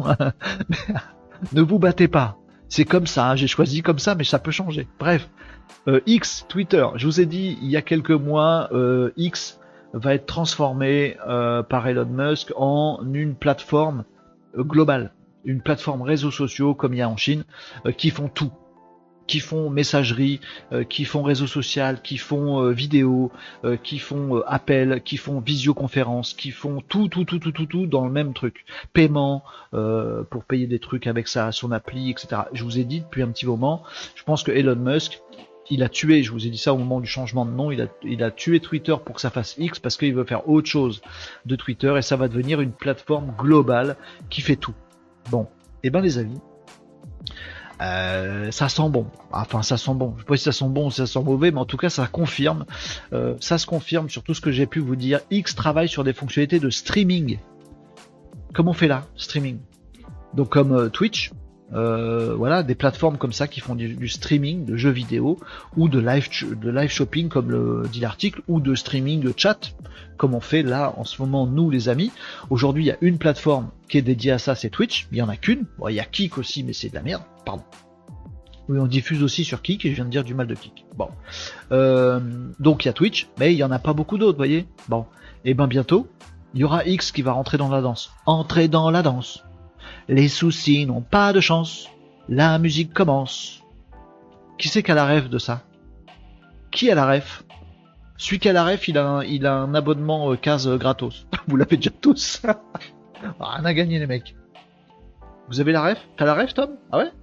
Ne vous battez pas. C'est comme ça, hein, j'ai choisi comme ça, mais ça peut changer. Bref, euh, X, Twitter, je vous ai dit il y a quelques mois, euh, X va être transformé euh, par Elon Musk en une plateforme euh, globale, une plateforme réseaux sociaux comme il y a en Chine, euh, qui font tout. Qui font messagerie, euh, qui font réseau social, qui font euh, vidéo, euh, qui font euh, appel, qui font visioconférence, qui font tout, tout, tout, tout, tout, tout dans le même truc. Paiement euh, pour payer des trucs avec ça, son appli, et cetera. Je vous ai dit depuis un petit moment, je pense que Elon Musk, il a tué, je vous ai dit ça au moment du changement de nom, il a, il a tué Twitter pour que ça fasse X parce qu'il veut faire autre chose de Twitter et ça va devenir une plateforme globale qui fait tout. Bon, et ben les amis. Euh, ça sent bon, enfin ça sent bon, je sais pas si ça sent bon ou si ça sent mauvais, mais en tout cas ça confirme, euh, ça se confirme sur tout ce que j'ai pu vous dire. X travaille sur des fonctionnalités de streaming. Comme on fait là, streaming. Donc comme euh, Twitch, euh, voilà, des plateformes comme ça qui font du, du streaming de jeux vidéo ou de live, de live shopping comme le dit l'article, ou de streaming de chat comme on fait là en ce moment nous les amis. Aujourd'hui il y a une plateforme qui est dédiée à ça, c'est Twitch. Il y en a qu'une. Bon, il y a Kik aussi, mais c'est de la merde. Pardon. Oui, on diffuse aussi sur Kik et je viens de dire du mal de Kik. Bon, euh, donc il y a Twitch, mais il y en a pas beaucoup d'autres, voyez. Bon, et ben bientôt il y aura X qui va rentrer dans la danse. Entrer dans la danse. Les soucis n'ont pas de chance. La musique commence. Qui c'est qui a la rêve de ça? Qui a la rêve? Celui qui a la rêve, il a un, il a un abonnement euh, case gratos. Vous l'avez déjà tous. Rien à gagner les mecs. Vous avez la rêve? T'as la rêve, Tom? Ah ouais?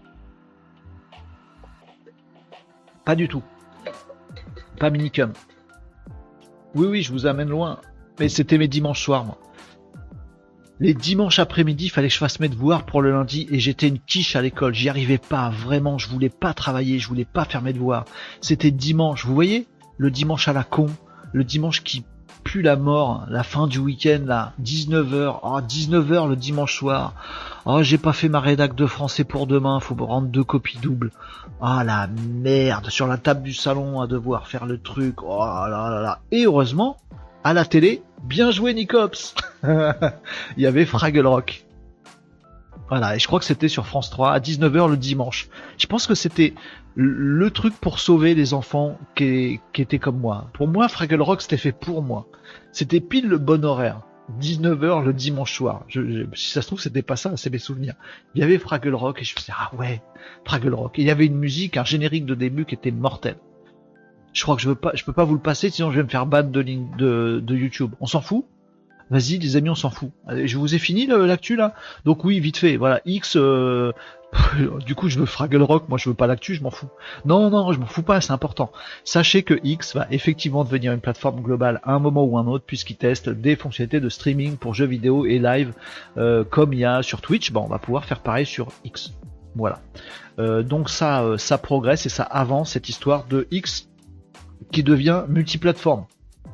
Pas du tout. Pas minicum. Oui, oui, je vous amène loin. Mais c'était mes dimanches soirs, moi. Les dimanches après-midi, il fallait que je fasse mes devoirs pour le lundi et j'étais une quiche à l'école. J'y arrivais pas, vraiment. Je voulais pas travailler, je voulais pas faire mes devoirs. C'était dimanche, vous voyez? Le dimanche à la con. Le dimanche qui pue la mort, la fin du week-end, là. dix-neuf heures. Oh, dix-neuf heures le dimanche soir. Oh, j'ai pas fait ma rédac de français pour demain. Faut me rendre deux copies doubles. Ah, oh, la merde. Sur la table du salon à devoir faire le truc. Oh là là là. Et heureusement, À la télé, bien joué Nicops. Il y avait Fraggle Rock. Voilà, et je crois que c'était sur France trois à dix-neuf heures le dimanche. Je pense que c'était le truc pour sauver les enfants qui, qui étaient comme moi. Pour moi, Fraggle Rock, c'était fait pour moi. C'était pile le bon horaire. dix-neuf heures le dimanche soir. Je, je, si ça se trouve, c'était pas ça, c'est mes souvenirs. Il y avait Fraggle Rock et je me disais, ah ouais, Fraggle Rock. Et il y avait une musique, un générique de début qui était mortel. Je crois que je veux pas, je peux pas vous le passer, sinon je vais me faire ban de, de, de YouTube. On s'en fout? Vas-y, les amis, on s'en fout. Allez, je vous ai fini l'actu là. Donc oui, vite fait. Voilà, X. Euh... Du coup, je veux Fraggle Rock. Moi, je veux pas l'actu, je m'en fous. Non, non, je m'en fous pas. C'est important. Sachez que X va effectivement devenir une plateforme globale à un moment ou un autre, puisqu'il teste des fonctionnalités de streaming pour jeux vidéo et live, euh, comme il y a sur Twitch. Bon, on va pouvoir faire pareil sur X. Voilà. Euh, donc ça, euh, ça progresse et ça avance cette histoire de X qui devient multiplateforme.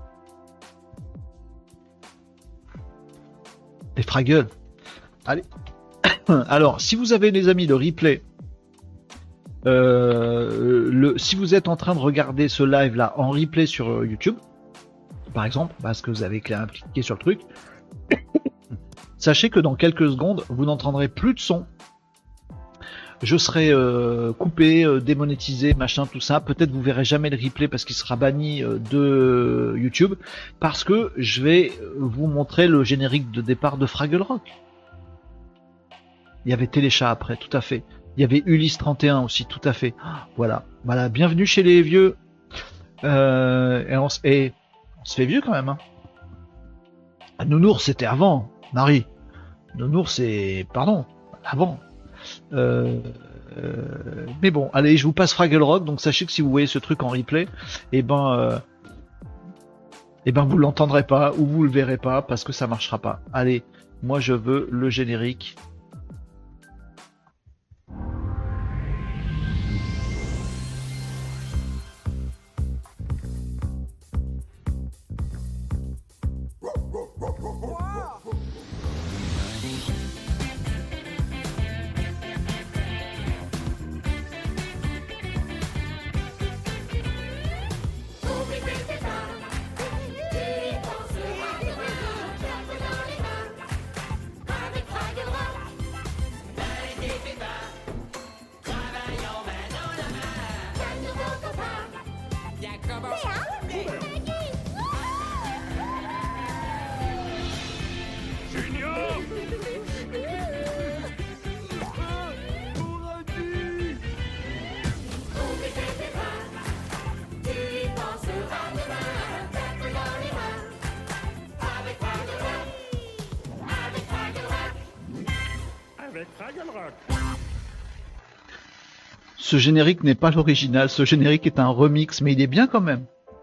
Des Fraggle. Allez. Alors, si vous avez les amis le replay, euh, le, si vous êtes en train de regarder ce live là en replay sur YouTube, par exemple, parce que vous avez cliqué sur le truc, sachez que dans quelques secondes, vous n'entendrez plus de son. Je serai euh, coupé, euh, démonétisé, machin, tout ça. Peut-être vous verrez jamais le replay parce qu'il sera banni euh, de YouTube, parce que je vais vous montrer le générique de départ de Fraggle Rock. Il y avait Téléchat après, tout à fait. Il y avait Ulysse trente et un aussi, tout à fait. Voilà, voilà. Bienvenue chez les vieux. Euh, et, on, et on se fait vieux quand même. Hein. Ah, Nounours, c'était avant, Marie. Nounours, c'est pardon, avant. Euh, euh, mais bon, allez, je vous passe Fraggle Rock. Donc sachez que si vous voyez ce truc en replay, et eh ben, euh, et ben vous l'entendrez pas ou vous le verrez pas parce que ça marchera pas. Allez, moi je veux le générique. Ce générique n'est pas l'original, ce générique est un remix, mais il est bien quand même.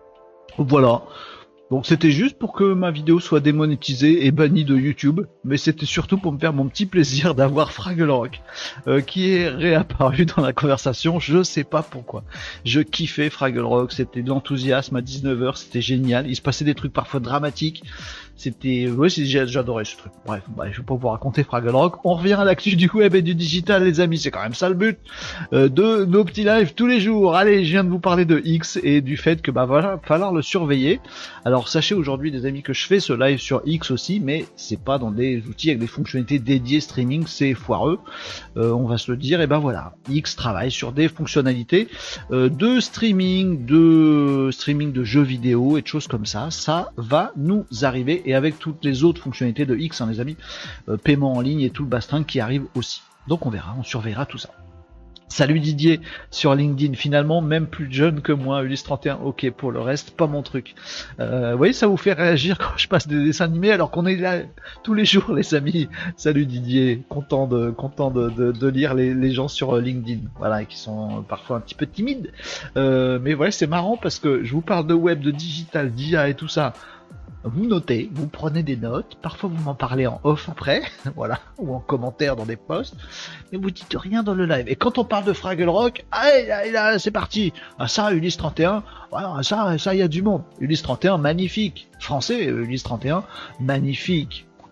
Voilà. Donc c'était juste pour que ma vidéo soit démonétisée et bannie de YouTube, mais c'était surtout pour me faire mon petit plaisir d'avoir Fraggle Rock, euh, qui est réapparu dans la conversation, je sais pas pourquoi. Je kiffais Fraggle Rock, c'était de l'enthousiasme à dix-neuf heures, c'était génial, il se passait des trucs parfois dramatiques, c'était... Ouais, j'adorais ce truc. Bref, bah, je vais pas vous raconter Fraggle Rock, on revient à l'actu du web et du digital les amis, c'est quand même ça le but euh, de nos petits lives tous les jours. Allez, je viens de vous parler de X et du fait que bah voilà, falloir le surveiller. Alors sachez aujourd'hui les amis que je fais ce live sur X aussi, mais c'est pas dans des outils avec des fonctionnalités dédiées streaming, c'est foireux, euh, on va se le dire, et ben voilà, X travaille sur des fonctionnalités euh, de streaming, de streaming de jeux vidéo et de choses comme ça, ça va nous arriver, et avec toutes les autres fonctionnalités de X, hein, les amis, euh, paiement en ligne et tout le bastring qui arrive aussi. Donc on verra, on surveillera tout ça. Salut Didier sur LinkedIn, finalement même plus jeune que moi, Ulysse trente et un, ok, pour le reste, pas mon truc. Euh, vous voyez, ça vous fait réagir quand je passe des dessins animés alors qu'on est là tous les jours les amis. Salut Didier, content de content de, de, de lire les, les gens sur LinkedIn, voilà, qui sont parfois un petit peu timides. Euh, mais voilà, c'est marrant parce que je vous parle de web, de digital, d'I A et tout ça. Vous notez, vous prenez des notes, parfois vous m'en parlez en off après, voilà, ou en commentaire dans des posts, mais vous dites rien dans le live. Et quand on parle de Fraggle Rock, allez, là, là, c'est parti. Ah ça, Ulysse trente et un, voilà, ça, ça, il y a du monde. Ulysse trente et un, magnifique. Français, Ulysse trente et un, magnifique.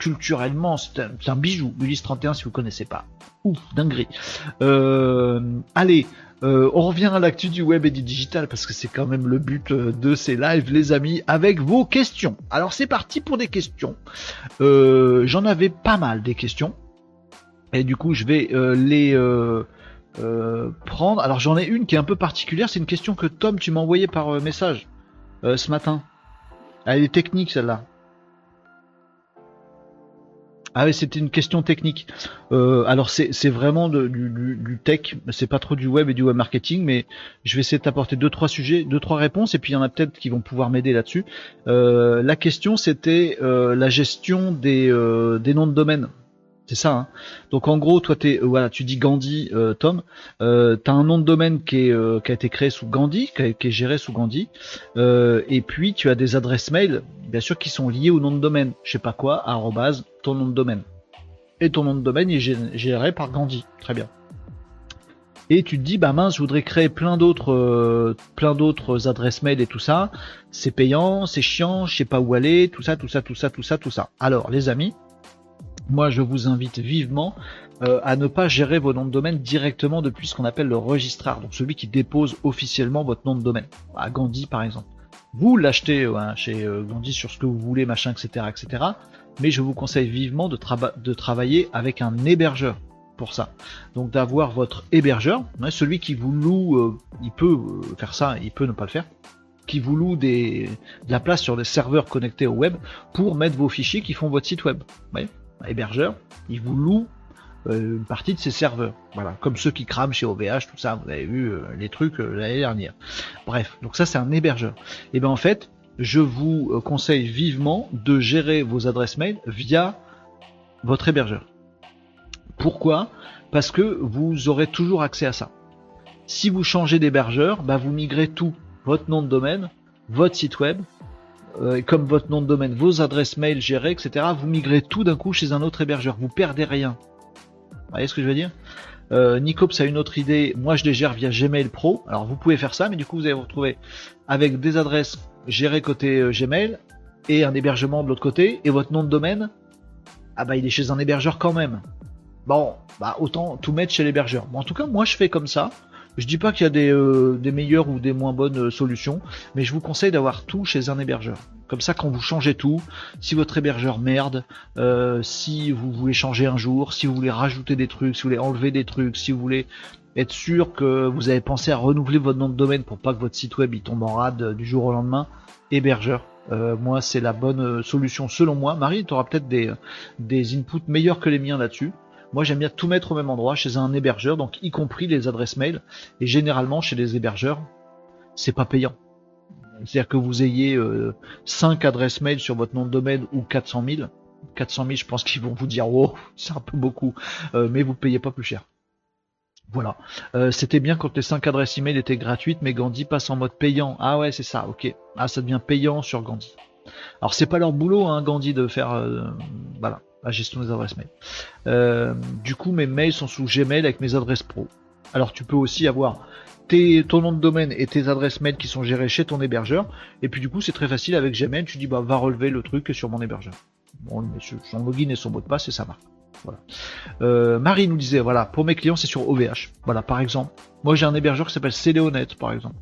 culturellement, c'est un, c'est un bijou. Ulysse trente et un, si vous connaissez pas. Ouf, dinguerie. Euh, allez, euh, on revient à l'actu du web et du digital, parce que c'est quand même le but de ces lives, les amis, avec vos questions. Alors c'est parti pour des questions. Euh, j'en avais pas mal des questions. Et du coup, je vais euh, les euh, euh, prendre. Alors j'en ai une qui est un peu particulière. C'est une question que Tom, tu m'as envoyée par euh, message euh, ce matin. Elle est technique, celle-là. Ah oui, c'était une question technique. Euh, alors c'est c'est vraiment de, du, du, du tech. C'est pas trop du web et du web marketing, mais je vais essayer de t'apporter deux trois sujets, deux trois réponses, et puis il y en a peut-être qui vont pouvoir m'aider là-dessus. Euh, la question, c'était euh, la gestion des euh, des noms de domaine. C'est ça, hein. Donc en gros, toi t'es, euh, voilà, tu dis Gandhi, euh, Tom, euh, t'as un nom de domaine qui, est, euh, qui a été créé sous Gandhi, qui, a, qui est géré sous Gandhi, euh, et puis tu as des adresses mail, bien sûr, qui sont liées au nom de domaine. Je sais pas quoi, arrobase, ton nom de domaine. Et ton nom de domaine est géré par Gandhi, très bien. Et tu te dis, bah mince, je voudrais créer plein d'autres, euh, plein d'autres adresses mail et tout ça. C'est payant, c'est chiant, je sais pas où aller, tout ça, tout ça, tout ça, tout ça, tout ça. Alors, les amis. Moi, je vous invite vivement euh, à ne pas gérer vos noms de domaine directement depuis ce qu'on appelle le registraire, donc celui qui dépose officiellement votre nom de domaine. À Gandhi, par exemple. Vous l'achetez euh, hein, chez euh, Gandhi sur ce que vous voulez, machin, et cetera, et cetera. Mais je vous conseille vivement de, trava- de travailler avec un hébergeur pour ça. Donc d'avoir votre hébergeur, hein, celui qui vous loue, euh, il peut euh, faire ça, il peut ne pas le faire, qui vous loue des, de la place sur des serveurs connectés au web pour mettre vos fichiers qui font votre site web. Vous voyez ? Hébergeur, il vous loue euh, une partie de ses serveurs. Voilà, comme ceux qui crament chez O V H, tout ça, vous avez vu euh, les trucs euh, l'année dernière. Bref, donc ça c'est un hébergeur. Et bien en fait, je vous euh, conseille vivement de gérer vos adresses mail via votre hébergeur. Pourquoi ? Parce que vous aurez toujours accès à ça. Si vous changez d'hébergeur, bah, vous migrez tout, votre nom de domaine, votre site web, Euh, comme votre nom de domaine, vos adresses mail gérées, et cetera. Vous migrez tout d'un coup chez un autre hébergeur. Vous perdez rien. Vous voyez ce que je veux dire ? euh, Nicops a une autre idée. Moi, je les gère via Gmail Pro. Alors, vous pouvez faire ça, mais du coup, vous allez vous retrouver avec des adresses gérées côté euh, Gmail et un hébergement de l'autre côté. Et votre nom de domaine, ah bah, il est chez un hébergeur quand même. Bon, bah autant tout mettre chez l'hébergeur. Bon, en tout cas, moi, je fais comme ça. Je dis pas qu'il y a des, euh, des meilleures ou des moins bonnes euh, solutions, mais je vous conseille d'avoir tout chez un hébergeur. Comme ça, quand vous changez tout, si votre hébergeur merde, euh, si vous voulez changer un jour, si vous voulez rajouter des trucs, si vous voulez enlever des trucs, si vous voulez être sûr que vous avez pensé à renouveler votre nom de domaine pour pas que votre site web il tombe en rade du jour au lendemain, hébergeur. Euh, moi, c'est la bonne solution selon moi. Marie, tu auras peut-être des, des inputs meilleurs que les miens là-dessus. Moi, j'aime bien tout mettre au même endroit, chez un hébergeur, donc y compris les adresses mail. Et généralement, chez les hébergeurs, c'est pas payant. C'est-à-dire que vous ayez euh, cinq adresses mail sur votre nom de domaine ou quatre cent mille. quatre cent mille, je pense qu'ils vont vous dire « Oh, c'est un peu beaucoup euh, », mais vous payez pas plus cher. Voilà. Euh, c'était bien quand les cinq adresses email étaient gratuites, mais Gandhi passe en mode payant. Ah ouais, c'est ça, ok. Ah, ça devient payant sur Gandhi. Alors, c'est pas leur boulot, hein, Gandhi, de faire... Euh, voilà. La gestion des adresses mail. Euh, du coup, mes mails sont sous Gmail avec mes adresses pro. Alors, tu peux aussi avoir tes, ton nom de domaine et tes adresses mail qui sont gérées chez ton hébergeur. Et puis, du coup, c'est très facile avec Gmail. Tu dis, bah, va relever le truc sur mon hébergeur. Bon, son login et son mot de passe et ça marche. Voilà. Euh, Marie nous disait, voilà, pour mes clients, c'est sur O V H. Voilà, par exemple. Moi, j'ai un hébergeur qui s'appelle Celeonet, par exemple.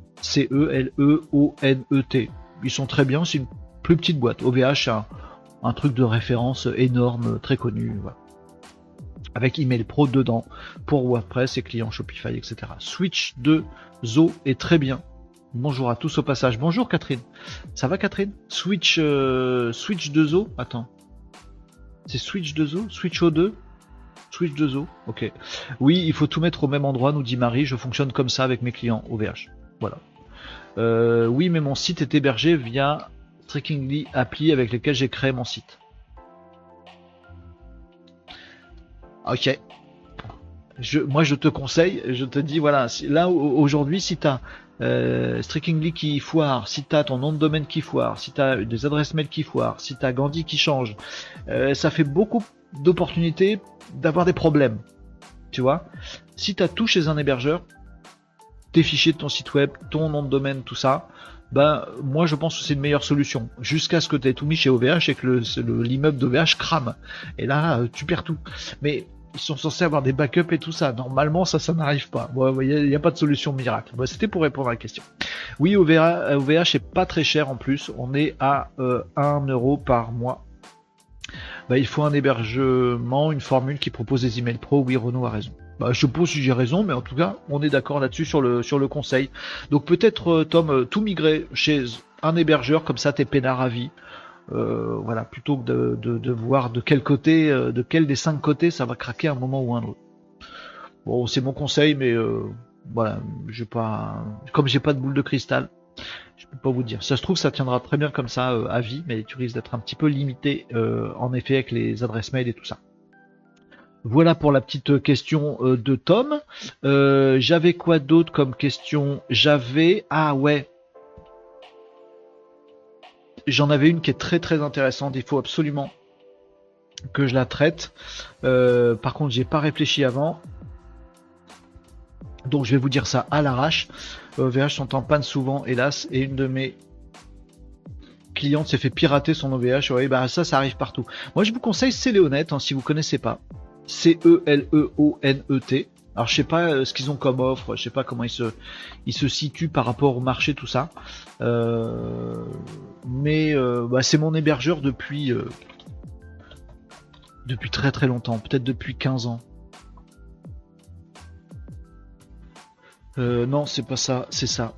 C E L E O N E T. Ils sont très bien. C'est une plus petite boîte. O V H, c'est un un truc de référence énorme, très connu, voilà. Avec Email Pro dedans, pour WordPress et clients Shopify, et cetera. Switch de Zo est très bien. Bonjour à tous au passage. Bonjour Catherine. Ça va Catherine? Switch euh, Switch de Zo. Attends. C'est Switch de Zo? Switch O deux? Switch de Zo. Ok. Oui, il faut tout mettre au même endroit, nous dit Marie. Je fonctionne comme ça avec mes clients O V H. Voilà. Euh, oui, mais mon site est hébergé via Strikingly appli avec lesquels j'ai créé mon site. Ok. Je, moi je te conseille, je te dis voilà, si, là aujourd'hui si tu as euh, Strikingly qui foire, si tu as ton nom de domaine qui foire, si tu as des adresses mail qui foire, si tu as Gandhi qui change, euh, ça fait beaucoup d'opportunités d'avoir des problèmes. Tu vois, si tu as tout chez un hébergeur, tes fichiers de ton site web, ton nom de domaine, tout ça, ben moi je pense que c'est une meilleure solution. Jusqu'à ce que tu aies tout mis chez O V H et que le, le- l'immeuble d'O V H crame. Et là, euh, tu perds tout. Mais ils sont censés avoir des backups et tout ça. Normalement, ça, ça n'arrive pas. Il bon, n'y a, y a pas de solution miracle. Bon, c'était pour répondre à la question. Oui, O V H, O V H est pas très cher en plus. On est à euh, un euro par mois. Bah, il faut un hébergement, une formule qui propose des emails pro. Oui, Renaud a raison. Bah, je suppose si j'ai raison, mais en tout cas, on est d'accord là-dessus sur le sur le conseil. Donc peut-être, euh, Tom, euh, tout migrer chez un hébergeur, comme ça t'es peinard à vie. Euh, voilà, plutôt que de, de, de voir de quel côté, euh, de quel des cinq côtés ça va craquer à un moment ou un autre. Bon, c'est mon conseil, mais euh, voilà, j'ai pas, comme j'ai pas de boule de cristal, je peux pas vous dire. Ça se trouve, ça tiendra très bien comme ça euh, à vie, mais tu risques d'être un petit peu limité, euh, en effet, avec les adresses mail et tout ça. Voilà pour la petite question euh, de Tom. Euh, j'avais quoi d'autre comme question? J'avais... Ah ouais. J'en avais une qui est très très intéressante. Il faut absolument que je la traite. Euh, par contre, j'ai pas réfléchi avant. Donc je vais vous dire ça à l'arrache. O V H sont en panne souvent, hélas. Et une de mes clientes s'est fait pirater son O V H. Ouais, bah ça, ça arrive partout. Moi, je vous conseille Céléonet, hein, si vous connaissez pas. C E L E O N E T. Alors je sais pas euh, ce qu'ils ont comme offre, je sais pas comment ils se ils se situent par rapport au marché, tout ça. Euh, mais euh, bah, c'est mon hébergeur depuis euh, depuis très très longtemps, peut-être depuis quinze ans. Euh, non, c'est pas ça, c'est ça.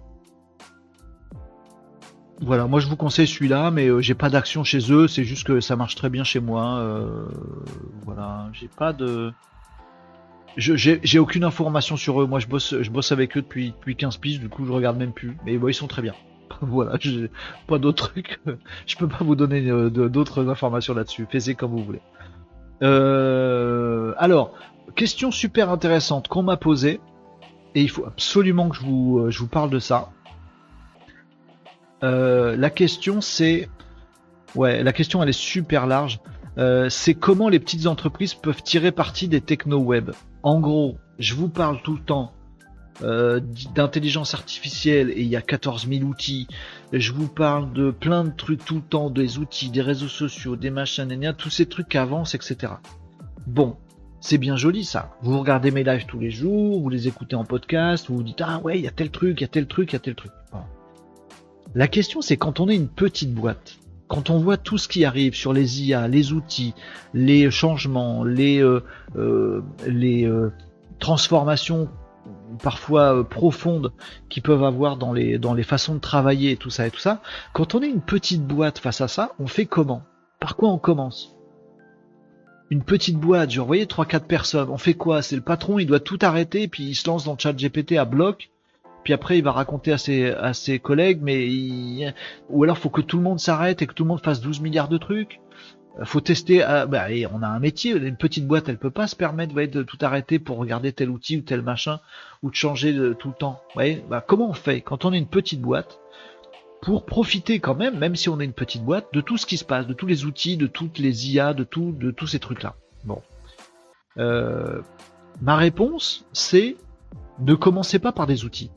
Voilà, moi je vous conseille celui-là, mais euh, j'ai pas d'action chez eux, c'est juste que ça marche très bien chez moi. Euh, voilà, j'ai pas de, je, j'ai, j'ai aucune information sur eux. Moi je bosse, je bosse avec eux depuis depuis quinze piges, du coup je regarde même plus. Mais bon, ils sont très bien. Voilà, j'ai pas d'autres trucs. Je peux pas vous donner euh, de- d'autres informations là-dessus. Faites comme vous voulez. Euh, alors, question super intéressante qu'on m'a posée, et il faut absolument que je vous, euh, je vous parle de ça. Euh, la question c'est, ouais, la question elle est super large. Euh, c'est comment les petites entreprises peuvent tirer parti des techno web. En gros, je vous parle tout le temps euh, d'intelligence artificielle et il y a quatorze mille outils. Je vous parle de plein de trucs tout le temps, des outils, des réseaux sociaux, des machins, gna gna, tous ces trucs qui avancent, et cetera. Bon, c'est bien joli ça. Vous regardez mes lives tous les jours, vous les écoutez en podcast, vous vous dites ah ouais, il y a tel truc, il y a tel truc, il y a tel truc. Bon. La question c'est quand on est une petite boîte, quand on voit tout ce qui arrive sur les I A, les outils, les changements, les euh, euh, les euh, transformations parfois euh, profondes qui peuvent avoir dans les dans les façons de travailler et tout ça et tout ça, quand on est une petite boîte face à ça, on fait comment? Par quoi on commence? Une petite boîte, genre, vous voyez, trois quatre personnes, on fait quoi? C'est le patron, il doit tout arrêter, puis il se lance dans le chat G P T à bloc, puis après il va raconter à ses, à ses collègues, mais il... ou alors faut que tout le monde s'arrête et que tout le monde fasse douze milliards de trucs. Faut tester, à... bah, et on a un métier, une petite boîte, elle peut pas se permettre, vous voyez, de tout arrêter pour regarder tel outil ou tel machin, ou de changer de, tout le temps. Vous voyez, bah, comment on fait quand on est une petite boîte pour profiter quand même, même si on est une petite boîte, de tout ce qui se passe, de tous les outils, de toutes les I A, de tout, de tous ces trucs-là. Bon. Euh, ma réponse, c'est ne commencez pas par des outils.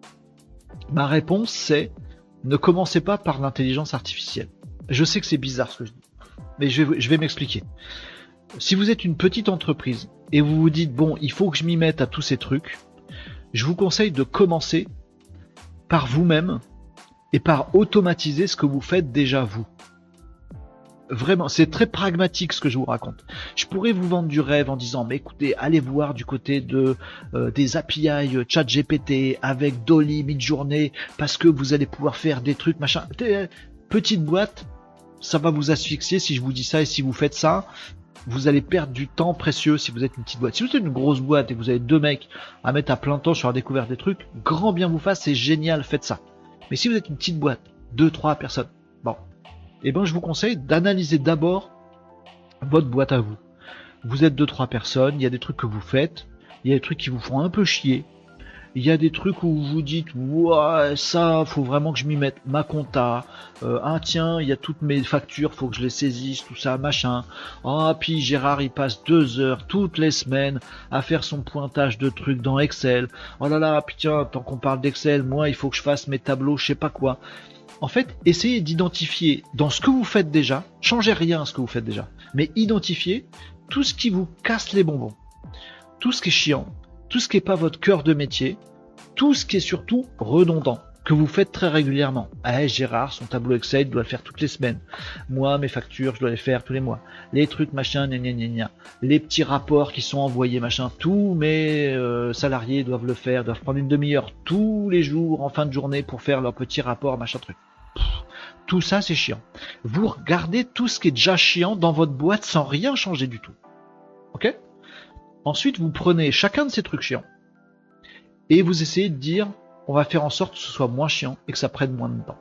Ma réponse, c'est ne commencez pas par l'intelligence artificielle. Je sais que c'est bizarre ce que je dis, mais je vais, je vais m'expliquer. Si vous êtes une petite entreprise et vous vous dites bon, il faut que je m'y mette à tous ces trucs, je vous conseille de commencer par vous-même et par automatiser ce que vous faites déjà vous. Vraiment, c'est très pragmatique ce que je vous raconte. Je pourrais vous vendre du rêve en disant, mais écoutez, allez voir du côté de euh, des A P I euh, ChatGPT avec Dolly Midjourney, parce que vous allez pouvoir faire des trucs, machin. Petite boîte, ça va vous asphyxier si je vous dis ça, et si vous faites ça, vous allez perdre du temps précieux si vous êtes une petite boîte. Si vous êtes une grosse boîte et que vous avez deux mecs à mettre à plein temps sur la découverte des trucs, grand bien vous fasse, c'est génial, faites ça. Mais si vous êtes une petite boîte, deux, trois personnes, bon, eh ben je vous conseille d'analyser d'abord votre boîte à vous. Vous êtes deux, trois personnes, il y a des trucs que vous faites, il y a des trucs qui vous font un peu chier. Il y a des trucs où vous vous dites, ouais, ça, faut vraiment que je m'y mette. Ma compta, euh, ah tiens, il y a toutes mes factures, faut que je les saisisse, tout ça, machin. Ah, puis Gérard, il passe deux heures toutes les semaines à faire son pointage de trucs dans Excel. Oh là là, puis tiens, tant qu'on parle d'Excel, moi, il faut que je fasse mes tableaux, je sais pas quoi. En fait, essayez d'identifier dans ce que vous faites déjà, changez rien à ce que vous faites déjà, mais identifiez tout ce qui vous casse les bonbons, tout ce qui est chiant, tout ce qui n'est pas votre cœur de métier, tout ce qui est surtout redondant, que vous faites très régulièrement. Ah, Gérard, son tableau Excel, il doit le faire toutes les semaines. Moi, mes factures, je dois les faire tous les mois. Les trucs, machin, gna gna gna gna. Les petits rapports qui sont envoyés, machin, tous mes euh, salariés doivent le faire, doivent prendre une demi-heure tous les jours en fin de journée pour faire leur petit rapport, machin truc. Pff, tout ça, c'est chiant. Vous regardez tout ce qui est déjà chiant dans votre boîte sans rien changer du tout. Ok ? Ensuite, vous prenez chacun de ces trucs chiants et vous essayez de dire, on va faire en sorte que ce soit moins chiant et que ça prenne moins de temps.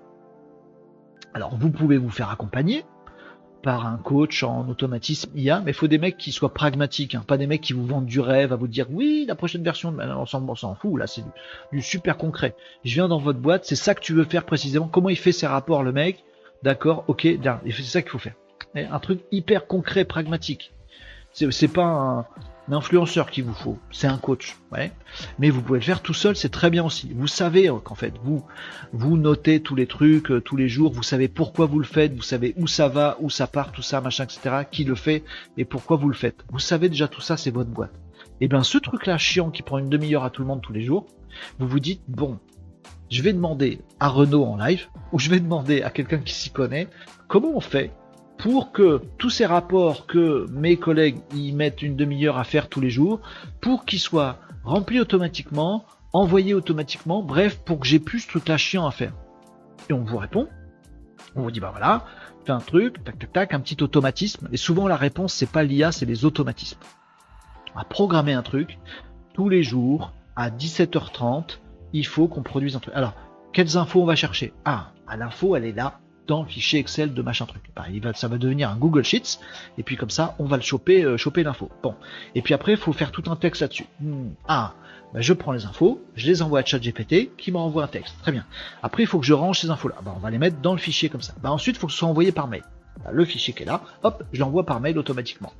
Alors, vous pouvez vous faire accompagner par un coach en automatisme I A, mais il faut des mecs qui soient pragmatiques, hein, pas des mecs qui vous vendent du rêve, à vous dire, oui, la prochaine version, de... on s'en, on s'en fout, là, c'est du, du super concret. Je viens dans votre boîte, c'est ça que tu veux faire précisément, comment il fait ses rapports, le mec, d'accord, ok, bien, c'est ça qu'il faut faire. Et un truc hyper concret, pragmatique. C'est, c'est pas un, un influenceur qu'il vous faut, c'est un coach, ouais. Mais vous pouvez le faire tout seul, c'est très bien aussi. Vous savez qu'en fait, vous, vous notez tous les trucs, euh, tous les jours, vous savez pourquoi vous le faites, vous savez où ça va, où ça part, tout ça, machin, et cetera, qui le fait et pourquoi vous le faites. Vous savez déjà tout ça, c'est votre boîte. Et bien ce truc-là chiant qui prend une demi-heure à tout le monde tous les jours, vous vous dites, bon, je vais demander à Renaud en live, ou je vais demander à quelqu'un qui s'y connaît, comment on fait pour que tous ces rapports que mes collègues y mettent une demi-heure à faire tous les jours, pour qu'ils soient remplis automatiquement, envoyés automatiquement, bref, pour que j'ai plus ce truc-là chiant à faire. Et on vous répond, on vous dit, bah voilà, fais un truc, tac tac tac, un petit automatisme, et souvent la réponse, c'est pas l'I A, c'est les automatismes. On va programmer un truc, tous les jours, à dix-sept heures trente, il faut qu'on produise un truc. Alors, quelles infos on va chercher ? Ah, ah, l'info, elle est là, dans le fichier Excel de machin truc. Bah, il va, ça va devenir un Google Sheets, et puis comme ça, on va le choper, euh, choper l'info. Bon, et puis après, il faut faire tout un texte là-dessus. Hmm. Ah, bah, je prends les infos, je les envoie à ChatGPT, qui m'envoie un texte. Très bien. Après, il faut que je range ces infos-là. Bah, on va les mettre dans le fichier comme ça. Bah, ensuite, il faut que ce soit envoyé par mail. Bah, le fichier qui est là, hop, je l'envoie par mail automatiquement.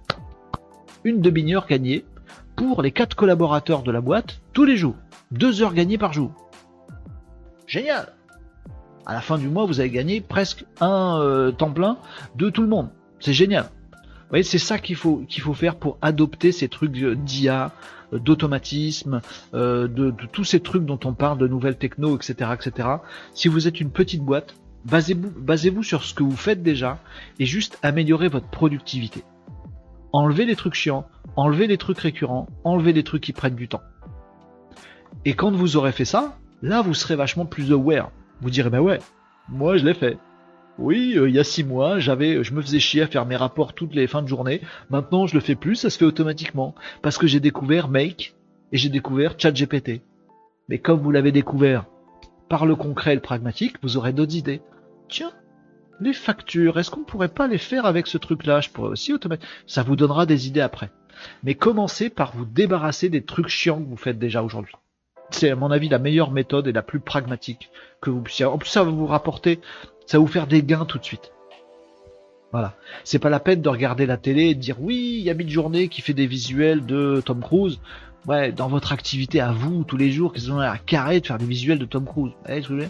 Une demi-heure gagnée pour les quatre collaborateurs de la boîte tous les jours. Deux heures gagnées par jour. Génial. À la fin du mois, vous avez gagné presque un euh, temps plein de tout le monde. C'est génial. Vous voyez, c'est ça qu'il faut qu'il faut faire pour adopter ces trucs d'I A, d'automatisme, euh, de, de tous ces trucs dont on parle, de nouvelles techno, et cetera, et cetera. Si vous êtes une petite boîte, basez-vous, basez-vous sur ce que vous faites déjà et juste améliorez votre productivité. Enlevez les trucs chiants, enlevez les trucs récurrents, enlevez les trucs qui prennent du temps. Et quand vous aurez fait ça, là, vous serez vachement plus aware. Vous direz, ben ouais, moi je l'ai fait. Oui, euh, il y a six mois, j'avais, je me faisais chier à faire mes rapports toutes les fins de journée. Maintenant, je le fais plus, ça se fait automatiquement. Parce que j'ai découvert Make et j'ai découvert ChatGPT. Mais comme vous l'avez découvert par le concret et le pragmatique, vous aurez d'autres idées. Tiens, les factures, est-ce qu'on pourrait pas les faire avec ce truc-là ? Je pourrais aussi automatiser. Ça vous donnera des idées après. Mais commencez par vous débarrasser des trucs chiants que vous faites déjà aujourd'hui. C'est à mon avis la meilleure méthode et la plus pragmatique que vous puissiez. En plus, ça va vous rapporter, ça va vous faire des gains tout de suite. Voilà. C'est pas la peine de regarder la télé et de dire oui, il y a Midjourney qui fait des visuels de Tom Cruise. Ouais, dans votre activité à vous, tous les jours, qu'ils ont à carré de faire des visuels de Tom Cruise. Vous voyez ce que je veux dire ?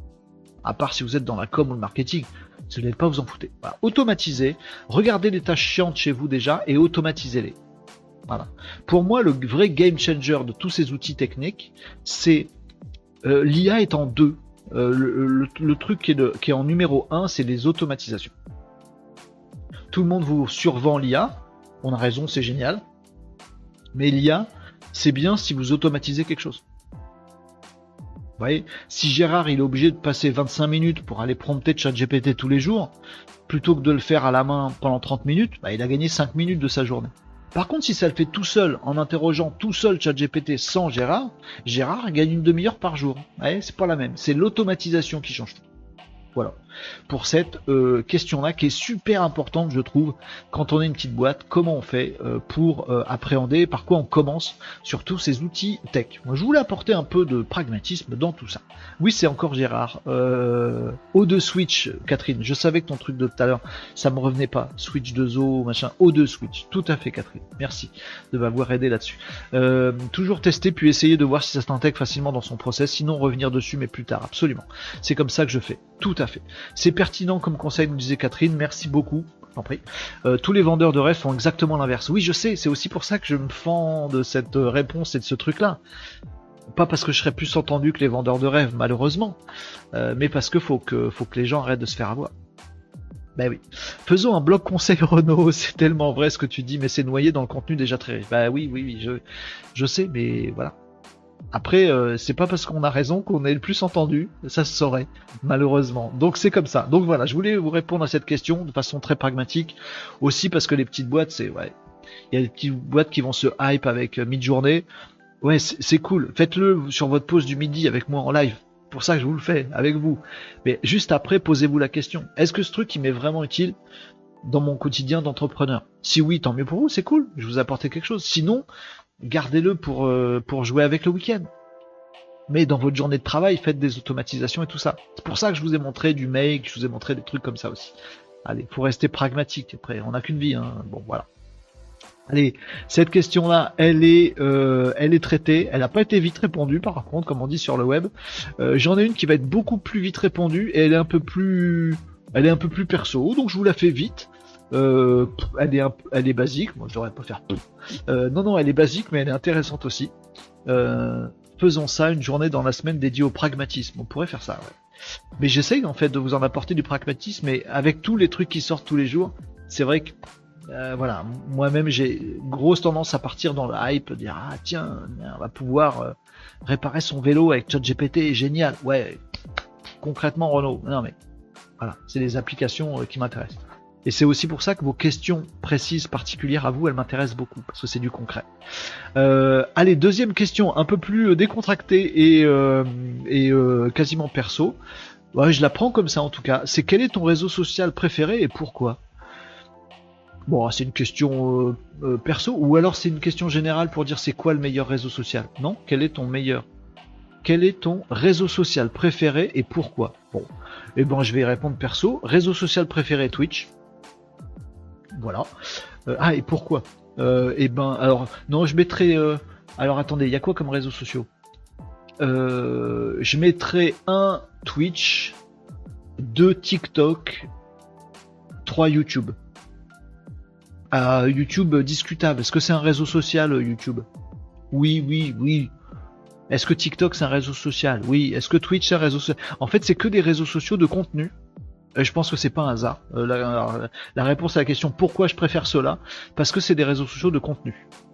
À part si vous êtes dans la com ou le marketing. Si vous n'êtes pas, vous en foutez. Voilà. Automatisez. Regardez les tâches chiantes chez vous déjà et automatisez-les. Voilà. Pour moi, le vrai game changer de tous ces outils techniques, c'est euh, l'I A est en deux. Euh, le, le, le truc qui est, de, qui est en numéro un, c'est les automatisations. Tout le monde vous survend l'I A. On a raison, c'est génial. Mais l'I A, c'est bien si vous automatisez quelque chose. Vous voyez, si Gérard il est obligé de passer vingt-cinq minutes pour aller prompter ChatGPT tous les jours, plutôt que de le faire à la main pendant trente minutes, bah, il a gagné cinq minutes de sa journée. Par contre, si ça le fait tout seul, en interrogeant tout seul ChatGPT sans Gérard, Gérard gagne une demi-heure par jour. Ouais, c'est pas la même. C'est l'automatisation qui change tout. Voilà. pour cette euh, question-là qui est super importante, je trouve, quand on est une petite boîte. Comment on fait euh, pour euh, appréhender, par quoi on commence sur tous ces outils tech. Moi, je voulais apporter un peu de pragmatisme dans tout ça. Oui, c'est encore Gérard. Euh, O deux Switch, Catherine. Je savais que ton truc de tout à l'heure, ça me revenait pas. Switch deux O, machin. O deux Switch. Tout à fait, Catherine. Merci de m'avoir aidé là-dessus. Euh, toujours tester puis essayer de voir si ça s'intègre facilement dans son process. Sinon, revenir dessus, mais plus tard. Absolument. C'est comme ça que je fais. Tout à fait. C'est pertinent comme conseil, nous disait Catherine. Merci beaucoup. En prie. Euh, tous les vendeurs de rêves font exactement l'inverse. Oui, je sais, c'est aussi pour ça que je me fends de cette réponse et de ce truc-là. Pas parce que je serais plus entendu que les vendeurs de rêves, malheureusement, euh, mais parce que faut que faut que les gens arrêtent de se faire avoir. Ben oui. Faisons un blog conseil Renault, c'est tellement vrai ce que tu dis, mais c'est noyé dans le contenu déjà très riche. Ben oui, oui, oui, je, je sais, mais voilà. Après, euh, c'est pas parce qu'on a raison qu'on est le plus entendu, ça se saurait, malheureusement. Donc c'est comme ça. Donc voilà, je voulais vous répondre à cette question de façon très pragmatique, aussi parce que les petites boîtes, c'est ouais, il y a des petites boîtes qui vont se hype avec euh, mid-journée. Ouais, c'est cool. Faites-le sur votre pause du midi avec moi en live. Pour ça que je vous le fais avec vous. Mais juste après, posez-vous la question. Est-ce que ce truc il m'est vraiment utile dans mon quotidien d'entrepreneur? Si oui, tant mieux pour vous, c'est cool. Je vous ai apporté quelque chose. Sinon, gardez-le pour, euh, pour jouer avec le week-end. Mais dans votre journée de travail, faites des automatisations et tout ça. C'est pour ça que je vous ai montré du make, je vous ai montré des trucs comme ça aussi. Allez, faut rester pragmatique. Après, on n'a qu'une vie, hein. Bon, voilà. Allez, cette question-là, elle est, euh, elle est traitée. Elle n'a pas été vite répondue, par contre, comme on dit sur le web. Euh, J'en ai une qui va être beaucoup plus vite répondue et elle est un peu plus, elle est un peu plus perso. Donc je vous la fais vite. Euh, elle est, un, elle est basique. Moi, je devrais pas faire. Euh, non, non, elle est basique, mais elle est intéressante aussi. Euh, faisons ça une journée dans la semaine dédiée au pragmatisme. On pourrait faire ça. Ouais. Mais j'essaye en fait de vous en apporter du pragmatisme, et avec tous les trucs qui sortent tous les jours, c'est vrai que Euh, voilà, moi-même j'ai grosse tendance à partir dans le hype, dire ah tiens, on va pouvoir euh, réparer son vélo avec ChatGPT, génial. Ouais, concrètement Renault, non mais voilà, c'est les applications euh, qui m'intéressent. Et c'est aussi pour ça que vos questions précises, particulières à vous, elles m'intéressent beaucoup, parce que c'est du concret. Euh, allez, deuxième question, un peu plus décontractée et, euh, et euh, quasiment perso. Ouais, je la prends comme ça en tout cas. C'est quel est ton réseau social préféré et pourquoi? Bon, c'est une question euh, euh, perso, ou alors c'est une question générale pour dire c'est quoi le meilleur réseau social? Non, quel est ton meilleur? Quel est ton réseau social préféré et pourquoi? Bon, et eh ben je vais répondre perso. Réseau social préféré Twitch. Voilà. Euh, ah et pourquoi? euh, Et eh ben alors non, je mettrai. Euh, alors attendez, il y a quoi comme réseaux sociaux? euh, Je mettrai un Twitch, deux TikTok, trois YouTube. Ah, YouTube discutable. Est-ce que c'est un réseau social, YouTube? Oui, oui, oui. Est-ce que TikTok c'est un réseau social? Oui. Est-ce que Twitch c'est un réseau social? En fait, c'est que des réseaux sociaux de contenu. Et je pense que c'est pas un hasard. Euh, la, la réponse à la question pourquoi je préfère cela, parce que c'est des réseaux sociaux de contenu.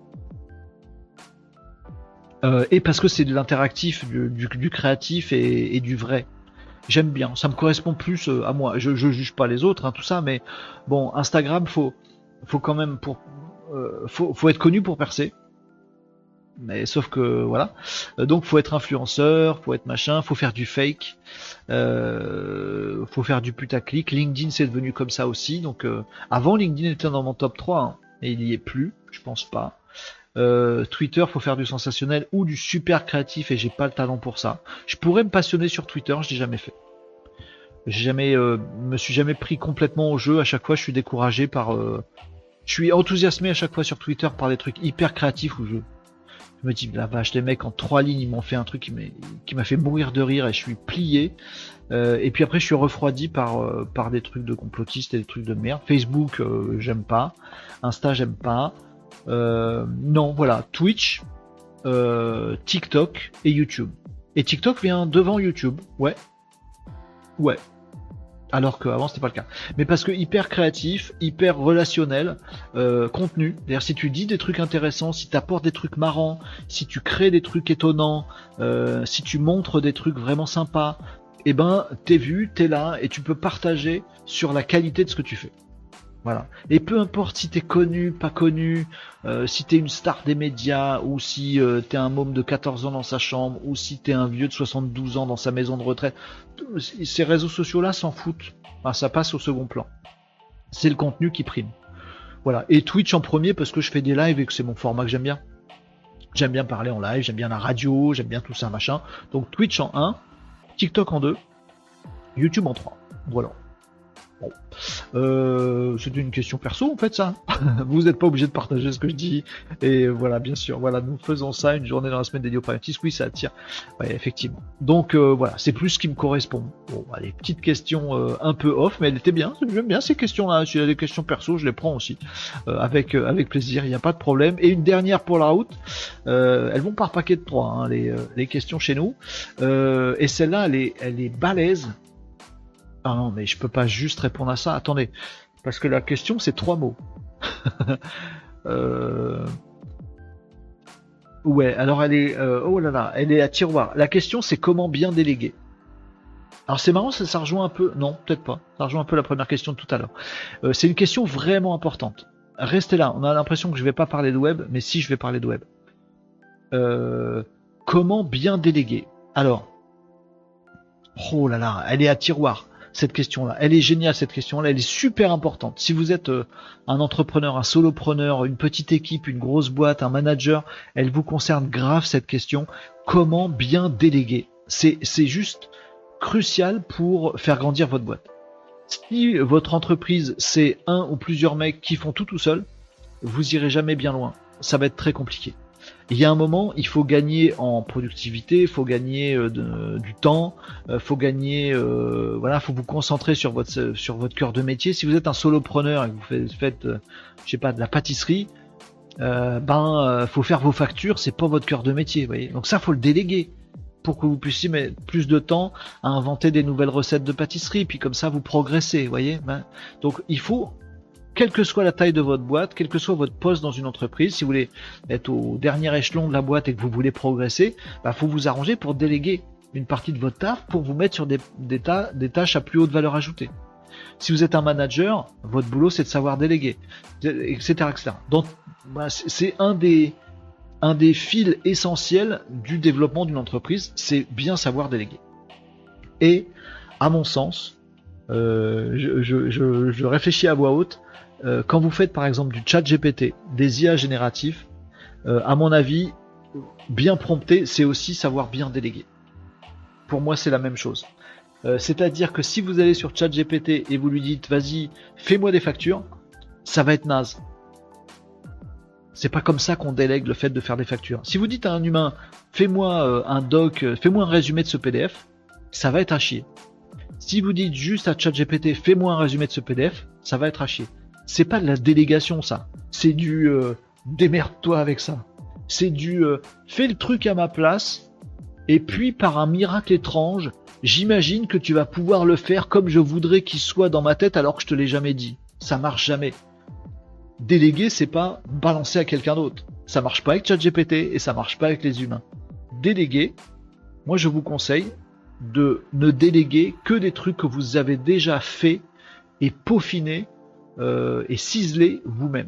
Euh, et parce que c'est de l'interactif, du, du, du créatif et, et du vrai. J'aime bien. Ça me correspond plus à moi. Je, je juge pas les autres, hein, tout ça, mais bon, Instagram, faut faut quand même pour euh, faut, faut être connu pour percer, mais sauf que voilà, donc faut être influenceur, faut être machin, faut faire du fake, euh, faut faire du putaclic. LinkedIn c'est devenu comme ça aussi, donc euh, avant LinkedIn était dans mon top trois, hein, et il y est plus, je pense pas. euh, Twitter, faut faire du sensationnel ou du super créatif, et j'ai pas le talent pour ça. Je pourrais me passionner sur Twitter, je l'ai jamais fait. J'ai jamais, euh, me suis jamais pris complètement au jeu. À chaque fois, je suis découragé par. Euh, je suis enthousiasmé à chaque fois sur Twitter par des trucs hyper créatifs où je, je me dis la vache, les mecs en trois lignes ils m'ont fait un truc qui m'a qui m'a fait mourir de rire et je suis plié. Euh, et puis après, je suis refroidi par euh, par des trucs de complotistes et des trucs de merde. Facebook, euh, j'aime pas. Insta, j'aime pas. Euh, non, voilà, Twitch, euh, TikTok et YouTube. Et TikTok vient devant YouTube, ouais, ouais. Alors qu'avant c'était pas le cas. Mais parce que hyper créatif, hyper relationnel, euh, contenu. D'ailleurs, si tu dis des trucs intéressants, si tu apportes des trucs marrants, si tu crées des trucs étonnants, euh, si tu montres des trucs vraiment sympas, eh ben t'es vu, t'es là et tu peux partager sur la qualité de ce que tu fais. Voilà. Et peu importe si t'es connu, pas connu, euh, si t'es une star des médias, ou si euh, t'es un môme de quatorze ans dans sa chambre, ou si t'es un vieux de soixante-douze ans dans sa maison de retraite, ces réseaux sociaux-là s'en foutent. Enfin, ça passe au second plan. C'est le contenu qui prime. Voilà. Et Twitch en premier parce que je fais des lives et que c'est mon format que j'aime bien. J'aime bien parler en live, j'aime bien la radio, j'aime bien tout ça, machin. Donc Twitch en un, TikTok en deux, YouTube en trois. Voilà. Bon. Euh, c'est une question perso en fait ça. Vous n'êtes pas obligé de partager ce que je dis. Et voilà, bien sûr. Voilà, nous faisons ça une journée dans la semaine dédiée au pragmatisme. Oui, ça attire. Ouais, effectivement. Donc euh, voilà, c'est plus ce qui me correspond. Bon, allez, petite question euh, un peu off, mais elle était bien. J'aime bien ces questions-là. Si il y a des questions perso, je les prends aussi euh, avec euh, avec plaisir. Il n'y a pas de problème. Et une dernière pour la route. Euh, elles vont par paquet de trois, hein, les euh, les questions chez nous. Euh, et celle-là, elle est elle est balèze. Ah non, mais je peux pas juste répondre à ça. Attendez, parce que la question c'est trois mots. euh... Ouais, alors elle est, euh... oh là là, elle est à tiroir. La question c'est comment bien déléguer. Alors c'est marrant, ça, ça rejoint un peu. Non, peut-être pas. Ça rejoint un peu la première question de tout à l'heure. Euh, c'est une question vraiment importante. Restez là. On a l'impression que je vais pas parler de web, mais si je vais parler de web. Euh... Comment bien déléguer. Alors, oh là là, elle est à tiroir. Cette question-là, elle est géniale cette question-là, elle est super importante. Si vous êtes euh, un entrepreneur, un solopreneur, une petite équipe, une grosse boîte, un manager, elle vous concerne grave cette question. Comment bien déléguer ? C'est c'est juste crucial pour faire grandir votre boîte. Si votre entreprise c'est un ou plusieurs mecs qui font tout tout seul, vous irez jamais bien loin. Ça va être très compliqué. Il y a un moment, il faut gagner en productivité, il faut gagner euh, de, du temps, il euh, faut gagner, euh, voilà, faut vous concentrer sur votre sur votre cœur de métier. Si vous êtes un solopreneur et que vous faites, faites euh, je sais pas, de la pâtisserie, euh, ben, euh, faut faire vos factures, c'est pas votre cœur de métier, vous voyez. Donc ça, faut le déléguer pour que vous puissiez mettre plus de temps à inventer des nouvelles recettes de pâtisserie, puis comme ça vous progressez, vous voyez. Ben, donc il faut, quelle que soit la taille de votre boîte, quel que soit votre poste dans une entreprise, si vous voulez être au dernier échelon de la boîte et que vous voulez progresser, bah, faut vous arranger pour déléguer une partie de votre taf pour vous mettre sur des, des, tas, des tâches à plus haute valeur ajoutée. Si vous êtes un manager, votre boulot c'est de savoir déléguer, et cetera, et cetera. Donc, bah, c'est un des, un des fils essentiels du développement d'une entreprise, c'est bien savoir déléguer. Et, à mon sens, euh, je, je, je, je réfléchis à voix haute. Euh, quand vous faites par exemple du chat G P T, des I A génératifs, euh, à mon avis, bien prompter, c'est aussi savoir bien déléguer. Pour moi, c'est la même chose. Euh, c'est-à-dire que si vous allez sur chat G P T et vous lui dites, vas-y, fais-moi des factures, ça va être naze. C'est pas comme ça qu'on délègue le fait de faire des factures. Si vous dites à un humain, fais-moi euh, un doc, euh, fais-moi un résumé de ce P D F, ça va être à chier. Si vous dites juste à chat G P T, fais-moi un résumé de ce P D F, ça va être à chier. C'est pas de la délégation ça, c'est du euh, démerde-toi avec ça. C'est du euh, fais le truc à ma place et puis par un miracle étrange, j'imagine que tu vas pouvoir le faire comme je voudrais qu'il soit dans ma tête alors que je te l'ai jamais dit. Ça marche jamais. Déléguer, c'est pas balancer à quelqu'un d'autre. Ça marche pas avec ChatGPT et ça marche pas avec les humains. Déléguer, moi je vous conseille de ne déléguer que des trucs que vous avez déjà fait et peaufiné Euh, et ciseler vous-même.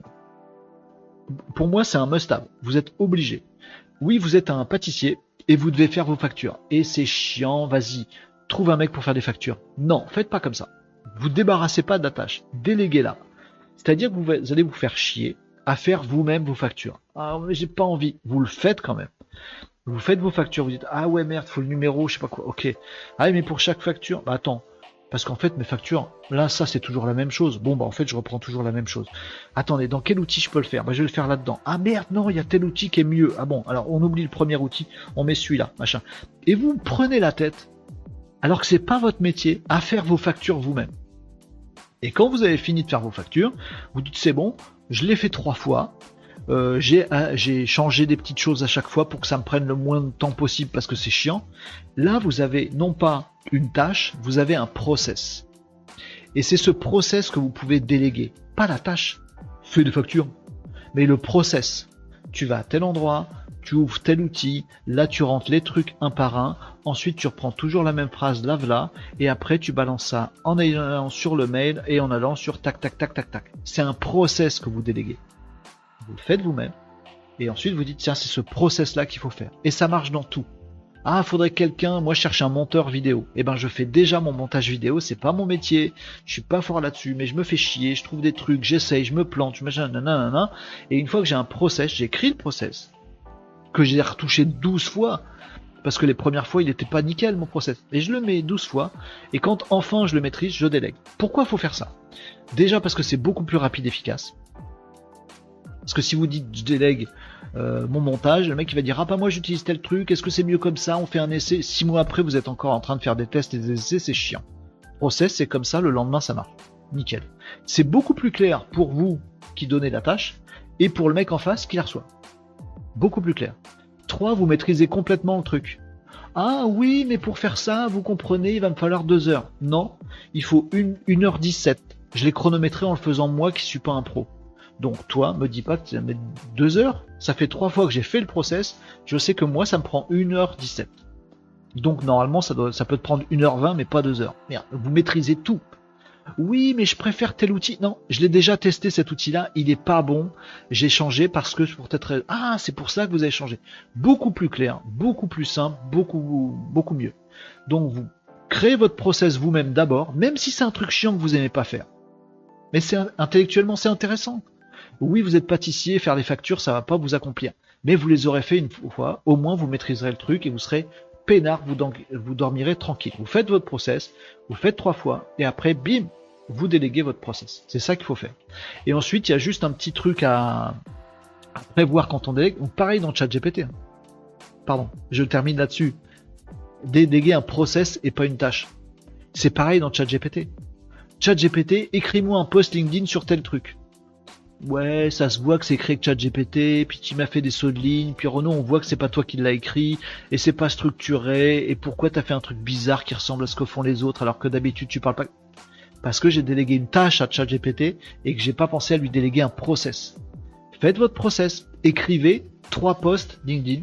Pour moi, c'est un must-have. Vous êtes obligé. Oui, vous êtes un pâtissier et vous devez faire vos factures. Et c'est chiant, vas-y, trouve un mec pour faire des factures. Non, faites pas comme ça. Vous débarrassez pas de la tâche. Déléguez-la. C'est-à-dire que vous allez vous faire chier à faire vous-même vos factures. Ah, mais j'ai pas envie. Vous le faites quand même. Vous faites vos factures, vous dites, ah ouais, merde, faut le numéro, je sais pas quoi. Ok. Ah, mais pour chaque facture, bah attends. Parce qu'en fait, mes factures, là, ça, c'est toujours la même chose. Bon, bah, en fait, je reprends toujours la même chose. Attendez, dans quel outil je peux le faire? Bah, je vais le faire là-dedans. Ah merde, non, il y a tel outil qui est mieux. Ah bon, alors, on oublie le premier outil, on met celui-là, machin. Et vous prenez la tête, alors que c'est pas votre métier, à faire vos factures vous-même. Et quand vous avez fini de faire vos factures, vous dites, c'est bon, je l'ai fait trois fois. Euh, j'ai, euh, j'ai changé des petites choses à chaque fois pour que ça me prenne le moins de temps possible parce que c'est chiant. Là, vous avez non pas une tâche, vous avez un process. Et c'est ce process que vous pouvez déléguer. Pas la tâche, fais des factures, mais le process. tu vas à tel endroit, tu ouvres tel outil, là tu rentres les trucs un par un, ensuite tu reprends toujours la même phrase là là, et après tu balances ça en allant sur le mail et en allant sur tac tac tac tac tac. C'est un process que vous déléguez. Vous le faites vous-même, et ensuite vous dites tiens c'est ce process là qu'il faut faire. Et ça marche dans tout. Ah, faudrait quelqu'un, moi je cherche un monteur vidéo. Eh ben je fais déjà mon montage vidéo, c'est pas mon métier, je suis pas fort là-dessus, mais je me fais chier, je trouve des trucs, j'essaye, je me plante, je machin, nanana, et une fois que j'ai un process, j'écris le process, que j'ai retouché douze fois, parce que les premières fois il était pas nickel mon process, et je le mets douze fois, et quand enfin je le maîtrise, je délègue. Pourquoi faut faire ça? Déjà parce que c'est beaucoup plus rapide et efficace. Parce que si vous dites je délègue euh, mon montage, le mec il va dire ah pas moi j'utilise tel truc, est-ce que c'est mieux comme ça, on fait un essai, six mois après vous êtes encore en train de faire des tests et des essais, c'est chiant. Process c'est comme ça, le lendemain ça marche. Nickel. C'est beaucoup plus clair pour vous qui donnez la tâche et pour le mec en face qui la reçoit. Beaucoup plus clair. trois. Vous maîtrisez complètement le truc. Ah oui mais pour faire ça, vous comprenez, il va me falloir deux heures. Non, il faut une heure dix-sept. Je l'ai chronométré en le faisant moi qui suis pas un pro. Donc toi, me dis pas que tu vas mettre deux heures, ça fait trois fois que j'ai fait le process, je sais que moi ça me prend une heure dix-sept. Donc normalement ça, doit, ça peut te prendre une heure vingt mais pas deux heures. Merde, vous maîtrisez tout. Oui mais je préfère tel outil. Non, je l'ai déjà testé cet outil là, il est pas bon, j'ai changé parce que pour être... Ah c'est pour ça que vous avez changé. Beaucoup plus clair, beaucoup plus simple, beaucoup, beaucoup mieux. Donc vous créez votre process vous-même d'abord, même si c'est un truc chiant que vous aimez pas faire. Mais c'est intellectuellement c'est intéressant. Oui, vous êtes pâtissier, faire des factures, ça va pas vous accomplir. Mais vous les aurez fait une fois, au moins vous maîtriserez le truc et vous serez peinard, vous, vous dormirez tranquille. Vous faites votre process, vous faites trois fois, et après, bim, vous déléguez votre process. C'est ça qu'il faut faire. Et ensuite, il y a juste un petit truc à, à prévoir quand on délègue. Donc, pareil dans ChatGPT. Hein. Pardon, je termine là-dessus. Déléguer un process et pas une tâche. C'est pareil dans ChatGPT. ChatGPT, écris-moi un post LinkedIn sur tel truc. Ouais, ça se voit que c'est écrit avec ChatGPT, puis tu m'as fait des sauts de ligne, puis Renaud, on voit que c'est pas toi qui l'as écrit, et c'est pas structuré, et pourquoi t'as fait un truc bizarre qui ressemble à ce que font les autres, alors que d'habitude tu parles pas... Parce que j'ai délégué une tâche à ChatGPT, et que j'ai pas pensé à lui déléguer un process. Faites votre process, écrivez trois posts LinkedIn,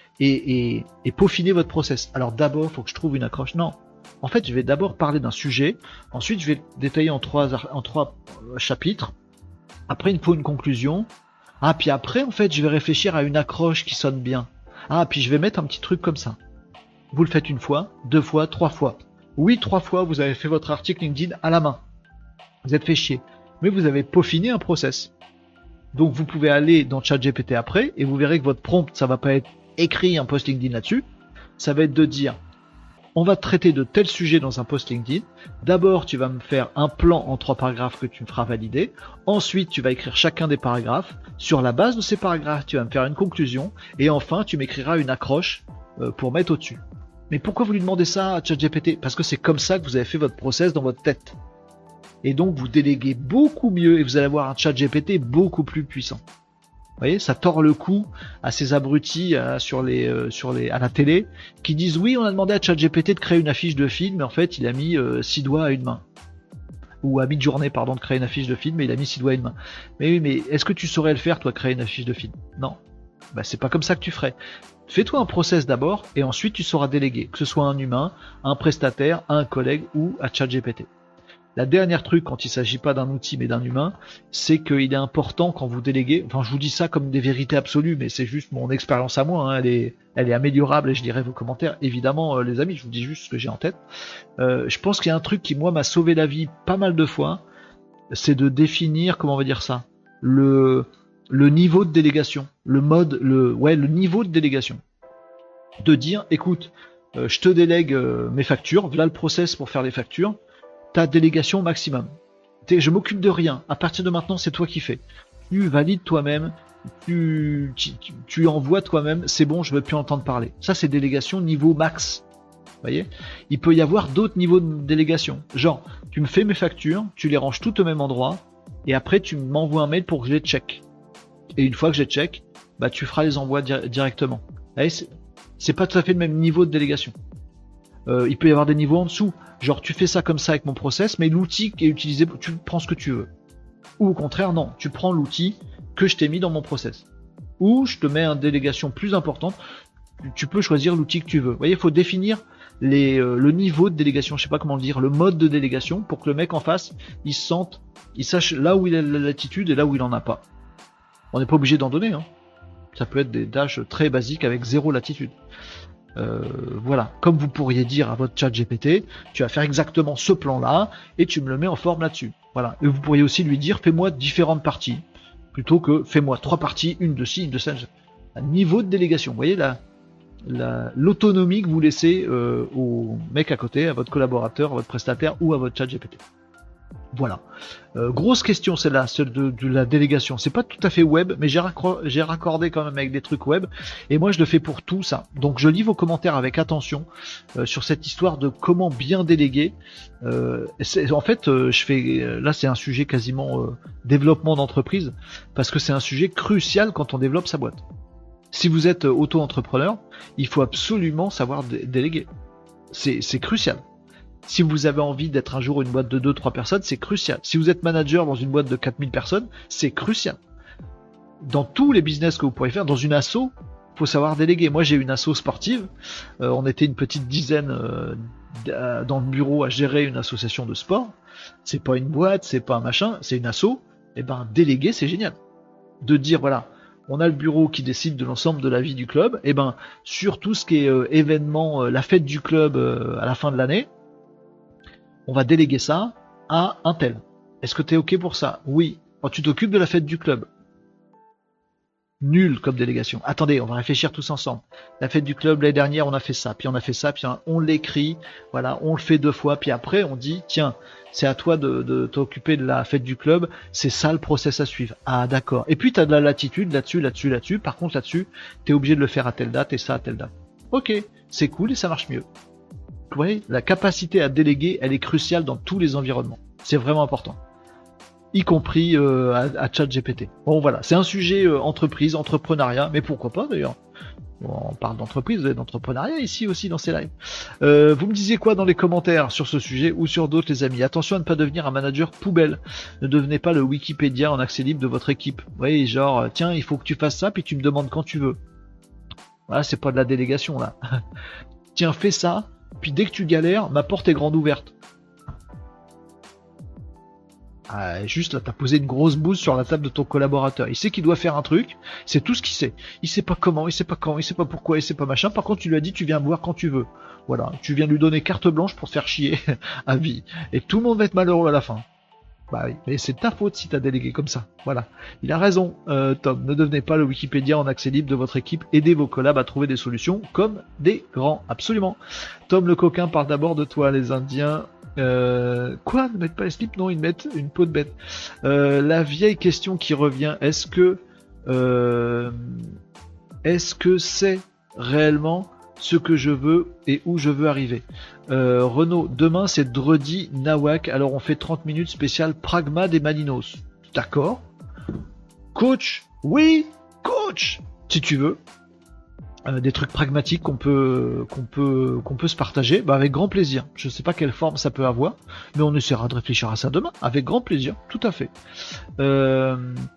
et, et, et peaufinez votre process. Alors d'abord, faut que je trouve une accroche. Non. En fait, je vais d'abord parler d'un sujet, ensuite je vais le détailler en trois, en trois chapitres. Après, il me faut une conclusion. Ah, puis après, en fait, je vais réfléchir à une accroche qui sonne bien. Ah, puis je vais mettre un petit truc comme ça. Vous le faites une fois, deux fois, trois fois. Oui, trois fois, vous avez fait votre article LinkedIn à la main. Vous êtes fait chier. Mais vous avez peaufiné un process. Donc, vous pouvez aller dans ChatGPT après et vous verrez que votre prompt, ça va pas être écrit un post LinkedIn là-dessus. Ça va être de dire... On va traiter de tel sujet dans un post LinkedIn. D'abord, tu vas me faire un plan en trois paragraphes que tu me feras valider. Ensuite, tu vas écrire chacun des paragraphes. Sur la base de ces paragraphes, tu vas me faire une conclusion. Et enfin, tu m'écriras une accroche euh, pour mettre au-dessus. Mais pourquoi vous lui demandez ça à ChatGPT? Parce que c'est comme ça que vous avez fait votre process dans votre tête. Et donc, vous déléguez beaucoup mieux et vous allez avoir un ChatGPT beaucoup plus puissant. Vous voyez, ça tord le cou à ces abrutis euh, sur les, euh, sur les, à la télé qui disent oui, on a demandé à ChatGPT de créer une affiche de film, mais en fait, il a mis euh, six doigts à une main. Ou à mi-journée, pardon, de créer une affiche de film, mais il a mis six doigts à une main. Mais oui, mais est-ce que tu saurais le faire, toi, créer une affiche de film? Non. Bah, c'est pas comme ça que tu ferais. Fais-toi un process d'abord, et ensuite tu sauras déléguer, que ce soit un humain, un prestataire, un collègue ou à ChatGPT. La dernière truc, quand il s'agit pas d'un outil mais d'un humain, c'est qu'il est important quand vous déléguez, enfin je vous dis ça comme des vérités absolues, mais c'est juste mon expérience à moi, hein, elle est, elle est améliorable et je lirai vos commentaires, évidemment euh, les amis, je vous dis juste ce que j'ai en tête. Euh, je pense qu'il y a un truc qui moi m'a sauvé la vie pas mal de fois, c'est de définir, comment on va dire ça, le, le niveau de délégation, le mode, le, ouais, le niveau de délégation. De dire, écoute, euh, je te délègue euh, mes factures, voilà le process pour faire les factures, ta délégation maximum. Je m'occupe de rien. À partir de maintenant, c'est toi qui fais. Tu valides toi-même, tu, tu, tu envoies toi-même, c'est bon, je veux plus entendre parler. Ça, c'est délégation niveau max. Vous voyez? Il peut y avoir d'autres niveaux de délégation. Genre, tu me fais mes factures, tu les ranges toutes au même endroit, et après, tu m'envoies un mail pour que je les check. Et une fois que j'ai check, bah, tu feras les envois di- directement. Vous voyez, c'est, c'est pas tout à fait le même niveau de délégation. Euh, il peut y avoir des niveaux en dessous. Genre tu fais ça comme ça avec mon process, mais l'outil qui est utilisé, tu prends ce que tu veux. Ou au contraire, non, tu prends l'outil que je t'ai mis dans mon process. ou je te mets une délégation plus importante. Tu peux choisir l'outil que tu veux. Vous voyez, il faut définir les, euh, le niveau de délégation, je sais pas comment le dire, le mode de délégation pour que le mec en face, il se sente, il sache là où il a la latitude et là où il en a pas. On n'est pas obligé d'en donner, hein. Ça peut être des tâches très basiques avec zéro latitude. Euh, voilà, comme vous pourriez dire à votre chat G P T, tu vas faire exactement ce plan-là et tu me le mets en forme là-dessus. Voilà. Et vous pourriez aussi lui dire, fais-moi différentes parties, plutôt que fais-moi trois parties, une de ci, une de ça. Un niveau de délégation, vous voyez là. La, l'autonomie que vous laissez euh, au mec à côté, à votre collaborateur, à votre prestataire ou à votre chat G P T. Voilà. Euh, grosse question celle-là, celle de, de la délégation. C'est pas tout à fait web, mais j'ai, raccro- j'ai raccordé quand même avec des trucs web. Et moi je le fais pour tout ça. Donc je lis vos commentaires avec attention euh, sur cette histoire de comment bien déléguer. Euh, c'est, en fait, euh, je fais là c'est un sujet quasiment euh, développement d'entreprise parce que c'est un sujet crucial quand on développe sa boîte. Si vous êtes auto-entrepreneur, il faut absolument savoir dé- déléguer. C'est, c'est crucial. Si vous avez envie d'être un jour une boîte de deux trois personnes, c'est crucial. Si vous êtes manager dans une boîte de quatre mille personnes, c'est crucial. Dans tous les business que vous pourrez faire, dans une asso, il faut savoir déléguer. Moi, j'ai une asso sportive. Euh, on était une petite dizaine euh, dans le bureau à gérer une association de sport. C'est pas une boîte, c'est pas un machin, c'est une asso. Et ben, déléguer, c'est génial. De dire, voilà, on a le bureau qui décide de l'ensemble de la vie du club. Et ben, sur tout ce qui est euh, événement, euh, la fête du club euh, à la fin de l'année, on va déléguer ça à un tel. Est-ce que tu es OK pour ça? Oui. Quand tu t'occupes de la fête du club. Nul comme délégation. Attendez, on va réfléchir tous ensemble. La fête du club, l'année dernière, on a fait ça, puis on a fait ça, puis on l'écrit, voilà, on le fait deux fois, puis après, on dit, tiens, c'est à toi de, de t'occuper de la fête du club, c'est ça le process à suivre. Ah, d'accord. Et puis, tu as de la latitude là-dessus, là-dessus, là-dessus. Par contre, là-dessus, tu es obligé de le faire à telle date et ça à telle date. OK, c'est cool et ça marche mieux. Vous voyez, la capacité à déléguer, elle est cruciale dans tous les environnements. C'est vraiment important. Y compris euh, à, à ChatGPT. Bon voilà, c'est un sujet euh, entreprise, entrepreneuriat, mais pourquoi pas d'ailleurs. Bon, on parle d'entreprise et d'entrepreneuriat ici aussi dans ces lives. Euh, vous me disiez quoi dans les commentaires sur ce sujet ou sur d'autres les amis? Attention à ne pas devenir un manager poubelle. Ne devenez pas le Wikipédia en accès libre de votre équipe. Vous voyez, genre, tiens, il faut que tu fasses ça, puis tu me demandes quand tu veux. Voilà, c'est pas de la délégation là. Tiens, fais ça. Puis dès que tu galères, ma porte est grande ouverte. Ah, juste là, t'as posé une grosse bouse sur la table de ton collaborateur. Il sait qu'il doit faire un truc, c'est tout ce qu'il sait. Il sait pas comment, il sait pas quand, il sait pas pourquoi, il sait pas machin. Par contre, tu lui as dit, tu viens me voir quand tu veux. Voilà, tu viens lui donner carte blanche pour te faire chier à vie. Et tout le monde va être malheureux à la fin. Bah oui, mais c'est ta faute si t'as délégué comme ça. Voilà. Il a raison, euh, Tom. Ne devenez pas le Wikipédia en accès libre de votre équipe. Aidez vos collabs à trouver des solutions comme des grands. Absolument. Tom le coquin parle d'abord de toi, les Indiens. Euh, quoi? Ne mettent pas les slips? Non, ils mettent une peau de bête. Euh, la vieille question qui revient, est-ce que euh, est-ce que c'est réellement ce que je veux et où je veux arriver? Euh, Renaud, demain c'est Dredi Nawak, alors on fait trente minutes spécial Pragma des Malinos. D'accord. Coach, oui, coach, si tu veux. Euh, des trucs pragmatiques qu'on peut qu'on peut qu'on peut se partager, bah avec grand plaisir. Je sais pas quelle forme ça peut avoir, mais on essaiera de réfléchir à ça demain, avec grand plaisir, tout à fait. Euh...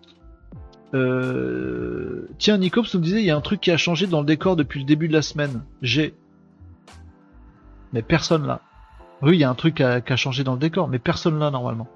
Euh... Tiens, Nicops nous disait il y a un truc qui a changé dans le décor depuis le début de la semaine. J'ai. Mais personne là. Oui, il y a un truc qui a, qui a changé dans le décor, mais personne là normalement.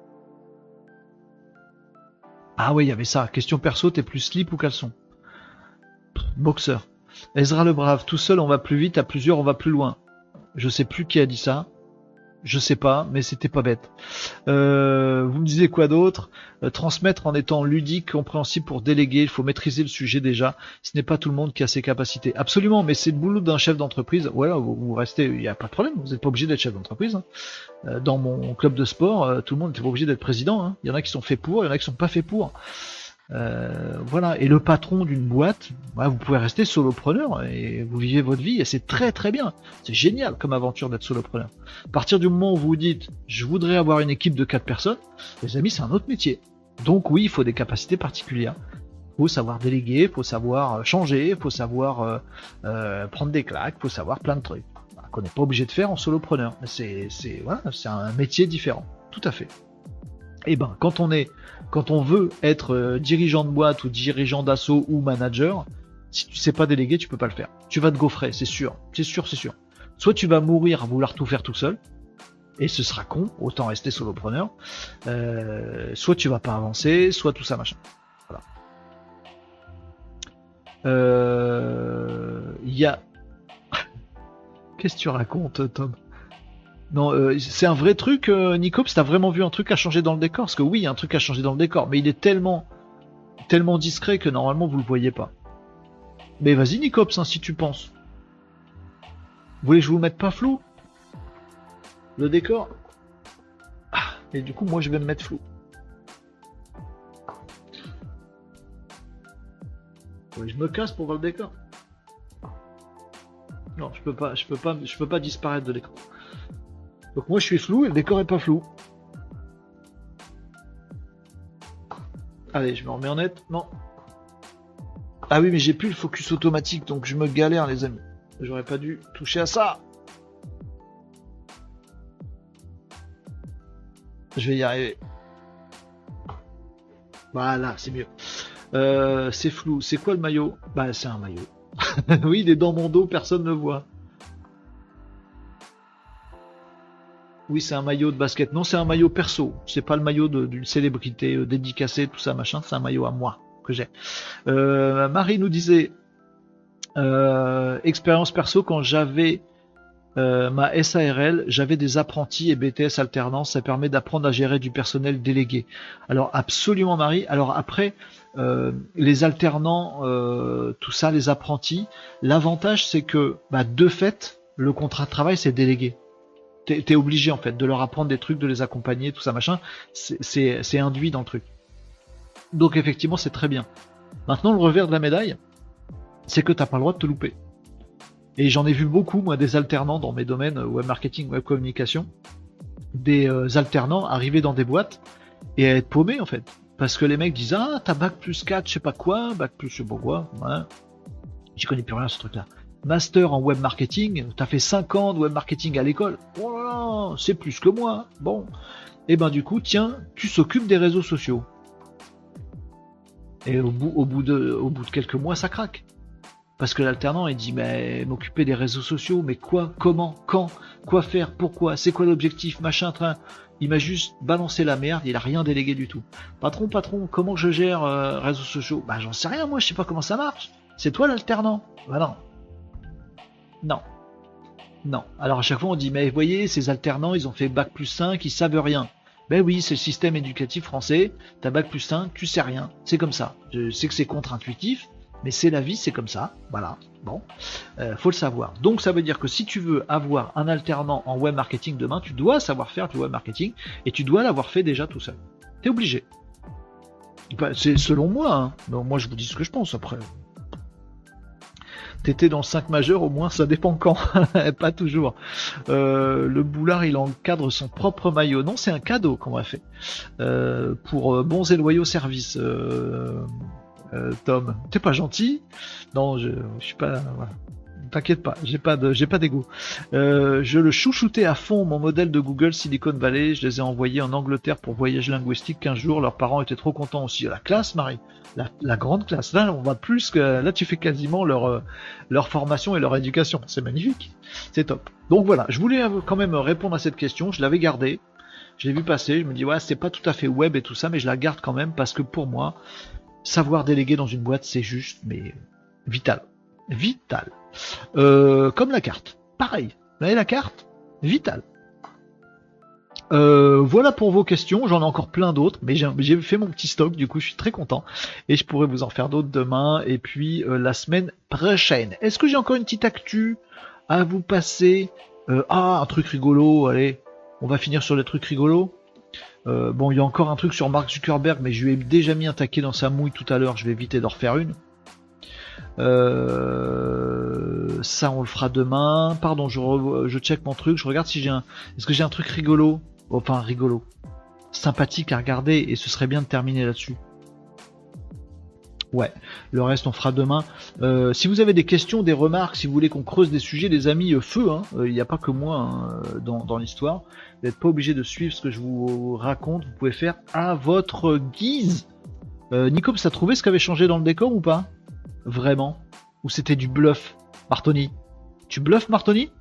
Ah oui, il y avait ça. Question perso, t'es plus slip ou caleçon? Boxeur. Ezra le Brave, tout seul on va plus vite, à plusieurs on va plus loin. Je sais plus qui a dit ça. Je sais pas, mais c'était pas bête. Euh, vous me disiez quoi d'autre? euh, Transmettre en étant ludique, compréhensible pour déléguer, il faut maîtriser le sujet déjà. Ce n'est pas tout le monde qui a ces capacités. Absolument, mais c'est le boulot d'un chef d'entreprise. Voilà, vous, vous restez, il n'y a pas de problème, vous n'êtes pas obligé d'être chef d'entreprise. Hein. Euh, dans mon club de sport, euh, tout le monde n'est pas obligé d'être président. Hein. Il y en a qui sont faits pour, il y en a qui sont pas faits pour. Euh, voilà, et le patron d'une boîte, bah, vous pouvez rester solopreneur et vous vivez votre vie et c'est très très bien. C'est génial comme aventure d'être solopreneur. À partir du moment où vous vous dites je voudrais avoir une équipe de quatre personnes, les amis, c'est un autre métier. Donc oui, il faut des capacités particulières. Il faut savoir déléguer, il faut savoir changer, il faut savoir euh, euh, prendre des claques, il faut savoir plein de trucs voilà, qu'on n'est pas obligé de faire en solopreneur. C'est c'est voilà, c'est un métier différent, tout à fait. Et ben, quand on est, quand on veut être euh, dirigeant de boîte ou dirigeant d'assaut ou manager, si tu sais pas déléguer, tu peux pas le faire. Tu vas te gaufrer, c'est sûr, c'est sûr, c'est sûr. Soit tu vas mourir à vouloir tout faire tout seul, et ce sera con, autant rester solopreneur. Euh, soit tu vas pas avancer, soit tout ça machin. Voilà. Euh, Il y a. Qu'est-ce que tu racontes, Tom? Non, euh, c'est un vrai truc, euh, Nicops, t'as vraiment vu un truc à changer dans le décor? Parce que oui, il y a un truc à changer dans le décor, mais il est tellement, tellement discret que normalement vous le voyez pas. Mais vas-y, Nicops, hein, si tu penses. Vous voulez que je vous mette pas flou? Le décor? Ah, et du coup, moi, je vais me mettre flou. Ouais, je me casse pour voir le décor. Non, je peux pas, je peux pas, je peux pas disparaître de l'écran. Donc moi je suis flou et le décor est pas flou. Allez, je me remets en net. Non. Ah oui, mais j'ai plus le focus automatique, donc je me galère, les amis. J'aurais pas dû toucher à ça. Je vais y arriver. Voilà, c'est mieux. Euh, c'est flou. C'est quoi le maillot? Bah, c'est un maillot. Oui, il est dans mon dos, personne ne voit. Oui, c'est un maillot de basket. Non, c'est un maillot perso. C'est pas le maillot d'une célébrité euh, dédicacée, tout ça, machin. C'est un maillot à moi que j'ai. Euh, Marie nous disait euh, expérience perso quand j'avais euh, ma S A R L, j'avais des apprentis et B T S alternance. Ça permet d'apprendre à gérer du personnel délégué. Alors absolument, Marie. Alors après, euh, les alternants, euh, tout ça, les apprentis. L'avantage, c'est que bah, de fait, le contrat de travail, c'est délégué. T'es, t'es obligé en fait de leur apprendre des trucs, de les accompagner, tout ça machin. C'est, c'est, c'est induit dans le truc. Donc effectivement, c'est très bien. Maintenant, le revers de la médaille, c'est que t'as pas le droit de te louper. Et j'en ai vu beaucoup, moi, des alternants dans mes domaines web marketing, web communication, des euh, alternants arriver dans des boîtes et à être paumés en fait. Parce que les mecs disent ah t'as bac plus quatre, je sais pas quoi, bac plus je sais pas quoi, ouais. J'y connais plus rien ce truc là. Master en web marketing, t'as fait cinq ans de web marketing à l'école. Oh là là, c'est plus que moi. Bon. Et ben du coup, tiens, tu s'occupes des réseaux sociaux. Et au bout, au bout de, au bout de quelques mois, ça craque. Parce que l'alternant, il dit, mais m'occuper des réseaux sociaux, mais quoi, comment, quand, quoi faire, pourquoi, c'est quoi l'objectif, machin, train. Il m'a juste balancé la merde, il a rien délégué du tout. Patron, patron, comment je gère euh, réseaux sociaux? Bah j'en sais rien, moi, je sais pas comment ça marche. C'est toi l'alternant? Bah non. Non. Non. Alors à chaque fois on dit mais vous voyez ces alternants ils ont fait bac plus cinq, ils savent rien. Ben oui, c'est le système éducatif français, t'as bac plus cinq, tu sais rien. C'est comme ça. Je sais que c'est contre-intuitif, mais c'est la vie, c'est comme ça. Voilà. Bon. Euh, faut le savoir. Donc ça veut dire que si tu veux avoir un alternant en web marketing demain, tu dois savoir faire du web marketing et tu dois l'avoir fait déjà tout seul. T'es obligé. Ben, c'est selon moi, hein. Donc, moi je vous dis ce que je pense après. T'étais dans le cinq majeur, au moins ça dépend quand, pas toujours. Euh, le boulard il encadre son propre maillot. Non, c'est un cadeau qu'on m'a fait euh, pour euh, bons et loyaux services. Euh, euh, Tom, t'es pas gentil? Non, je, je suis pas. Voilà. T'inquiète pas, j'ai pas de, j'ai pas d'ego. Euh, je le chouchoutais à fond, mon modèle de Google Silicon Valley. Je les ai envoyés en Angleterre pour voyage linguistique quinze jours. Leurs parents étaient trop contents aussi. La classe, Marie, la, la grande classe. Là, on va plus que là, tu fais quasiment leur euh, leur formation et leur éducation. C'est magnifique, c'est top. Donc voilà, je voulais quand même répondre à cette question. Je l'avais gardée, je l'ai vu passer. Je me dis ouais, c'est pas tout à fait web et tout ça, mais je la garde quand même parce que pour moi, savoir déléguer dans une boîte, c'est juste, mais vital, vital. Euh, comme la carte, pareil. Vous avez la carte, vital. Euh, voilà pour vos questions. J'en ai encore plein d'autres, mais j'ai, j'ai fait mon petit stock. Du coup, je suis très content et je pourrai vous en faire d'autres demain et puis euh, la semaine prochaine. Est-ce que j'ai encore une petite actu à vous passer? euh, Ah, un truc rigolo. Allez, on va finir sur les trucs rigolos. Euh, bon, il y a encore un truc sur Mark Zuckerberg, mais je lui ai déjà mis un taquet dans sa mouille tout à l'heure. Je vais éviter d'en refaire une. Euh, ça on le fera demain. Pardon, je, re, je check mon truc, je regarde si j'ai un. Est-ce que j'ai un truc rigolo? Enfin rigolo. Sympathique à regarder et ce serait bien de terminer là-dessus. Ouais, le reste on fera demain. Euh, si vous avez des questions, des remarques, si vous voulez qu'on creuse des sujets, les amis, euh, feu, hein, il n'y a pas que moi hein, dans, dans l'histoire. Vous n'êtes pas obligé de suivre ce que je vous raconte, vous pouvez faire à votre guise. Euh, Nico, t'as trouvé ce qui avait changé dans le décor ou pas? Vraiment? Ou c'était du bluff, Martoni? Tu bluffes, Martoni?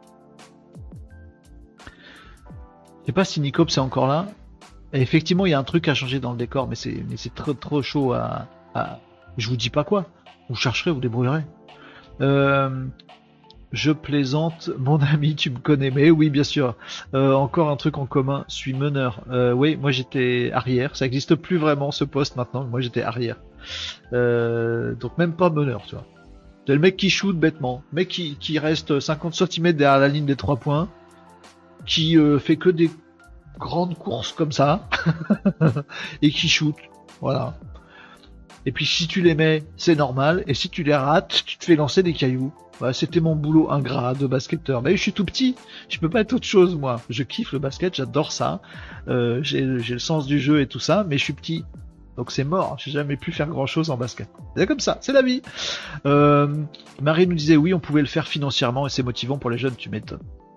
Je sais pas si Nico c'est encore là. Et effectivement, il y a un truc à changer dans le décor, mais c'est mais c'est trop trop chaud à, à. Je vous dis pas quoi. Vous chercherez, vous débrouillerez. Euh, je plaisante, mon ami, tu me connais, mais oui, bien sûr. Euh, encore un truc en commun, je suis meneur. Euh, oui, moi j'étais arrière. Ça n'existe plus vraiment ce poste maintenant. Moi j'étais arrière. Euh, donc même pas meneur, tu vois. C'est le mec qui shoot bêtement, le mec qui, qui reste cinquante centimètres derrière la ligne des trois points, qui euh, fait que des grandes courses comme ça et qui shoot. Voilà. Et puis si tu les mets, c'est normal. Et si tu les rates, tu te fais lancer des cailloux. Voilà, c'était mon boulot ingrat de basketteur. Mais je suis tout petit, je peux pas être autre chose moi. Je kiffe le basket, j'adore ça. Euh, j'ai, j'ai le sens du jeu et tout ça, mais je suis petit. Donc c'est mort, j'ai jamais pu faire grand chose en basket. C'est comme ça, c'est la vie. Euh, Marie nous disait oui, on pouvait le faire financièrement et c'est motivant pour les jeunes, tu m'étonnes.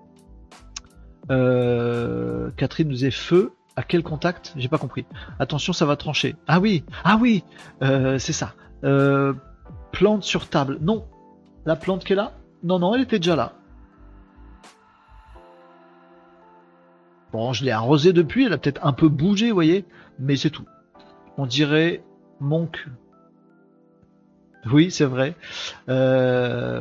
Euh, Catherine nous disait feu. À quel contact? J'ai pas compris. Attention, ça va trancher. Ah oui, ah oui, euh, c'est ça. Euh, plante sur table. Non, la plante qui est là? Non, non, elle était déjà là. Bon, je l'ai arrosée depuis, elle a peut-être un peu bougé, vous voyez, mais c'est tout. On dirait Monk. Oui, c'est vrai. Euh...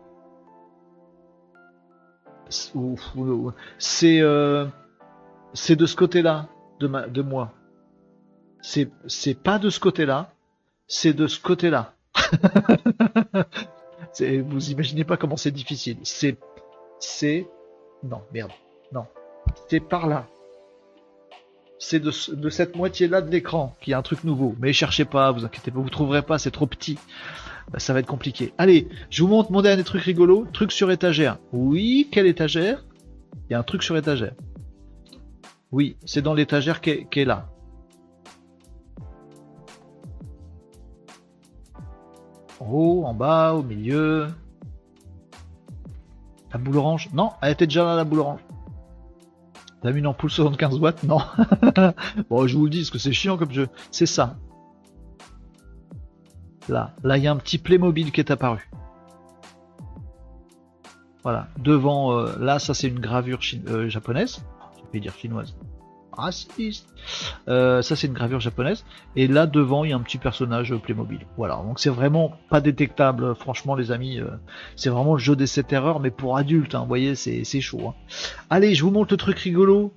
C'est euh... c'est de ce côté-là de ma... de moi. C'est c'est pas de ce côté-là, c'est de ce côté-là. c'est... Vous imaginez pas comment c'est difficile. C'est c'est non merde non. C'est par là. C'est de, de cette moitié-là de l'écran qu'il y a un truc nouveau. Mais cherchez pas, vous inquiétez pas, vous trouverez pas, c'est trop petit. Bah, ça va être compliqué. Allez, je vous montre mon dernier truc rigolo. Truc sur étagère. Oui, quelle étagère? Il y a un truc sur étagère. Oui, c'est dans l'étagère qui est, qui est là. En haut, en bas, au milieu. La boule orange? Non, elle était déjà là, la boule orange. T'as mis une ampoule soixante-quinze watts? Non. Bon, je vous le dis, parce que c'est chiant comme jeu. C'est ça. Là, là, il y a un petit Playmobil qui est apparu. Voilà. Devant, euh, là, ça c'est une gravure chine- euh, japonaise. Je vais dire chinoise. Raciste. Euh, ça c'est une gravure japonaise. Et là, devant, il y a un petit personnage euh, Playmobil. Voilà. Donc c'est vraiment pas détectable. Franchement, les amis, euh, c'est vraiment le jeu des sept erreurs, mais pour adultes. Hein, vous voyez, c'est, c'est chaud. Hein. Allez, je vous montre le truc rigolo.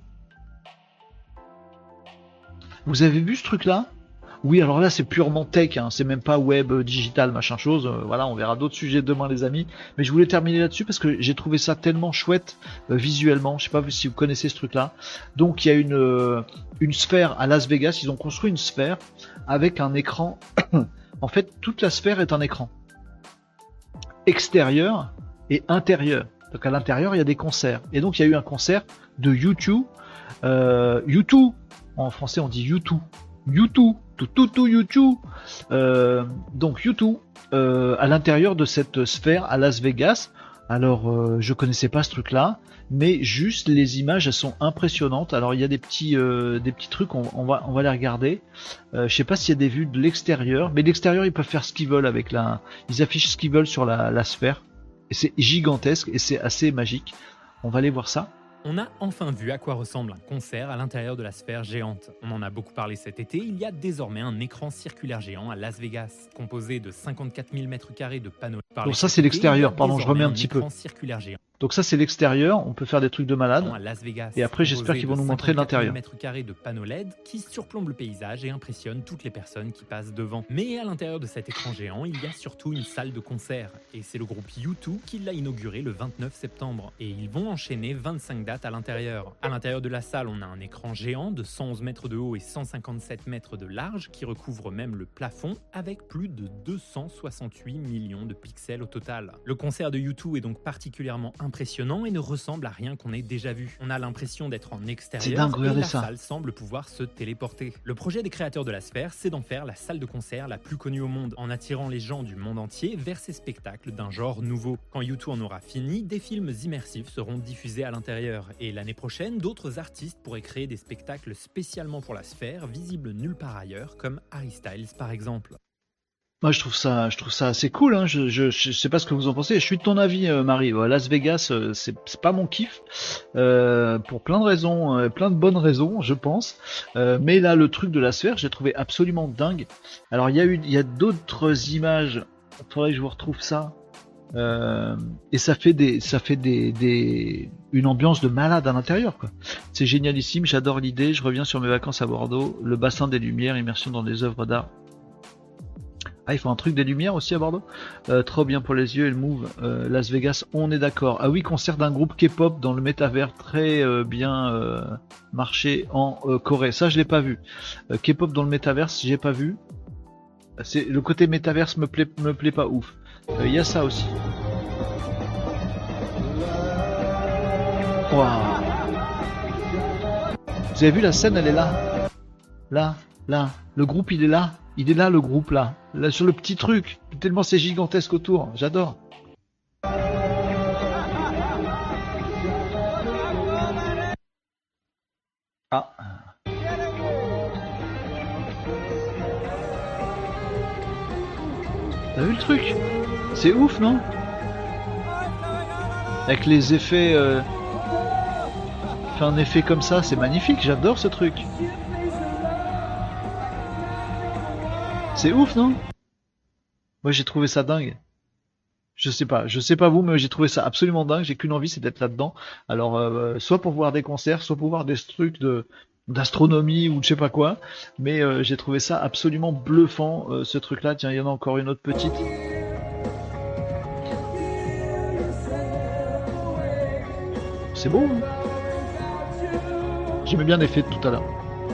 Vous avez vu ce truc-là? Oui, alors là, c'est purement tech, hein, c'est même pas web, euh, digital, machin chose. Euh, voilà, on verra d'autres sujets demain, les amis. Mais je voulais terminer là-dessus parce que j'ai trouvé ça tellement chouette euh, visuellement. Je sais pas si vous connaissez ce truc-là. Donc, il y a une, euh, une sphère à Las Vegas. Ils ont construit une sphère avec un écran. En fait, toute la sphère est un écran extérieur et intérieur. Donc, à l'intérieur, il y a des concerts. Et donc, il y a eu un concert de U deux. Euh, U deux, en français, on dit U deux. U deux. Tout, tout, tout, U deux. Euh, donc U deux euh, à l'intérieur de cette sphère à Las Vegas. Alors euh, je connaissais pas ce truc là, mais juste les images elles sont impressionnantes. Alors il y a des petits euh, des petits trucs, on, on va on va les regarder. Euh, je sais pas s'il y a des vues de l'extérieur, mais de l'extérieur ils peuvent faire ce qu'ils veulent avec la, ils affichent ce qu'ils veulent sur la, la sphère. Et c'est gigantesque et c'est assez magique. On va aller voir ça. On a enfin vu à quoi ressemble un concert à l'intérieur de la sphère géante. On en a beaucoup parlé cet été, il y a désormais un écran circulaire géant à Las Vegas, composé de cinquante-quatre mille mètres carrés de panneaux. Donc ça c'est l'extérieur, pardon, je remets un petit peu. Donc ça c'est l'extérieur, on peut faire des trucs de malade. À Las Vegas, et après j'espère qu'ils vont nous montrer l'intérieur. mètres carrés de panneaux L E D qui surplombent le paysage et impressionnent toutes les personnes qui passent devant. Mais à l'intérieur de cet écran géant, il y a surtout une salle de concert. Et c'est le groupe U deux qui l'a inauguré le vingt-neuf septembre. Et ils vont enchaîner vingt-cinq dates à l'intérieur. À l'intérieur de la salle, on a un écran géant de cent onze mètres de haut et cent cinquante-sept mètres de large qui recouvre même le plafond avec plus de deux cent soixante-huit millions de pixels au total. Le concert de U deux est donc particulièrement impressionnant et ne ressemble à rien qu'on ait déjà vu. On a l'impression d'être en C'est extérieur dingue, et regardez la ça. salle semble pouvoir se téléporter. Le projet des créateurs de la sphère, c'est d'en faire la salle de concert la plus connue au monde, en attirant les gens du monde entier vers ces spectacles d'un genre nouveau. Quand U deux en aura fini, des films immersifs seront diffusés à l'intérieur. Et l'année prochaine, d'autres artistes pourraient créer des spectacles spécialement pour la sphère, visibles nulle part ailleurs, comme Harry Styles par exemple. Moi, je trouve ça, je trouve ça assez cool. Hein. Je, je, je sais pas ce que vous en pensez. Je suis de ton avis, euh, Marie. Ouais, Las Vegas, euh, c'est c'est pas mon kiff euh, pour plein de raisons, euh, plein de bonnes raisons, je pense. Euh, mais là, le truc de la sphère, j'ai trouvé absolument dingue. Alors, il y a eu, il y a d'autres images. Il faudrait que je vous retrouve ça. Euh, et ça fait des, ça fait des, des, une ambiance de malade à l'intérieur, quoi. C'est génialissime. J'adore l'idée. Je reviens sur mes vacances à Bordeaux. Le bassin des lumières, immersion dans des œuvres d'art. Ah, il faut un truc des lumières aussi à Bordeaux. Euh, trop bien pour les yeux et le move. Euh, Las Vegas, on est d'accord. Ah oui, concert d'un groupe K-pop dans le métavers, très euh, bien euh, marché en euh, Corée. Ça, je l'ai pas vu. Euh, K-pop dans le métavers, j'ai pas vu. C'est le côté métaverse me plaît, me plaît pas ouf. Il euh, y a ça aussi. Waouh. Vous avez vu la scène, elle est là. Là, là. Le groupe, il est là. Il est là, le groupe, là. Là, sur le petit truc. Tellement c'est gigantesque autour. J'adore. Ah. T'as vu le truc? C'est ouf, non? Avec les effets... Euh... Fait un effet comme ça, c'est magnifique. J'adore ce truc. C'est ouf, non? Moi, j'ai trouvé ça dingue. Je sais pas, je sais pas vous, mais j'ai trouvé ça absolument dingue. J'ai qu'une envie, c'est d'être là-dedans. Alors, euh, soit pour voir des concerts, soit pour voir des trucs de d'astronomie ou de je sais pas quoi. Mais euh, j'ai trouvé ça absolument bluffant, euh, ce truc-là. Tiens, il y en a encore une autre petite. C'est beau, hein? J'aimais bien l'effet de tout à l'heure.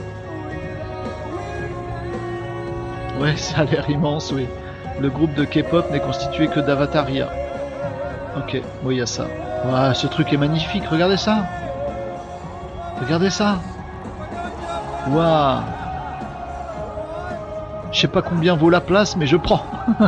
Ouais, ça a l'air immense, oui. Le groupe de K-pop n'est constitué que d'Avataria. Ok, oui, il y a ça. Ouais, ce truc est magnifique, regardez ça. Regardez ça. Waouh. Je sais pas combien vaut la place, mais je prends.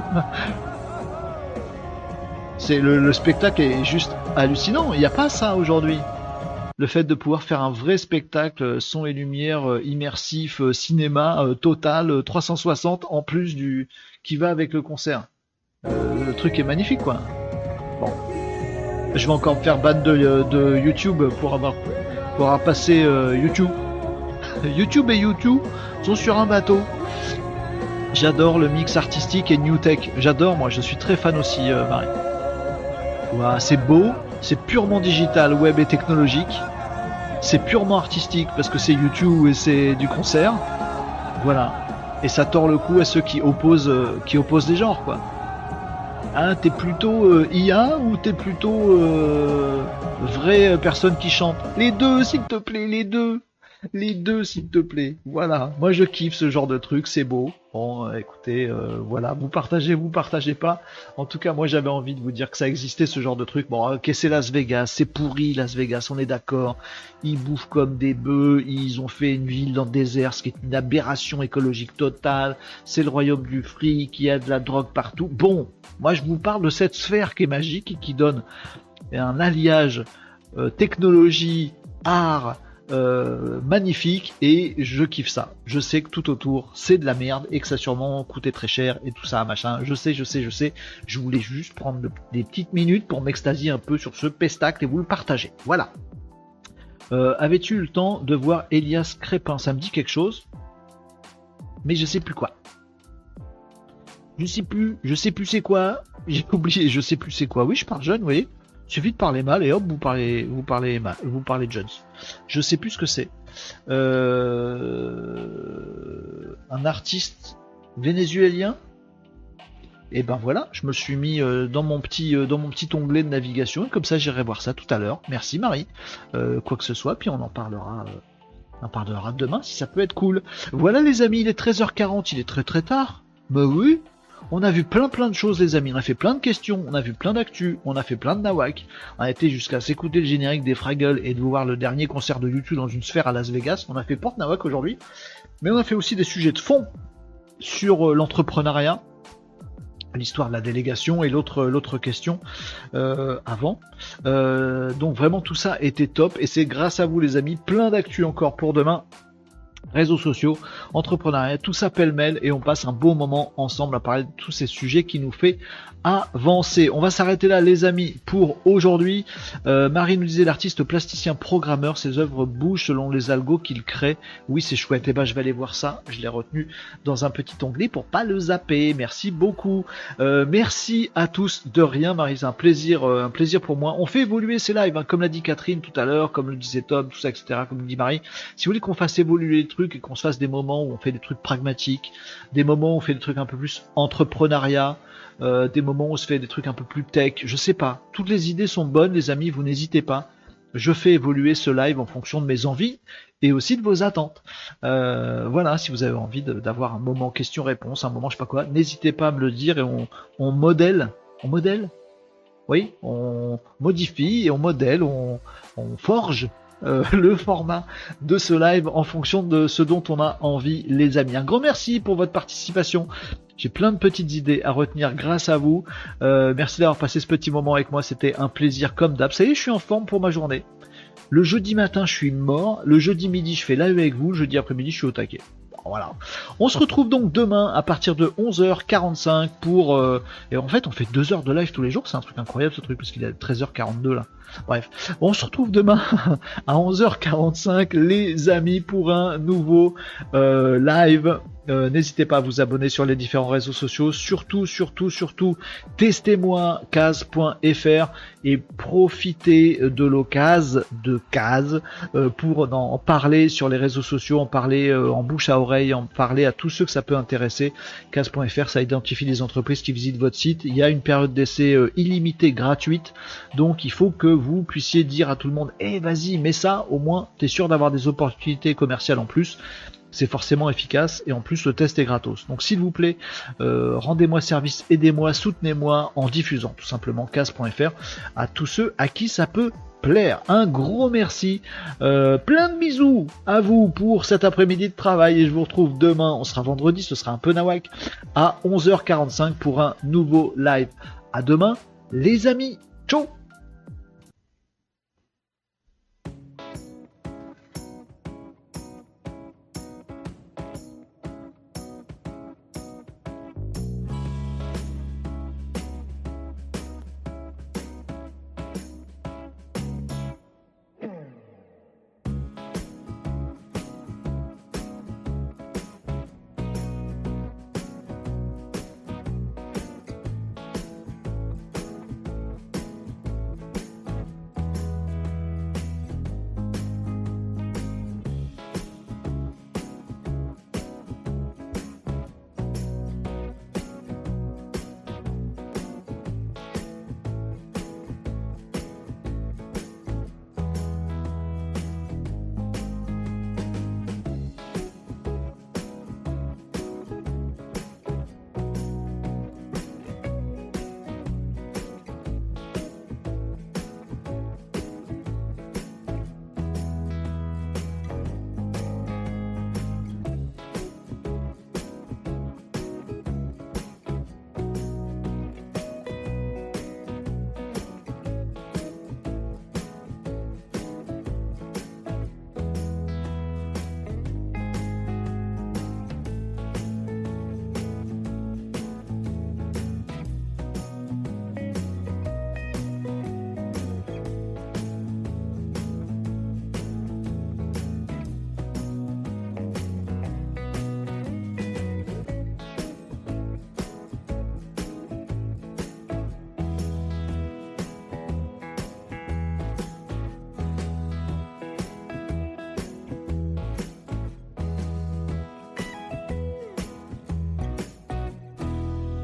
C'est le, le spectacle est juste hallucinant. Il n'y a pas ça aujourd'hui. Le fait de pouvoir faire un vrai spectacle, son et lumière, euh, immersif, euh, cinéma, euh, total, euh, trois cent soixante, en plus du qui va avec le concert. Euh, le truc est magnifique, quoi. Bon. Je vais encore me faire ban de, de YouTube pour avoir, pour avoir passé euh, YouTube. YouTube et YouTube sont sur un bateau. J'adore le mix artistique et New Tech. J'adore, moi, je suis très fan aussi, euh, Marie. Ouah, c'est beau. C'est purement digital, web et technologique. C'est purement artistique parce que c'est YouTube et c'est du concert. Voilà. Et ça tord le cou à ceux qui opposent, euh, qui opposent des genres, quoi. Hein, t'es plutôt euh, I A ou t'es plutôt euh, vraie personne qui chante? Les deux, s'il te plaît, les deux. Les deux, s'il te plaît. Voilà. Moi, je kiffe ce genre de truc. C'est beau. Bon, euh, écoutez, euh, voilà. Vous partagez, vous partagez pas. En tout cas, moi, j'avais envie de vous dire que ça existait, ce genre de truc. Bon, ok, c'est Las Vegas. C'est pourri, Las Vegas. On est d'accord. Ils bouffent comme des bœufs. Ils ont fait une ville dans le désert, ce qui est une aberration écologique totale. C'est le royaume du fric. Il y a de la drogue partout. Bon, moi, je vous parle de cette sphère qui est magique et qui donne un alliage euh, technologie, art, Euh, magnifique, et je kiffe ça. Je sais que tout autour c'est de la merde et que ça a sûrement coûté très cher et tout ça machin. Je sais, je sais, je sais. Je voulais juste prendre de, des petites minutes pour m'extasier un peu sur ce pestacle et vous le partager. Voilà. Euh, avais-tu eu le temps de voir Elias Crépin? Ça me dit quelque chose, mais je sais plus quoi. Je sais plus, je sais plus c'est quoi. J'ai oublié, je sais plus c'est quoi. Oui, je parle jeune, vous voyez. Suffit de parler mal et hop, vous parlez, vous parlez mal, vous parlez Jones. Je sais plus ce que c'est. Euh... Un artiste vénézuélien. Et ben voilà, je me suis mis euh, dans mon petit, euh, dans mon petit onglet de navigation. Et comme ça, j'irai voir ça tout à l'heure. Merci Marie. Euh, quoi que ce soit, puis on en parlera, euh, on en parlera demain si ça peut être cool. Voilà les amis, il est treize heures quarante, il est très très tard. Bah oui. On a vu plein plein de choses les amis, on a fait plein de questions, on a vu plein d'actu, on a fait plein de nawak, on a été jusqu'à s'écouter le générique des Fraggles et de voir le dernier concert de YouTube dans une sphère à Las Vegas. On a fait porte nawak aujourd'hui, mais on a fait aussi des sujets de fond sur euh, l'entrepreneuriat, l'histoire de la délégation et l'autre l'autre question euh, avant. Euh, donc vraiment tout ça était top et c'est grâce à vous les amis, plein d'actu encore pour demain. Réseaux sociaux, entrepreneuriat, tout ça pêle-mêle et on passe un beau moment ensemble à parler de tous ces sujets qui nous fait avancer. On va s'arrêter là les amis pour aujourd'hui. Euh, Marie nous disait l'artiste plasticien programmeur, ses œuvres bougent selon les algos qu'il crée. Oui c'est chouette, et ben je vais aller voir ça, je l'ai retenu dans un petit onglet pour pas le zapper. Merci beaucoup. Euh, merci à tous, de rien Marie, c'est un plaisir, euh, un plaisir pour moi. On fait évoluer ces lives, hein, comme l'a dit Catherine tout à l'heure, comme le disait Tom, tout ça, et cetera. Comme le dit Marie. Si vous voulez qu'on fasse évoluer les trucs et qu'on se fasse des moments où on fait des trucs pragmatiques, des moments où on fait des trucs un peu plus entrepreneuriat, euh, des moments où on se fait des trucs un peu plus tech, je sais pas, toutes les idées sont bonnes les amis, vous n'hésitez pas, je fais évoluer ce live en fonction de mes envies et aussi de vos attentes. Euh, voilà, si vous avez envie de, d'avoir un moment question-réponse, un moment je sais pas quoi, n'hésitez pas à me le dire et on, on modèle, on modèle, oui, on modifie et on modèle, on, on forge Euh, le format de ce live en fonction de ce dont on a envie les amis. Un grand merci pour votre participation, j'ai plein de petites idées à retenir grâce à vous. Euh, merci d'avoir passé ce petit moment avec moi, c'était un plaisir comme d'hab. Ça y est, je suis en forme pour ma journée. Le jeudi matin je suis mort, le jeudi midi je fais live avec vous, le jeudi après-midi je suis au taquet. Voilà. On se retrouve donc demain à partir de onze heures quarante-cinq pour... Euh, et en fait on fait deux heures de live tous les jours, c'est un truc incroyable ce truc parce qu'il est treize heures quarante-deux là. Bref, on se retrouve demain à onze heures quarante-cinq les amis pour un nouveau euh, live. Euh, n'hésitez pas à vous abonner sur les différents réseaux sociaux, surtout, surtout, surtout, testez-moi case point f r et profitez de l'occasion de Case euh, pour en, en parler sur les réseaux sociaux, en parler euh, en bouche à oreille, en parler à tous ceux que ça peut intéresser. case point f r, ça identifie les entreprises qui visitent votre site. Il y a une période d'essai euh, illimitée gratuite, donc il faut que vous puissiez dire à tout le monde « Eh, vas-y, mets ça, au moins, t'es sûr d'avoir des opportunités commerciales en plus. » C'est forcément efficace et en plus le test est gratos. Donc s'il vous plaît, euh, rendez-moi service, aidez-moi, soutenez-moi en diffusant tout simplement case point f r à tous ceux à qui ça peut plaire. Un gros merci, euh, plein de bisous à vous pour cet après-midi de travail et je vous retrouve demain, on sera vendredi, ce sera un peu nawak, à onze heures quarante-cinq pour un nouveau live. À demain les amis, ciao.